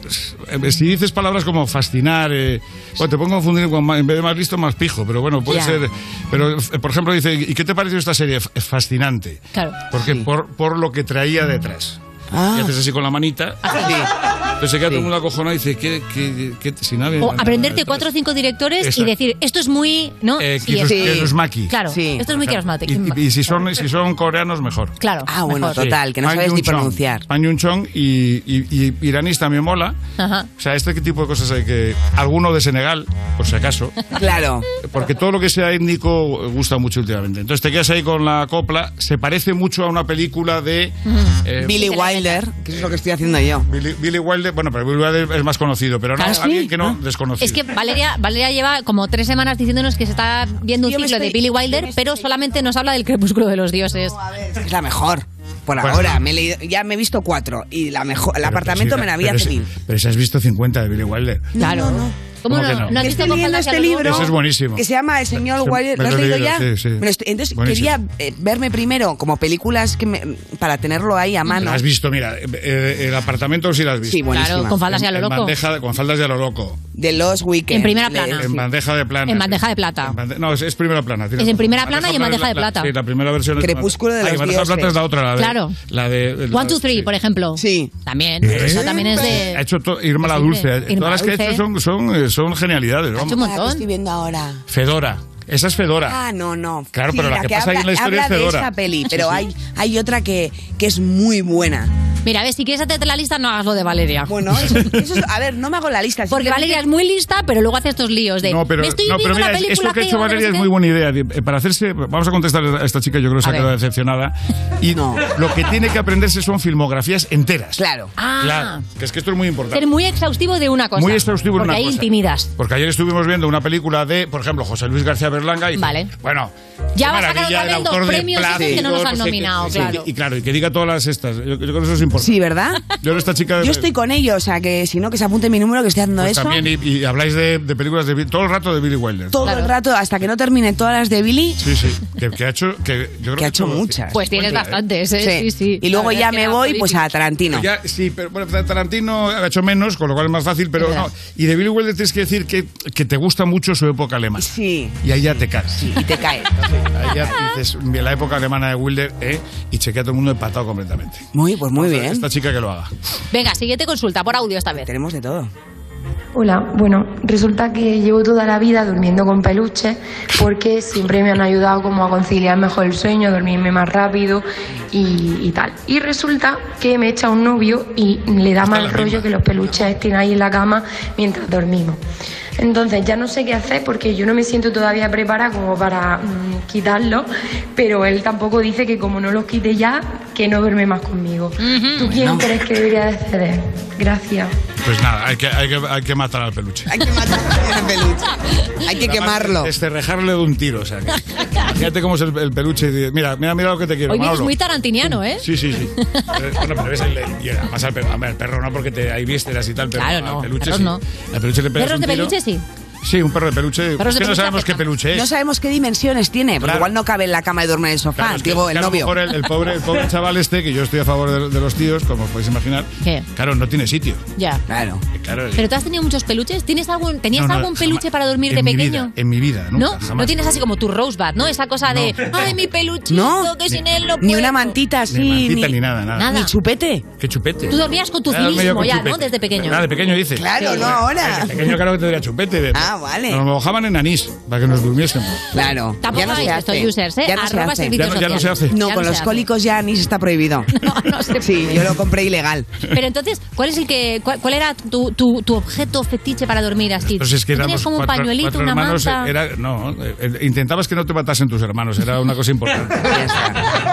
Eh, Si dices palabras como fascinar, eh, bueno, te pongo a confundir con ma- en vez de más listo, más pijo, pero bueno, puede Ya. ser. Pero, eh, por ejemplo, dice, ¿y qué te pareció esta serie? F- Fascinante. Claro. Porque por, por lo que traía detrás. Ah. Y haces así con la manita. Entonces se queda todo el mundo acojonado y dice, ¿qué, qué, qué, si nadie, O aprenderte cuatro o cinco directores Exacto. y decir, esto es muy... ¿no? Eh, Y es- Kiros- Kirosmaki. Claro, esto es muy Kirosmaki. Y, y- y si son si son coreanos, mejor. Claro. Ah, bueno, mejor. total, que no Pan sabes ni Yun Chong. pronunciar. Pan Yun Chong y, y, y iraníes también mola. Ajá. O sea, este tipo de cosas hay que... Alguno de Senegal, por si acaso. Claro. Porque todo lo que sea étnico gusta mucho últimamente. Entonces te quedas ahí con la copla. Se parece mucho a una película de... eh, Billy Wilder, que es lo que estoy haciendo yo. Billy, Billy Wilder, bueno, pero Billy Wilder es más conocido, pero no, ¿Ah, sí? alguien que no, desconocido. Es que Valeria, Valeria lleva como tres semanas diciéndonos que se está viendo un Yo me ciclo de estoy- Billy Wilder, pero solamente nos habla del crepúsculo de los dioses. Es la mejor. Por Pues ahora, no. me he leído- ya me he visto cuatro. Y la mejor, el Pero- apartamento pero me la vi pero hace si- mil. Pero si has visto cincuenta de Billy Wilder. Claro. ¿Cómo ¿Cómo no? que no? ¿No has Que visto estoy con leyendo faldas y este a lo libro Ese es buenísimo. que se llama El señor Sí, Wilder. me ¿Lo has lo he leído leído, ya? sí, sí. Me lo estoy- entonces Buenísimo. quería eh, verme primero como películas que me- para tenerlo ahí a mano. ¿Lo has visto? Mira, eh, eh, el apartamento sí lo has visto. Sí, buenísima. Claro, con faldas y a lo En- en loco. bandeja de- con faldas y a lo loco. De los Weekend. En primera Le- plana. En bandeja de plata. En bandeja de plata. En bande- No, es, es primera plana. tienes Es en razón. primera plana y en bandeja de la- plata. Sí, la primera versión es... Crepúsculo de Ay, los bandeja de plata dioses. es la otra, la de... Claro. La de... la- One, two, three, sí. por ejemplo. Sí. También. ¿Eh? Esa también es de... Ha hecho to- Irma la Sí, Dulce. de- eh, Irma Todas las que ha Dulce. hecho son, son, eh, son genialidades. Ha hecho vamos. un Ah, que montón. estoy viendo ahora. Fedora. Esa es Fedora. Ah, no, no. Claro, Sí, pero la que pasa ahí en la historia habla es de Fedora. esa peli, Sí, pero sí. Hay, hay otra que, que es muy buena. Mira, a ver, si quieres hacerte la lista, no hagas lo de Valeria. Bueno, eso, eso es- a ver, no me hago la lista. Porque simplemente- Valeria es muy lista, pero luego hace estos líos de... No, pero, me estoy no, pero viendo mira, la es- película esto que ha que hecho o no Valeria sé es qué. muy buena idea. Eh, Para hacerse, vamos a contestar a esta chica, yo creo que se A ha quedado ver. decepcionada. Y lo que tiene que aprenderse son filmografías enteras. Claro. Ah. Claro, que es que esto es muy importante. Ser muy exhaustivo de una cosa. Muy exhaustivo en Porque una ahí cosa. intimidas. Porque ayer estuvimos viendo una película de, por ejemplo, José Luis García Berlanga y Vale. bueno, Ya qué va a sacar maravilla, otra el vez dos autor de premios esos que no nos Plácido, han sé qué. nominado, Sí, claro. Y, y claro, y que diga todas las estas. Yo, yo creo que eso es importante. Sí, ¿verdad? Yo esta chica... Yo estoy con ellos, o sea, que si no, que se apunte mi número, que estoy haciendo pues eso. también, y, y habláis de, de películas de... Bi- Todo el rato de Billy Wilder. Todo el rato, hasta que no termine todas las de Billy. Sí, sí. Que, que ha hecho... Que, yo creo Que ha hecho muchas. Pues tienes bastantes, ¿eh? Sí, sí. Y luego La verdad ya es que me era voy muy pues a Tarantino. Ya, sí, pero bueno, Tarantino ha hecho menos, con lo cual es más fácil, pero no. Y de Billy Wilder tienes que decir que, que te gusta mucho su época alemana. Sí. Y ahí ya te caes. Sí, y te cae. Ahí ya dices, la época alemana de Wilder, ¿eh? Y chequea a todo el mundo empatado completamente. Muy, pues muy bien. Esta chica que lo haga. Venga, siguiente consulta, por audio esta vez. Tenemos de todo. Hola, bueno, resulta que llevo toda la vida durmiendo con peluches porque siempre me han ayudado como a conciliar mejor el sueño, a dormirme más rápido y, y tal. Y resulta que me echa un novio y le da mal rollo que los peluches estén ahí en la cama mientras dormimos. Entonces ya no sé qué hacer porque yo no me siento todavía preparada como para mm, quitarlos, pero él tampoco dice que como no los quite ya, que no duerme más conmigo. ¿Tú quién No. crees que debería de ceder? Gracias. Pues nada, hay que, hay que, hay que matar al peluche. Hay que matar al peluche. Hay que quemarlo. Desterrejarle de un tiro, o sea. Que, fíjate cómo es el, el peluche. y dice, Mira, mira, mira lo que te quiero. Hoy vienes Manolo. muy tarantiniano, ¿eh? Sí, sí, sí. Eh, Bueno, pero ves el, y además al perro, al perro no, porque te, hay vísceras y tal, pero Claro, al no, peluche perros sí. no. Al peluche le pegas Perros un de tiro. peluche sí. Sí, un perro de peluche. Perros Es de que no peluche sabemos qué peluche es. No sabemos qué dimensiones tiene, porque Claro. igual no cabe en la cama y duerme en el sofá. Claro, es que- Digo, el que a lo novio. mejor el, el pobre, el pobre chaval este, que yo estoy a favor de, de los tíos, como os podéis imaginar, ¿Qué? claro, no tiene sitio. Ya. Claro. Claro, ¿Pero tú has tenido muchos peluches? ¿Tienes algún, ¿Tenías No, no, algún peluche jamás. para dormir de en mi pequeño? vida, en mi vida, nunca, ¿No? jamás. No tienes así como tu Rosebud, ¿no? Esa cosa de, ay, mi peluchito, No. que sin él no Ni puedo. una mantita así. Ni mantita ni nada, nada. Nada. Ni chupete. ¿Qué chupete? Tú dormías con tu Claro, cinismo medio con ya, chupete. ¿no? Desde pequeño. Ah, de pequeño dice. Claro, Sí, no bueno, ahora. De pequeño claro que te daría chupete. de- Ah, vale. Nos mojaban en anís para que nos durmiésemos. Claro. Tampoco ya no se habéis hace. visto users, ¿eh? Ya no se Arroba hace. servicios Ya no- ya no se sociales. hace. No, Ya con se los hace. cólicos ya ni se está prohibido. No, no se Sí, yo lo compré ilegal. Pero entonces, ¿cuál es el que, cuál, cuál era tu, tu, tu objeto fetiche para dormir así? Pues es que ¿Tú éramos tenías como un cuatro, pañuelito, cuatro una hermanos. manta? Era, no, eh, intentabas que no te matasen tus hermanos, era una cosa importante.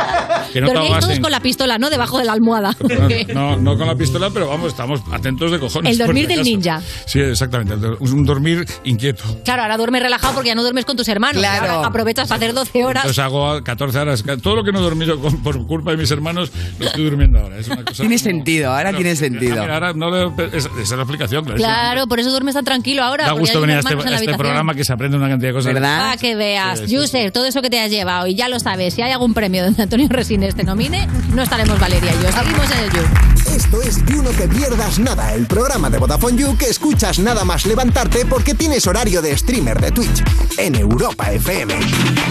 Que no te Dormíais ahogas todos en- con la pistola, ¿no? Debajo de la almohada. No, no con la pistola, pero vamos, estamos atentos de cojones. El dormir por si del acaso. ninja. Sí, exactamente. el dor- Un dormir inquieto. Claro, ahora duermes relajado porque ya no duermes con tus hermanos. Claro. Ahora aprovechas para hacer doce horas. Entonces hago catorce horas. Todo lo que no he dormido con- por culpa de mis hermanos, lo estoy durmiendo ahora. Es una cosa Tiene como- sentido, ahora Claro, tiene sentido. ah, mira, ahora no le- es- esa es la explicación, claro. Claro, por eso duermes tan tranquilo ahora. Da porque gusto hay venir a hermanos este, en la a este habitación. programa que se aprende una cantidad de cosas. Para que veas, Sí, sí, User, todo eso que te has llevado y ya lo sabes, si hay algún premio donde Antonio Resines te nomine, no estaremos Valeria y yo. Seguimos en el You. Esto es You No Te Pierdas Nada, el programa de Vodafone You que escuchas nada más levantarte porque tienes horario de streamer de Twitch en Europa F M.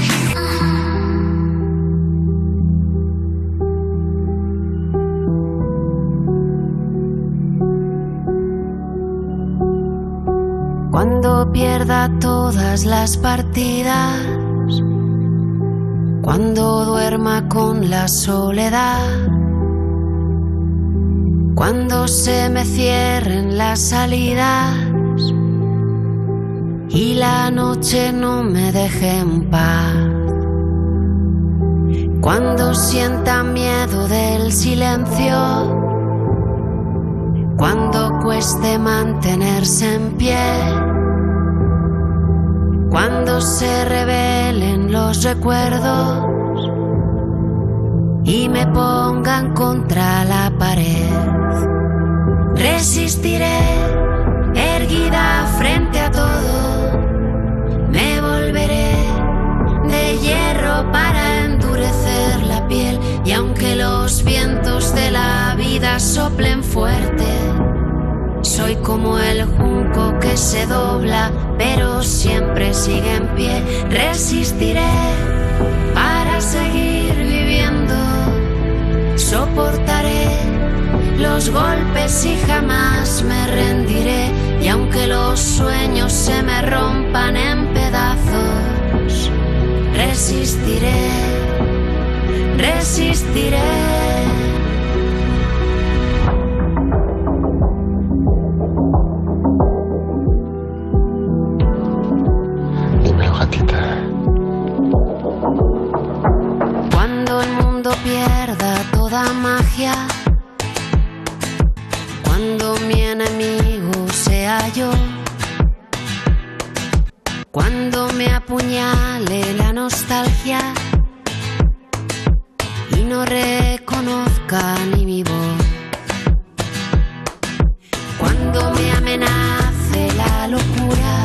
Cuando pierda todas las partidas, cuando duerma con la soledad, cuando se me cierren las salidas y la noche no me deje en paz, cuando sienta miedo del silencio, cuando cueste mantenerse en pie, cuando se revelen los recuerdos y me pongan contra la pared, resistiré erguida frente a todo, me volveré de hierro para endurecer la piel, y aunque los vientos de la vida soplen fuerte, soy como el junco que se dobla pero siempre sigue en pie. Resistiré para seguir viviendo, soportaré los golpes y jamás me rendiré, y aunque los sueños se me rompan en pedazos, resistiré, resistiré. Dime, gatita. Cuando el mundo pierda toda magia, cuando mi enemigo sea yo, cuando me apuñale la nostalgia y no reconozca ni mi voz, cuando me amenace la locura,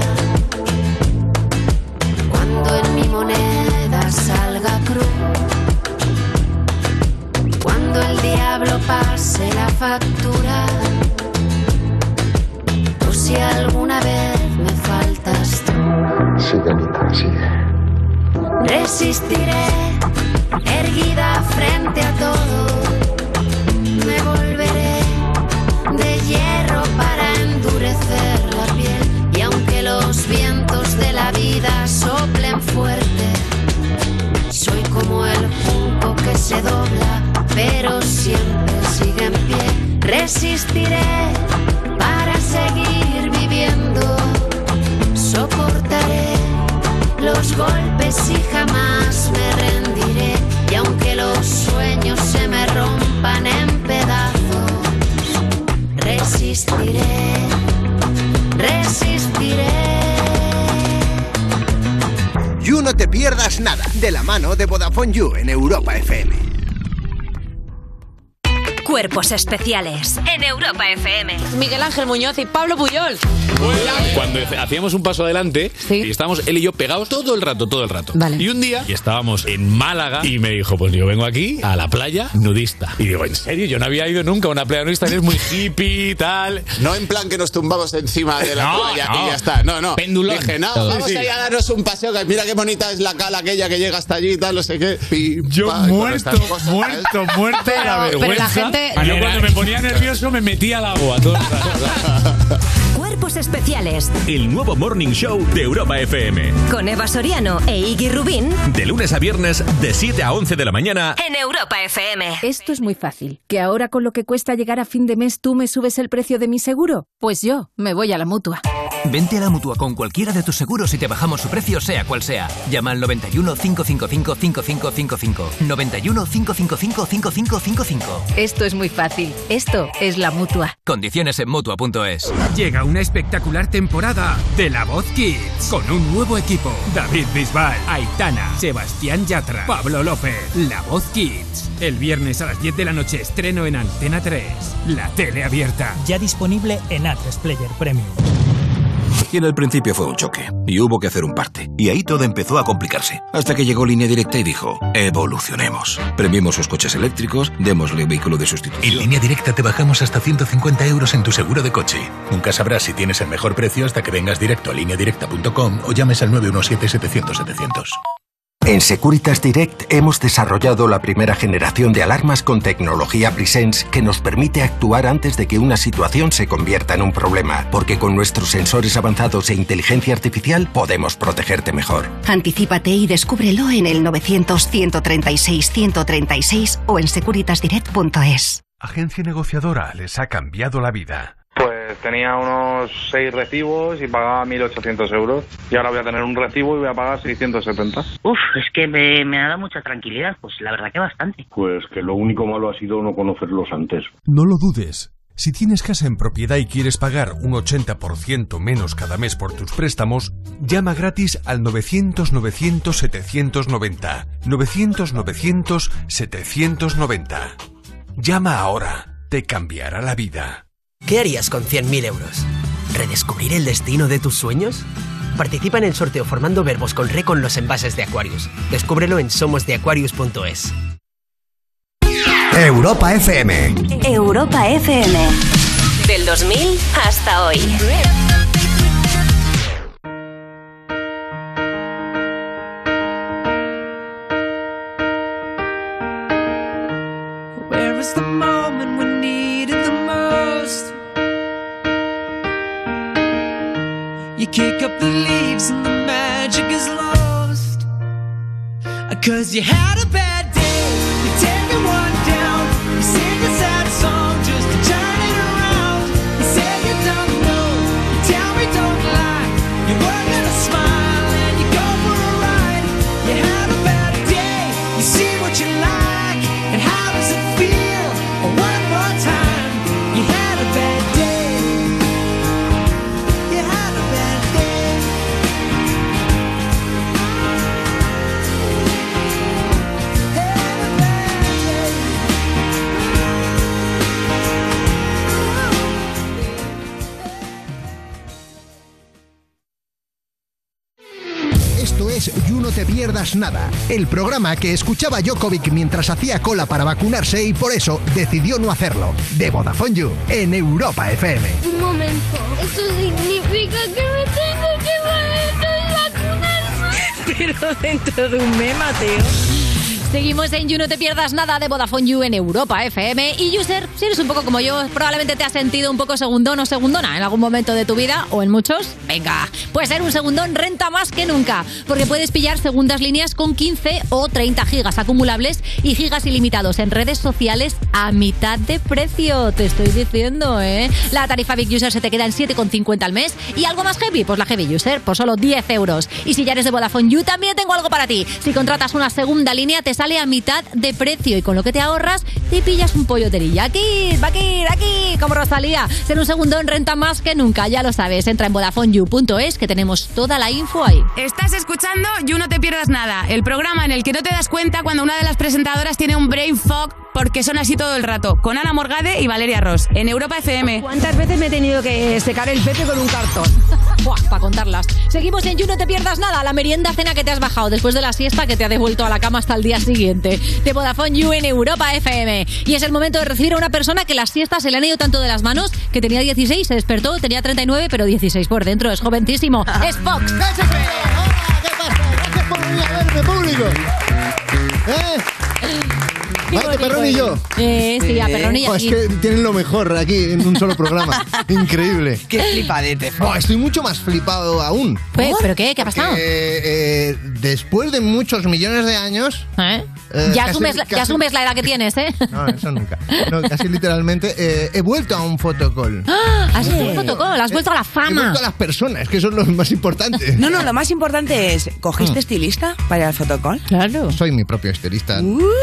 cuando en mi moneda salga cruz, cuando el diablo pase la factura, o si alguna vez me faltas tú, Sí, gatita, sí. resistiré erguida frente a todo, me volveré de hierro para endurecer la piel, y aunque los vientos de la vida soplen fuerte, soy como el junco que se dobla pero siempre sigue en pie. Resistiré para seguir viviendo, soportaré los golpes y jamás me rendiré, y aunque los sueños se me rompan en pedazos, resistiré, resistiré. You No Te Pierdas Nada, de la mano de Vodafone You en Europa F M. Cuerpos especiales en Europa F M. Miguel Ángel Muñoz y Pablo Puyol. Cuando hacíamos un paso adelante y estábamos él y yo pegados todo el rato, todo el rato. Y un día y estábamos en Málaga y me dijo, pues yo vengo aquí a la playa nudista. Y digo, ¿en serio? Yo no había ido nunca a una playa nudista, es muy hippie y tal. No en plan que nos tumbamos encima de la No, playa no. y ya está. No, no. Pendulón. Dije, no, Todo. vamos Sí, a sí. ir a darnos un paseo, que mira qué bonita es la cala aquella que llega hasta allí y tal, no sé qué. Pim, Yo pa, y con muerto, estas cosas, ¿sabes? muerto, muerto de la Pero- pero vergüenza. la gente- Yo cuando me ponía nervioso me metía al agua todo el rato. Cuerpos Especiales. El nuevo Morning Show de Europa F M. Con Eva Soriano e Iggy Rubín. De lunes a viernes, de siete a once de la mañana. En Europa F M. Esto es muy fácil. ¿Que ahora con lo que cuesta llegar a fin de mes tú me subes el precio de mi seguro? Pues yo me voy a la Mutua. Vente a la Mutua con cualquiera de tus seguros y te bajamos su precio, sea cual sea. Llama al noventa y uno, cinco cinco cinco, cinco cinco cinco cinco. noventa y uno, cinco cinco cinco, cinco cinco cinco cinco. Esto es muy fácil. Esto es la Mutua. Condiciones en Mutua punto es. Llega una espectacular temporada de La Voz Kids con un nuevo equipo. David Bisbal, Aitana, Sebastián Yatra, Pablo López. La Voz Kids. El viernes a las diez de la noche estreno en Antena tres. La tele abierta. Ya disponible en A tres Player Premium. Y en el principio fue un choque, y hubo que hacer un parte. Y ahí todo empezó a complicarse. Hasta que llegó Línea Directa y dijo, evolucionemos. Premiemos sus coches eléctricos, démosle un vehículo de sustitución. En Línea Directa te bajamos hasta ciento cincuenta euros en tu seguro de coche. Nunca sabrás si tienes el mejor precio hasta que vengas directo a línea directa punto com o llames al nueve uno siete, setecientos, setecientos. En Securitas Direct hemos desarrollado la primera generación de alarmas con tecnología Presence que nos permite actuar antes de que una situación se convierta en un problema, porque con nuestros sensores avanzados e inteligencia artificial podemos protegerte mejor. Anticípate y descúbrelo en el novecientos, ciento treinta y seis, ciento treinta y seis o en securitas direct punto es. Agencia negociadora les ha cambiado la vida. Pues tenía unos seis recibos y pagaba mil ochocientos euros. Y ahora voy a tener un recibo y voy a pagar seiscientos setenta. Uf, es que me, me ha dado mucha tranquilidad. Pues la verdad que bastante. Pues que lo único malo ha sido no conocerlos antes. No lo dudes. Si tienes casa en propiedad y quieres pagar un ochenta por ciento menos cada mes por tus préstamos, llama gratis al novecientos, novecientos, setecientos noventa. novecientos, novecientos, setecientos noventa. Llama ahora. Te cambiará la vida. ¿Qué harías con cien mil euros? ¿Redescubrir el destino de tus sueños? Participa en el sorteo formando verbos con re con los envases de Aquarius. Descúbrelo en somos de aquarius punto es. Europa F M. Europa F M. Del dos mil hasta hoy. Where is the moment we needed the most? You kick up the leaves and the magic is lost. Cause you had a bad day, you take it one down, you sing a sad song just to turn it around. You say you don't know, you tell me don't lie, you were gonna smile and you go for a ride. You had a bad day, you see what you like, and how does it feel? One more time, you had a bad day, you had a bad day. Esto es You No Te Pierdas Nada, el programa que escuchaba Djokovic mientras hacía cola para vacunarse y por eso decidió no hacerlo. De Vodafone You, en Europa F M. Un momento, ¿eso significa que me tengo que vacunarme? Pero dentro de un mes, Mateo. Seguimos en You No Te Pierdas Nada de Vodafone You en Europa F M. Y User, si eres un poco como yo, probablemente te has sentido un poco segundón o segundona en algún momento de tu vida, o en muchos. Venga, pues ser un segundón renta más que nunca, porque puedes pillar segundas líneas con quince o treinta gigas acumulables y gigas ilimitados en redes sociales a mitad de precio. Te estoy diciendo, ¿eh? La tarifa Big User se te queda en siete con cincuenta al mes. ¿Y algo más heavy? Pues la Heavy User por solo diez euros. Y si ya eres de Vodafone You, también tengo algo para ti. Si contratas una segunda línea, te sale a mitad de precio y con lo que te ahorras te pillas un pollo terilla. Aquí, aquí, aquí, como Rosalía. Ser un segundón renta más que nunca, ya lo sabes. Entra en vodafone you punto es que tenemos toda la info ahí. Estás escuchando You No Te Pierdas Nada, el programa en el que no te das cuenta cuando una de las presentadoras tiene un brain fog porque son así todo el rato, con Ana Morgade y Valeria Ross, en Europa F M. ¿Cuántas veces me he tenido que secar el pepe con un cartón? Buah, para contarlas. Seguimos en You No Te Pierdas Nada, la merienda cena que te has bajado después de la siesta que te ha devuelto a la cama hasta el día siguiente. De Vodafone You en Europa F M. Y es el momento de recibir a una persona que las siestas se le han ido tanto de las manos que tenía dieciséis, se despertó, tenía treinta y nueve, pero dieciséis por dentro, es jovencísimo. Es Fox. ¿Qué se cree? Hola, ¿qué pasa? Gracias por venir a verme, público. ¿Eh? Vale, Perrón y yo. Eh, sí, a Perrón y Oh, aquí. es que tienen lo mejor aquí en un solo programa. Increíble. Qué flipadete. Oh, estoy mucho más flipado aún. Pues, ¿pero qué? ¿Qué ha pasado? Que, eh, después de muchos millones de años... ¿Eh? eh, ya, casi- asumes, la- ya casi- asumes la edad que tienes, ¿eh? No, eso nunca. No, casi literalmente eh, he vuelto a un fotocall. ¡Ah! Has hecho un fotocall, has vuelto a la He fama. vuelto a las personas, que son los más importantes. No, no, lo más importante es, ¿cogiste Mm. estilista para ir al fotocall? Claro. Soy mi propio estilista.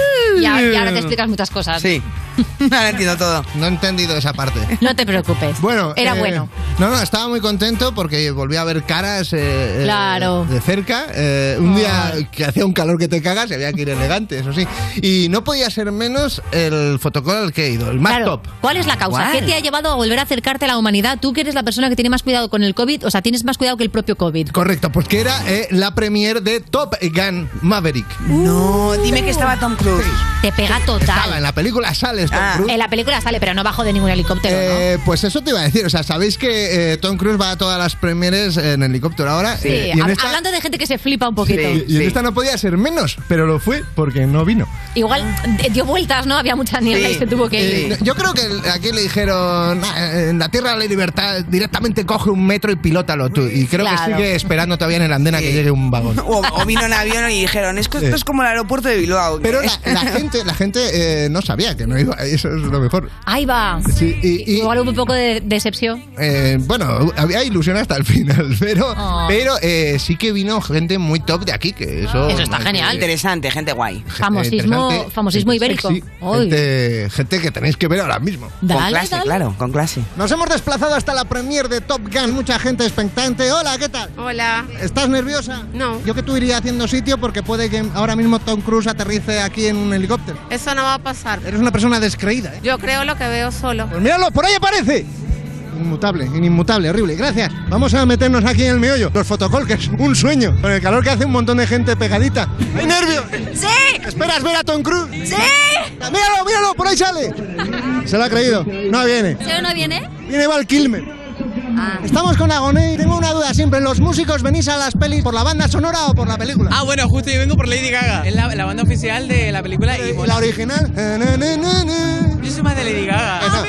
Y ahora, y ahora te explicas muchas cosas. Sí. Ahora entiendo todo. No he entendido esa parte. No te preocupes. Bueno, Era eh, bueno. No, no, estaba muy contento porque volví a ver caras eh, Claro. eh, de cerca. Eh, un día que hacía un calor que te cagas y había que ir elegante, eso sí. Y no podía ser menos el fotocall al que he ido, el más Claro. top. ¿Cuál es la causa? ¿Cuál? ¿Qué te ha llevado a volver a acercarte a la humanidad? Tú que eres la persona que tiene más cuidado con el COVID, o sea, tienes más cuidado que el propio COVID. Correcto, pues que era eh, la premier de Top Gun Maverick. No, dime que estaba Tom Cruise. Te pega total. Estaba en la película, sale Tom Ah. Cruise. En la película sale, pero no bajo de ningún helicóptero, Eh, pues eso te iba a decir, o sea, sabéis que eh, Tom Cruise va a todas las premieres en helicóptero ahora. ¿no? Sí, Eh, y en hab- esta, hablando de gente que se flipa un poquito. y- y en esta no podía ser menos, pero lo fue porque no vino. Igual eh, dio vueltas, ¿no? Había mucha niebla Sí. y se tuvo que ir. Eh, yo creo que aquí le dijeron, "Ah, en la Tierra de la Libertad directamente coge un metro y pilótalo tú. Y creo Claro. que sigue esperando todavía en el andén a que Sí. llegue un vagón. O, o vino en avión y dijeron, es que esto Sí. es como el aeropuerto de Bilbao. Pero la, la gente, la gente eh, no sabía que no iba, eso es lo mejor. Ahí va. Sí, y, y, Igual hubo un poco de decepción. eh, bueno, había ilusión hasta el final, pero, Oh. pero eh, sí que vino gente muy top de aquí, que eso... Eso está es- genial. Interesante, gente guay. Famosismo, interesante, famosismo gente ibérico. sexy, Uy. gente, gente que tenéis que ver ahora mismo. Con Dale, clase, dale. claro, con clase. Nos hemos desplazado hasta la premier de Top Gun, mucha gente expectante. Hola, ¿qué tal? Hola. ¿Estás nerviosa? No. Yo que tú iría haciendo sitio porque puede que ahora mismo Tom Cruise aterrice aquí en un helicóptero. Eso no va a pasar. Eres una persona descreída, ¿eh? Yo creo lo que veo solo. Pues míralo, por ahí aparece. Inmutable, inmutable, horrible. Gracias. Vamos a meternos aquí en el meollo. Los fotocall, que es un sueño. Con el calor que hace un montón de gente pegadita. ¡Hay nervios! ¡Sí! ¿Esperas ver a Tom Cruise? ¡Sí! ¡Míralo, míralo! ¡Por ahí sale! Se lo ha creído. No viene. ¿Sí o no viene? Viene Val Kilmer. Estamos con Agoné y tengo una duda siempre. ¿Los músicos venís a las pelis por la banda sonora o por la película? Ah, bueno, justo yo vengo por Lady Gaga. Es la, la banda oficial de la película y... ¿Y la original? Na, na, na, na. Yo soy más de Lady Gaga. Esa.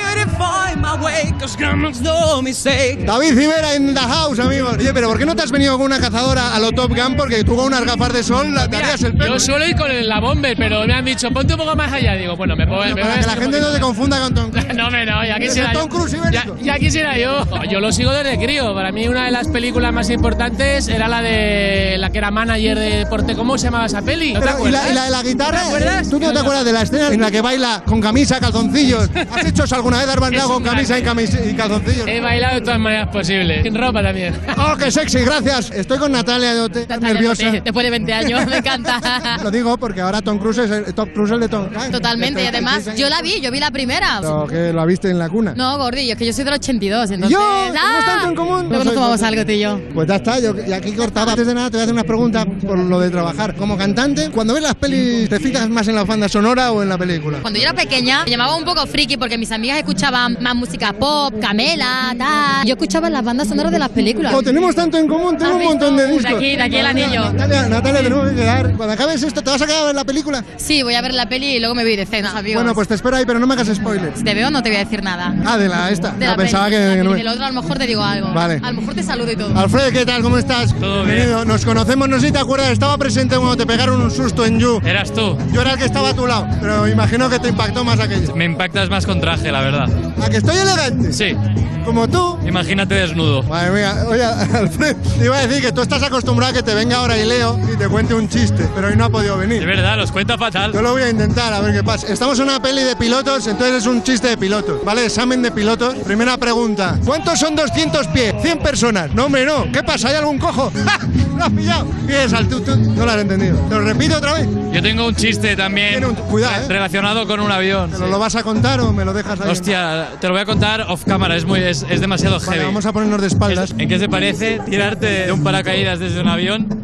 David Civera en The House, amigos. Oye, pero ¿por qué no te has venido con una cazadora a lo Top Gun? Porque tú con unas gafas de sol la darías el pelo. Yo suelo ir con la Bomber, pero me han dicho, ponte un poco más allá. Digo, bueno, me puedo... Pero me para voy que a la gente no te confunda con Tom Cruise. No, me no, ya ¿Es quisiera el yo. Tom Cruise Ya, ibérico? ya quisiera yo. Yo lo sigo desde crío. Para mí una de las películas más importantes era la de la que era manager de deporte. ¿Cómo se llamaba esa peli? ¿No te Pero, ¿y, acuerdas? la, y la de la guitarra? ¿No te acuerdas? ¿Tú no te acuerdas de la escena en la que baila con camisa, calzoncillos? ¿Has hecho eso alguna vez? ¿Has bailado Es con un camisa y, grande. camis- y calzoncillos? He bailado de todas maneras posibles. Sin ropa también. ¡Oh, qué sexy! Gracias. Estoy con Natalia de O T. ¿Estás nerviosa? Después de veinte años, me encanta. Lo digo porque ahora Tom Cruise es el Top Cruise el de Tom Hanks. Totalmente, y además, yo la vi, yo vi la primera. Pero que la viste en la cuna. No, gordillo, es que yo soy del ochenta y dos, entonces... Yo, tenemos tanto en común. Luego No nos soy tomamos foto. algo tú y yo. Pues ya está, yo y aquí cortaba. Antes de nada te voy a hacer unas preguntas por lo de trabajar. Como cantante, cuando ves las pelis, ¿te fijas más en la banda sonora o en la película? Cuando yo era pequeña, me llamaba un poco friki porque mis amigas escuchaban más música pop, Camela, tal. Yo escuchaba las bandas sonoras de las películas. Como tenemos tanto en común, tengo un montón de discos. De aquí, de aquí el anillo. Natalia, Natalia, tenemos que quedar. Cuando acabes esto, ¿te vas a quedar a ver la película? Sí, voy a ver la peli y luego me voy de cena, amigos. Bueno, pues te espero ahí, pero no me hagas spoilers. Si te veo no te voy a decir nada. Ah, de la esta. De Ah, la pensaba peli, que, de la que peli. no me... Del otro a lo mejor te digo algo. Vale. A lo mejor te saludo y todo. Alfred, ¿qué tal? ¿Cómo estás? Todo bien. Bienvenido. Nos conocemos, no sé si te acuerdas, estaba presente cuando te pegaron un susto en You. Eras tú. Yo era el que estaba a tu lado, pero imagino que te impactó más aquello. Me impactas más con traje, la verdad. ¿A que estoy elegante? Sí. Como tú. Imagínate desnudo. Madre mía, oye, Alfred, te iba a decir que tú estás acostumbrado a que te venga ahora y Leo y te cuente un chiste, pero hoy no ha podido De venir. verdad, los cuenta fatal. Yo lo voy a intentar, a ver qué pasa. Estamos en una peli de pilotos, entonces es un chiste de pilotos, ¿vale? Examen de pilotos. Primera pregunta. ¿Cuántos son doscientos pies? cien personas. No, hombre, no. ¿Qué pasa? ¿Hay algún cojo? ¡Ja! ¿Lo has pillado? ¿Qué es, Altu? Tú no lo has entendido. ¿Te lo repito otra vez? Yo tengo un chiste también. Tiene un- Cuidado, ¿eh? Relacionado con un avión. ¿Te lo, lo vas a contar o me lo dejas ahí? Hostia, te lo voy a contar off cámara, es, muy, es, es demasiado Vale, heavy. vamos a ponernos de espaldas. ¿En qué se parece tirarte de un paracaídas desde un avión?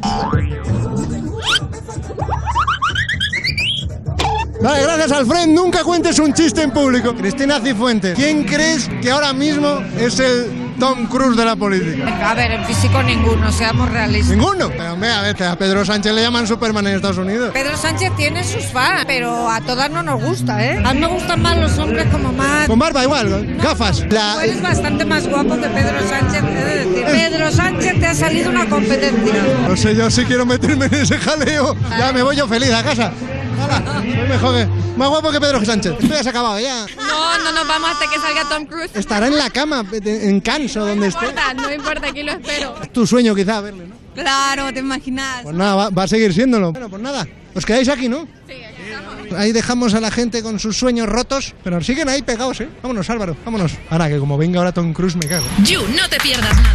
Vale, gracias, Alfred. Nunca cuentes un chiste en público. Cristina Cifuentes, ¿quién crees que ahora mismo es el Tom Cruise de la política? A ver, en físico ninguno, seamos realistas. ¿Ninguno? Pero hombre, a ver, a Pedro Sánchez le llaman Superman en Estados Unidos. Pedro Sánchez tiene sus fans, pero a todas no nos gusta, ¿eh? A mí me gustan más los hombres como más... Con barba igual, gafas. La... Tú eres bastante más guapo que Pedro Sánchez, he de decir. Pedro Sánchez te ha salido una competencia. No sé, yo sí quiero meterme en ese jaleo. Ya me voy yo feliz a casa. Hola, soy mejor que... Más guapo que Pedro Sánchez. Esto ya se ha acabado, ya. No, no nos vamos hasta que salga Tom Cruise. Estará en la cama, en Cannes o donde esté. No importa, no importa, aquí lo espero. Es tu sueño quizá verle, ¿no? Claro, te imaginas. Pues nada, va, va a seguir siéndolo. Bueno, pues nada, os quedáis aquí, ¿no? Sí, aquí estamos. Ahí dejamos a la gente con sus sueños rotos, pero siguen ahí pegados, ¿eh? Vámonos, Álvaro, vámonos. Ahora que como venga ahora Tom Cruise me cago. You, no te pierdas nada.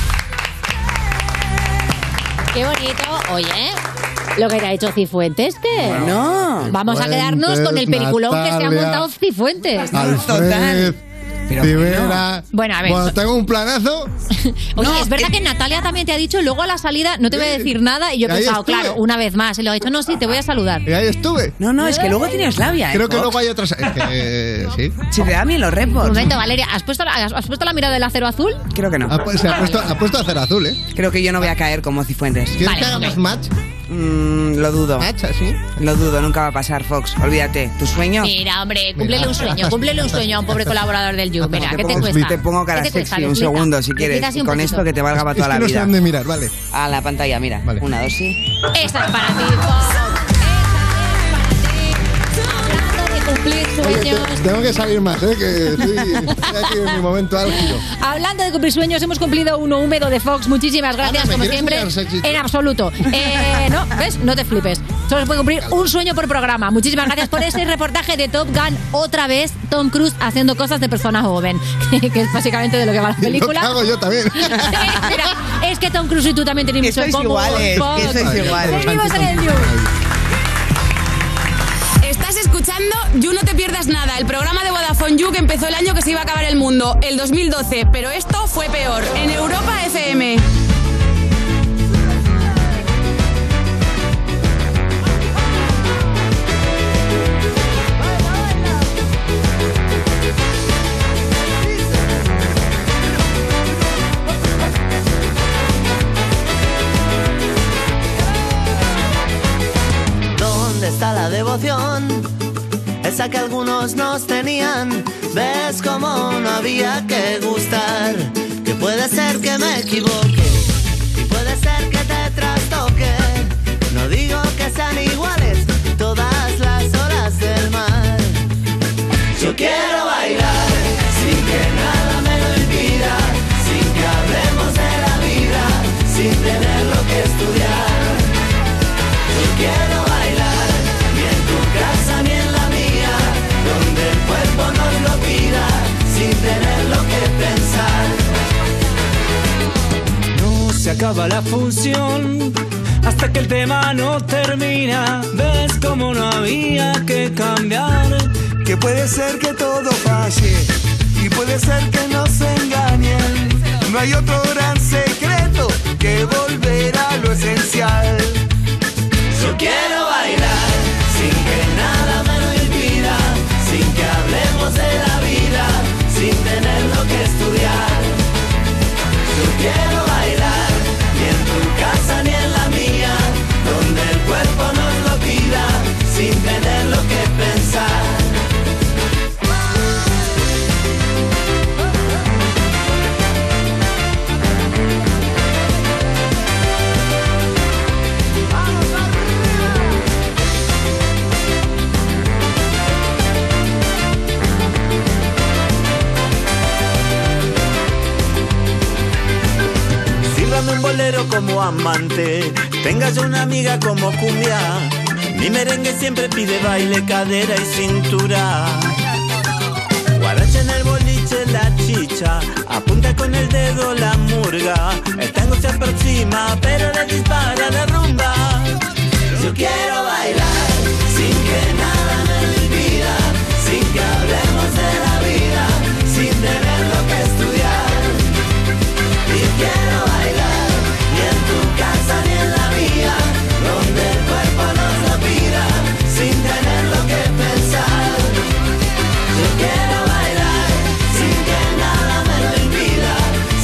Qué bonito. Oye, lo que te ha dicho Cifuentes, que no. Vamos a quedarnos con el peliculón Natalia, que se ha montado Cifuentes. Alfred, Rivera. Bueno, a ver. Bueno, tengo un planazo. Oye, No, es verdad eh, que Natalia también te ha dicho, luego a la salida no te voy a decir nada, y yo he Y ahí pensado, estuve. claro, una vez más, y lo ha dicho, no, sí, te voy a saludar. Y ahí estuve. No, no, es que luego tienes labia, ¿eh? Creo que Fox? luego hay otras... Es que, eh, sí. Si te da bien los Un reports. momento, Valeria, ¿has puesto, la, has puesto la mirada del acero azul? Creo que no. Ha, pu- se ha puesto, ha puesto a hacer azul, ¿eh? Creo que yo no voy a caer como Cifuentes. ¿Quieres Vale, que hagamos ok. match? Mm, lo dudo. ¿Match así? Lo dudo, nunca va a pasar, Fox. Olvídate. ¿Tu sueño? Mira, hombre, cúmplele un sueño, cúmplele un sueño a un pobre colaborador del You. Mira, te ¿qué te pongo- cuesta? te pongo cara ¿Qué te cuesta? sexy un Explica. segundo, si quieres. Explica así un Con poquito. esto que te valga para toda Es que la no sé vida. dónde mirar, vale. A la pantalla, mira. Vale. Una, dos, sí. Esa es para ti, Fox. Hablando de cumplir sueños. Tengo que salir más, ¿eh? Que estoy, estoy aquí en mi momento álgido. Hablando de cumplir sueños, hemos cumplido uno húmedo de Fox. Muchísimas gracias, Anda, ¿me como quieres siempre. mirar sexy? En absoluto. Eh, no, ¿ves? No te flipes. Solo se puede cumplir un sueño por programa. Muchísimas gracias por ese reportaje de Top Gun. Otra vez, Tom Cruise haciendo cosas de persona joven. Que es básicamente de lo que va la película. Lo que hago yo también. Mira, es que Tom Cruise y tú también tenéis Que mucho en sois común. iguales, Fox. que sois iguales. Seguimos en el You. Estás escuchando You No Te Pierdas Nada, el programa de Vodafone You que empezó el año que se iba a acabar el mundo, el dos mil doce, pero esto fue peor, en Europa F M. ¿Dónde está la devoción? Esa que algunos nos tenían. ¿Ves cómo no había que gustar? Que puede ser que me equivoque y puede ser que te trastoque. No digo que sean iguales todas las olas del mar. Yo quiero bailar sin que nada me lo impida, sin que hablemos de la vida, sin tener lo que estudiar. Yo quiero bailar, ni en tu casa ni en la mía, donde el cuerpo nos lo pida, sin tener lo que pensar. No se acaba la función hasta que el tema no termina. Ves como no había que cambiar. Que puede ser que todo falle y puede ser que nos engañen. No hay otro gran secreto que volver a lo esencial. Yo quiero bailar sin que nada me lo impida, sin que hablemos de la vida, sin tener lo que estudiar. Yo quiero bailar, ni en tu casa ni en la mía, donde el cuerpo nos lo pida, sin tener lo que pensar. Sírvame un bolero como amante, tenga yo una amiga como cumbia. Mi merengue siempre pide baile, cadera y cintura. Guaracha en el boliche, la chicha, apunta con el dedo la murga. El tango se aproxima, pero le dispara la rumba. Yo quiero bailar sin que nada me lo impida, sin que hablemos de la vida, sin tener lo que estudiar. Y quiero bailar, ni en tu casa ni en la mía, donde el cuerpo nos lo pida, sin tener lo que pensar. Yo quiero bailar, sin que nada me lo impida,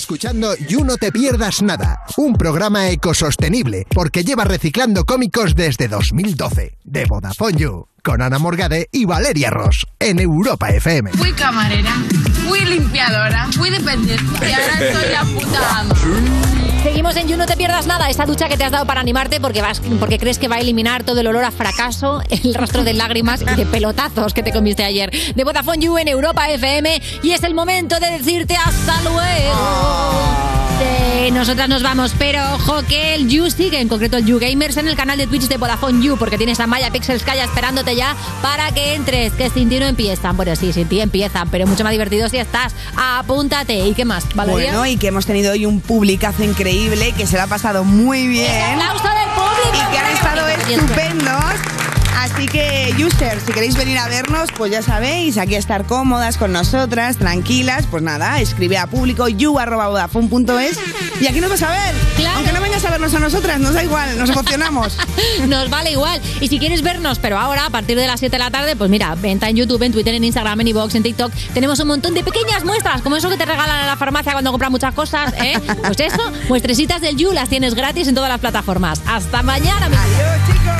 escuchando You No Te Pierdas Nada, un programa ecosostenible porque lleva reciclando cómicos desde dos mil doce. De Vodafone You, con Ana Morgade y Valeria Ross, en Europa F M. Fui camarera, fui limpiadora, fui dependiente y ahora soy la puta ama. Seguimos en You, no te pierdas nada, esa ducha que te has dado para animarte porque vas, porque crees que va a eliminar todo el olor a fracaso, el rastro de lágrimas y de pelotazos que te comiste ayer. De Vodafone You en Europa F M, y es el momento de decirte hasta luego. Sí, nosotras nos vamos, pero ojo que el You sigue, en concreto el You Gamers, en el canal de Twitch de Vodafone You, porque tienes a Maya Pixelskaya esperándote ya para que entres, que sin ti no empiezan. Bueno, sí, sin ti empiezan, pero mucho más divertido si estás. Apúntate. ¿Y qué más, Valeria? Bueno, y que hemos tenido hoy un publicazo increíble, que se lo ha pasado muy bien. ¡El aplauso del público! Y que han estado estupendos. Así que, users, si queréis venir a vernos, pues ya sabéis, aquí a estar cómodas con nosotras, tranquilas, pues nada, escribe a público you arroba vodafone punto es y aquí nos vas a ver. Claro. Aunque no vengas a vernos a nosotras, nos da igual, nos emocionamos. Nos vale igual. Y si quieres vernos, pero ahora, a partir de las siete de la tarde, pues mira, venta en YouTube, en Twitter, en Instagram, en iVoox, en TikTok. Tenemos un montón de pequeñas muestras, como eso que te regalan en la farmacia cuando compras muchas cosas, ¿eh? Pues eso, muestrecitas del You las tienes gratis en todas las plataformas. Hasta mañana, amigos. Adiós, chicos.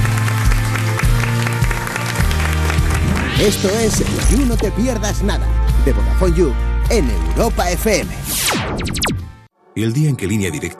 Esto es You No Te Pierdas Nada, de Vodafone You, en Europa F M. Y el día en que Línea Directa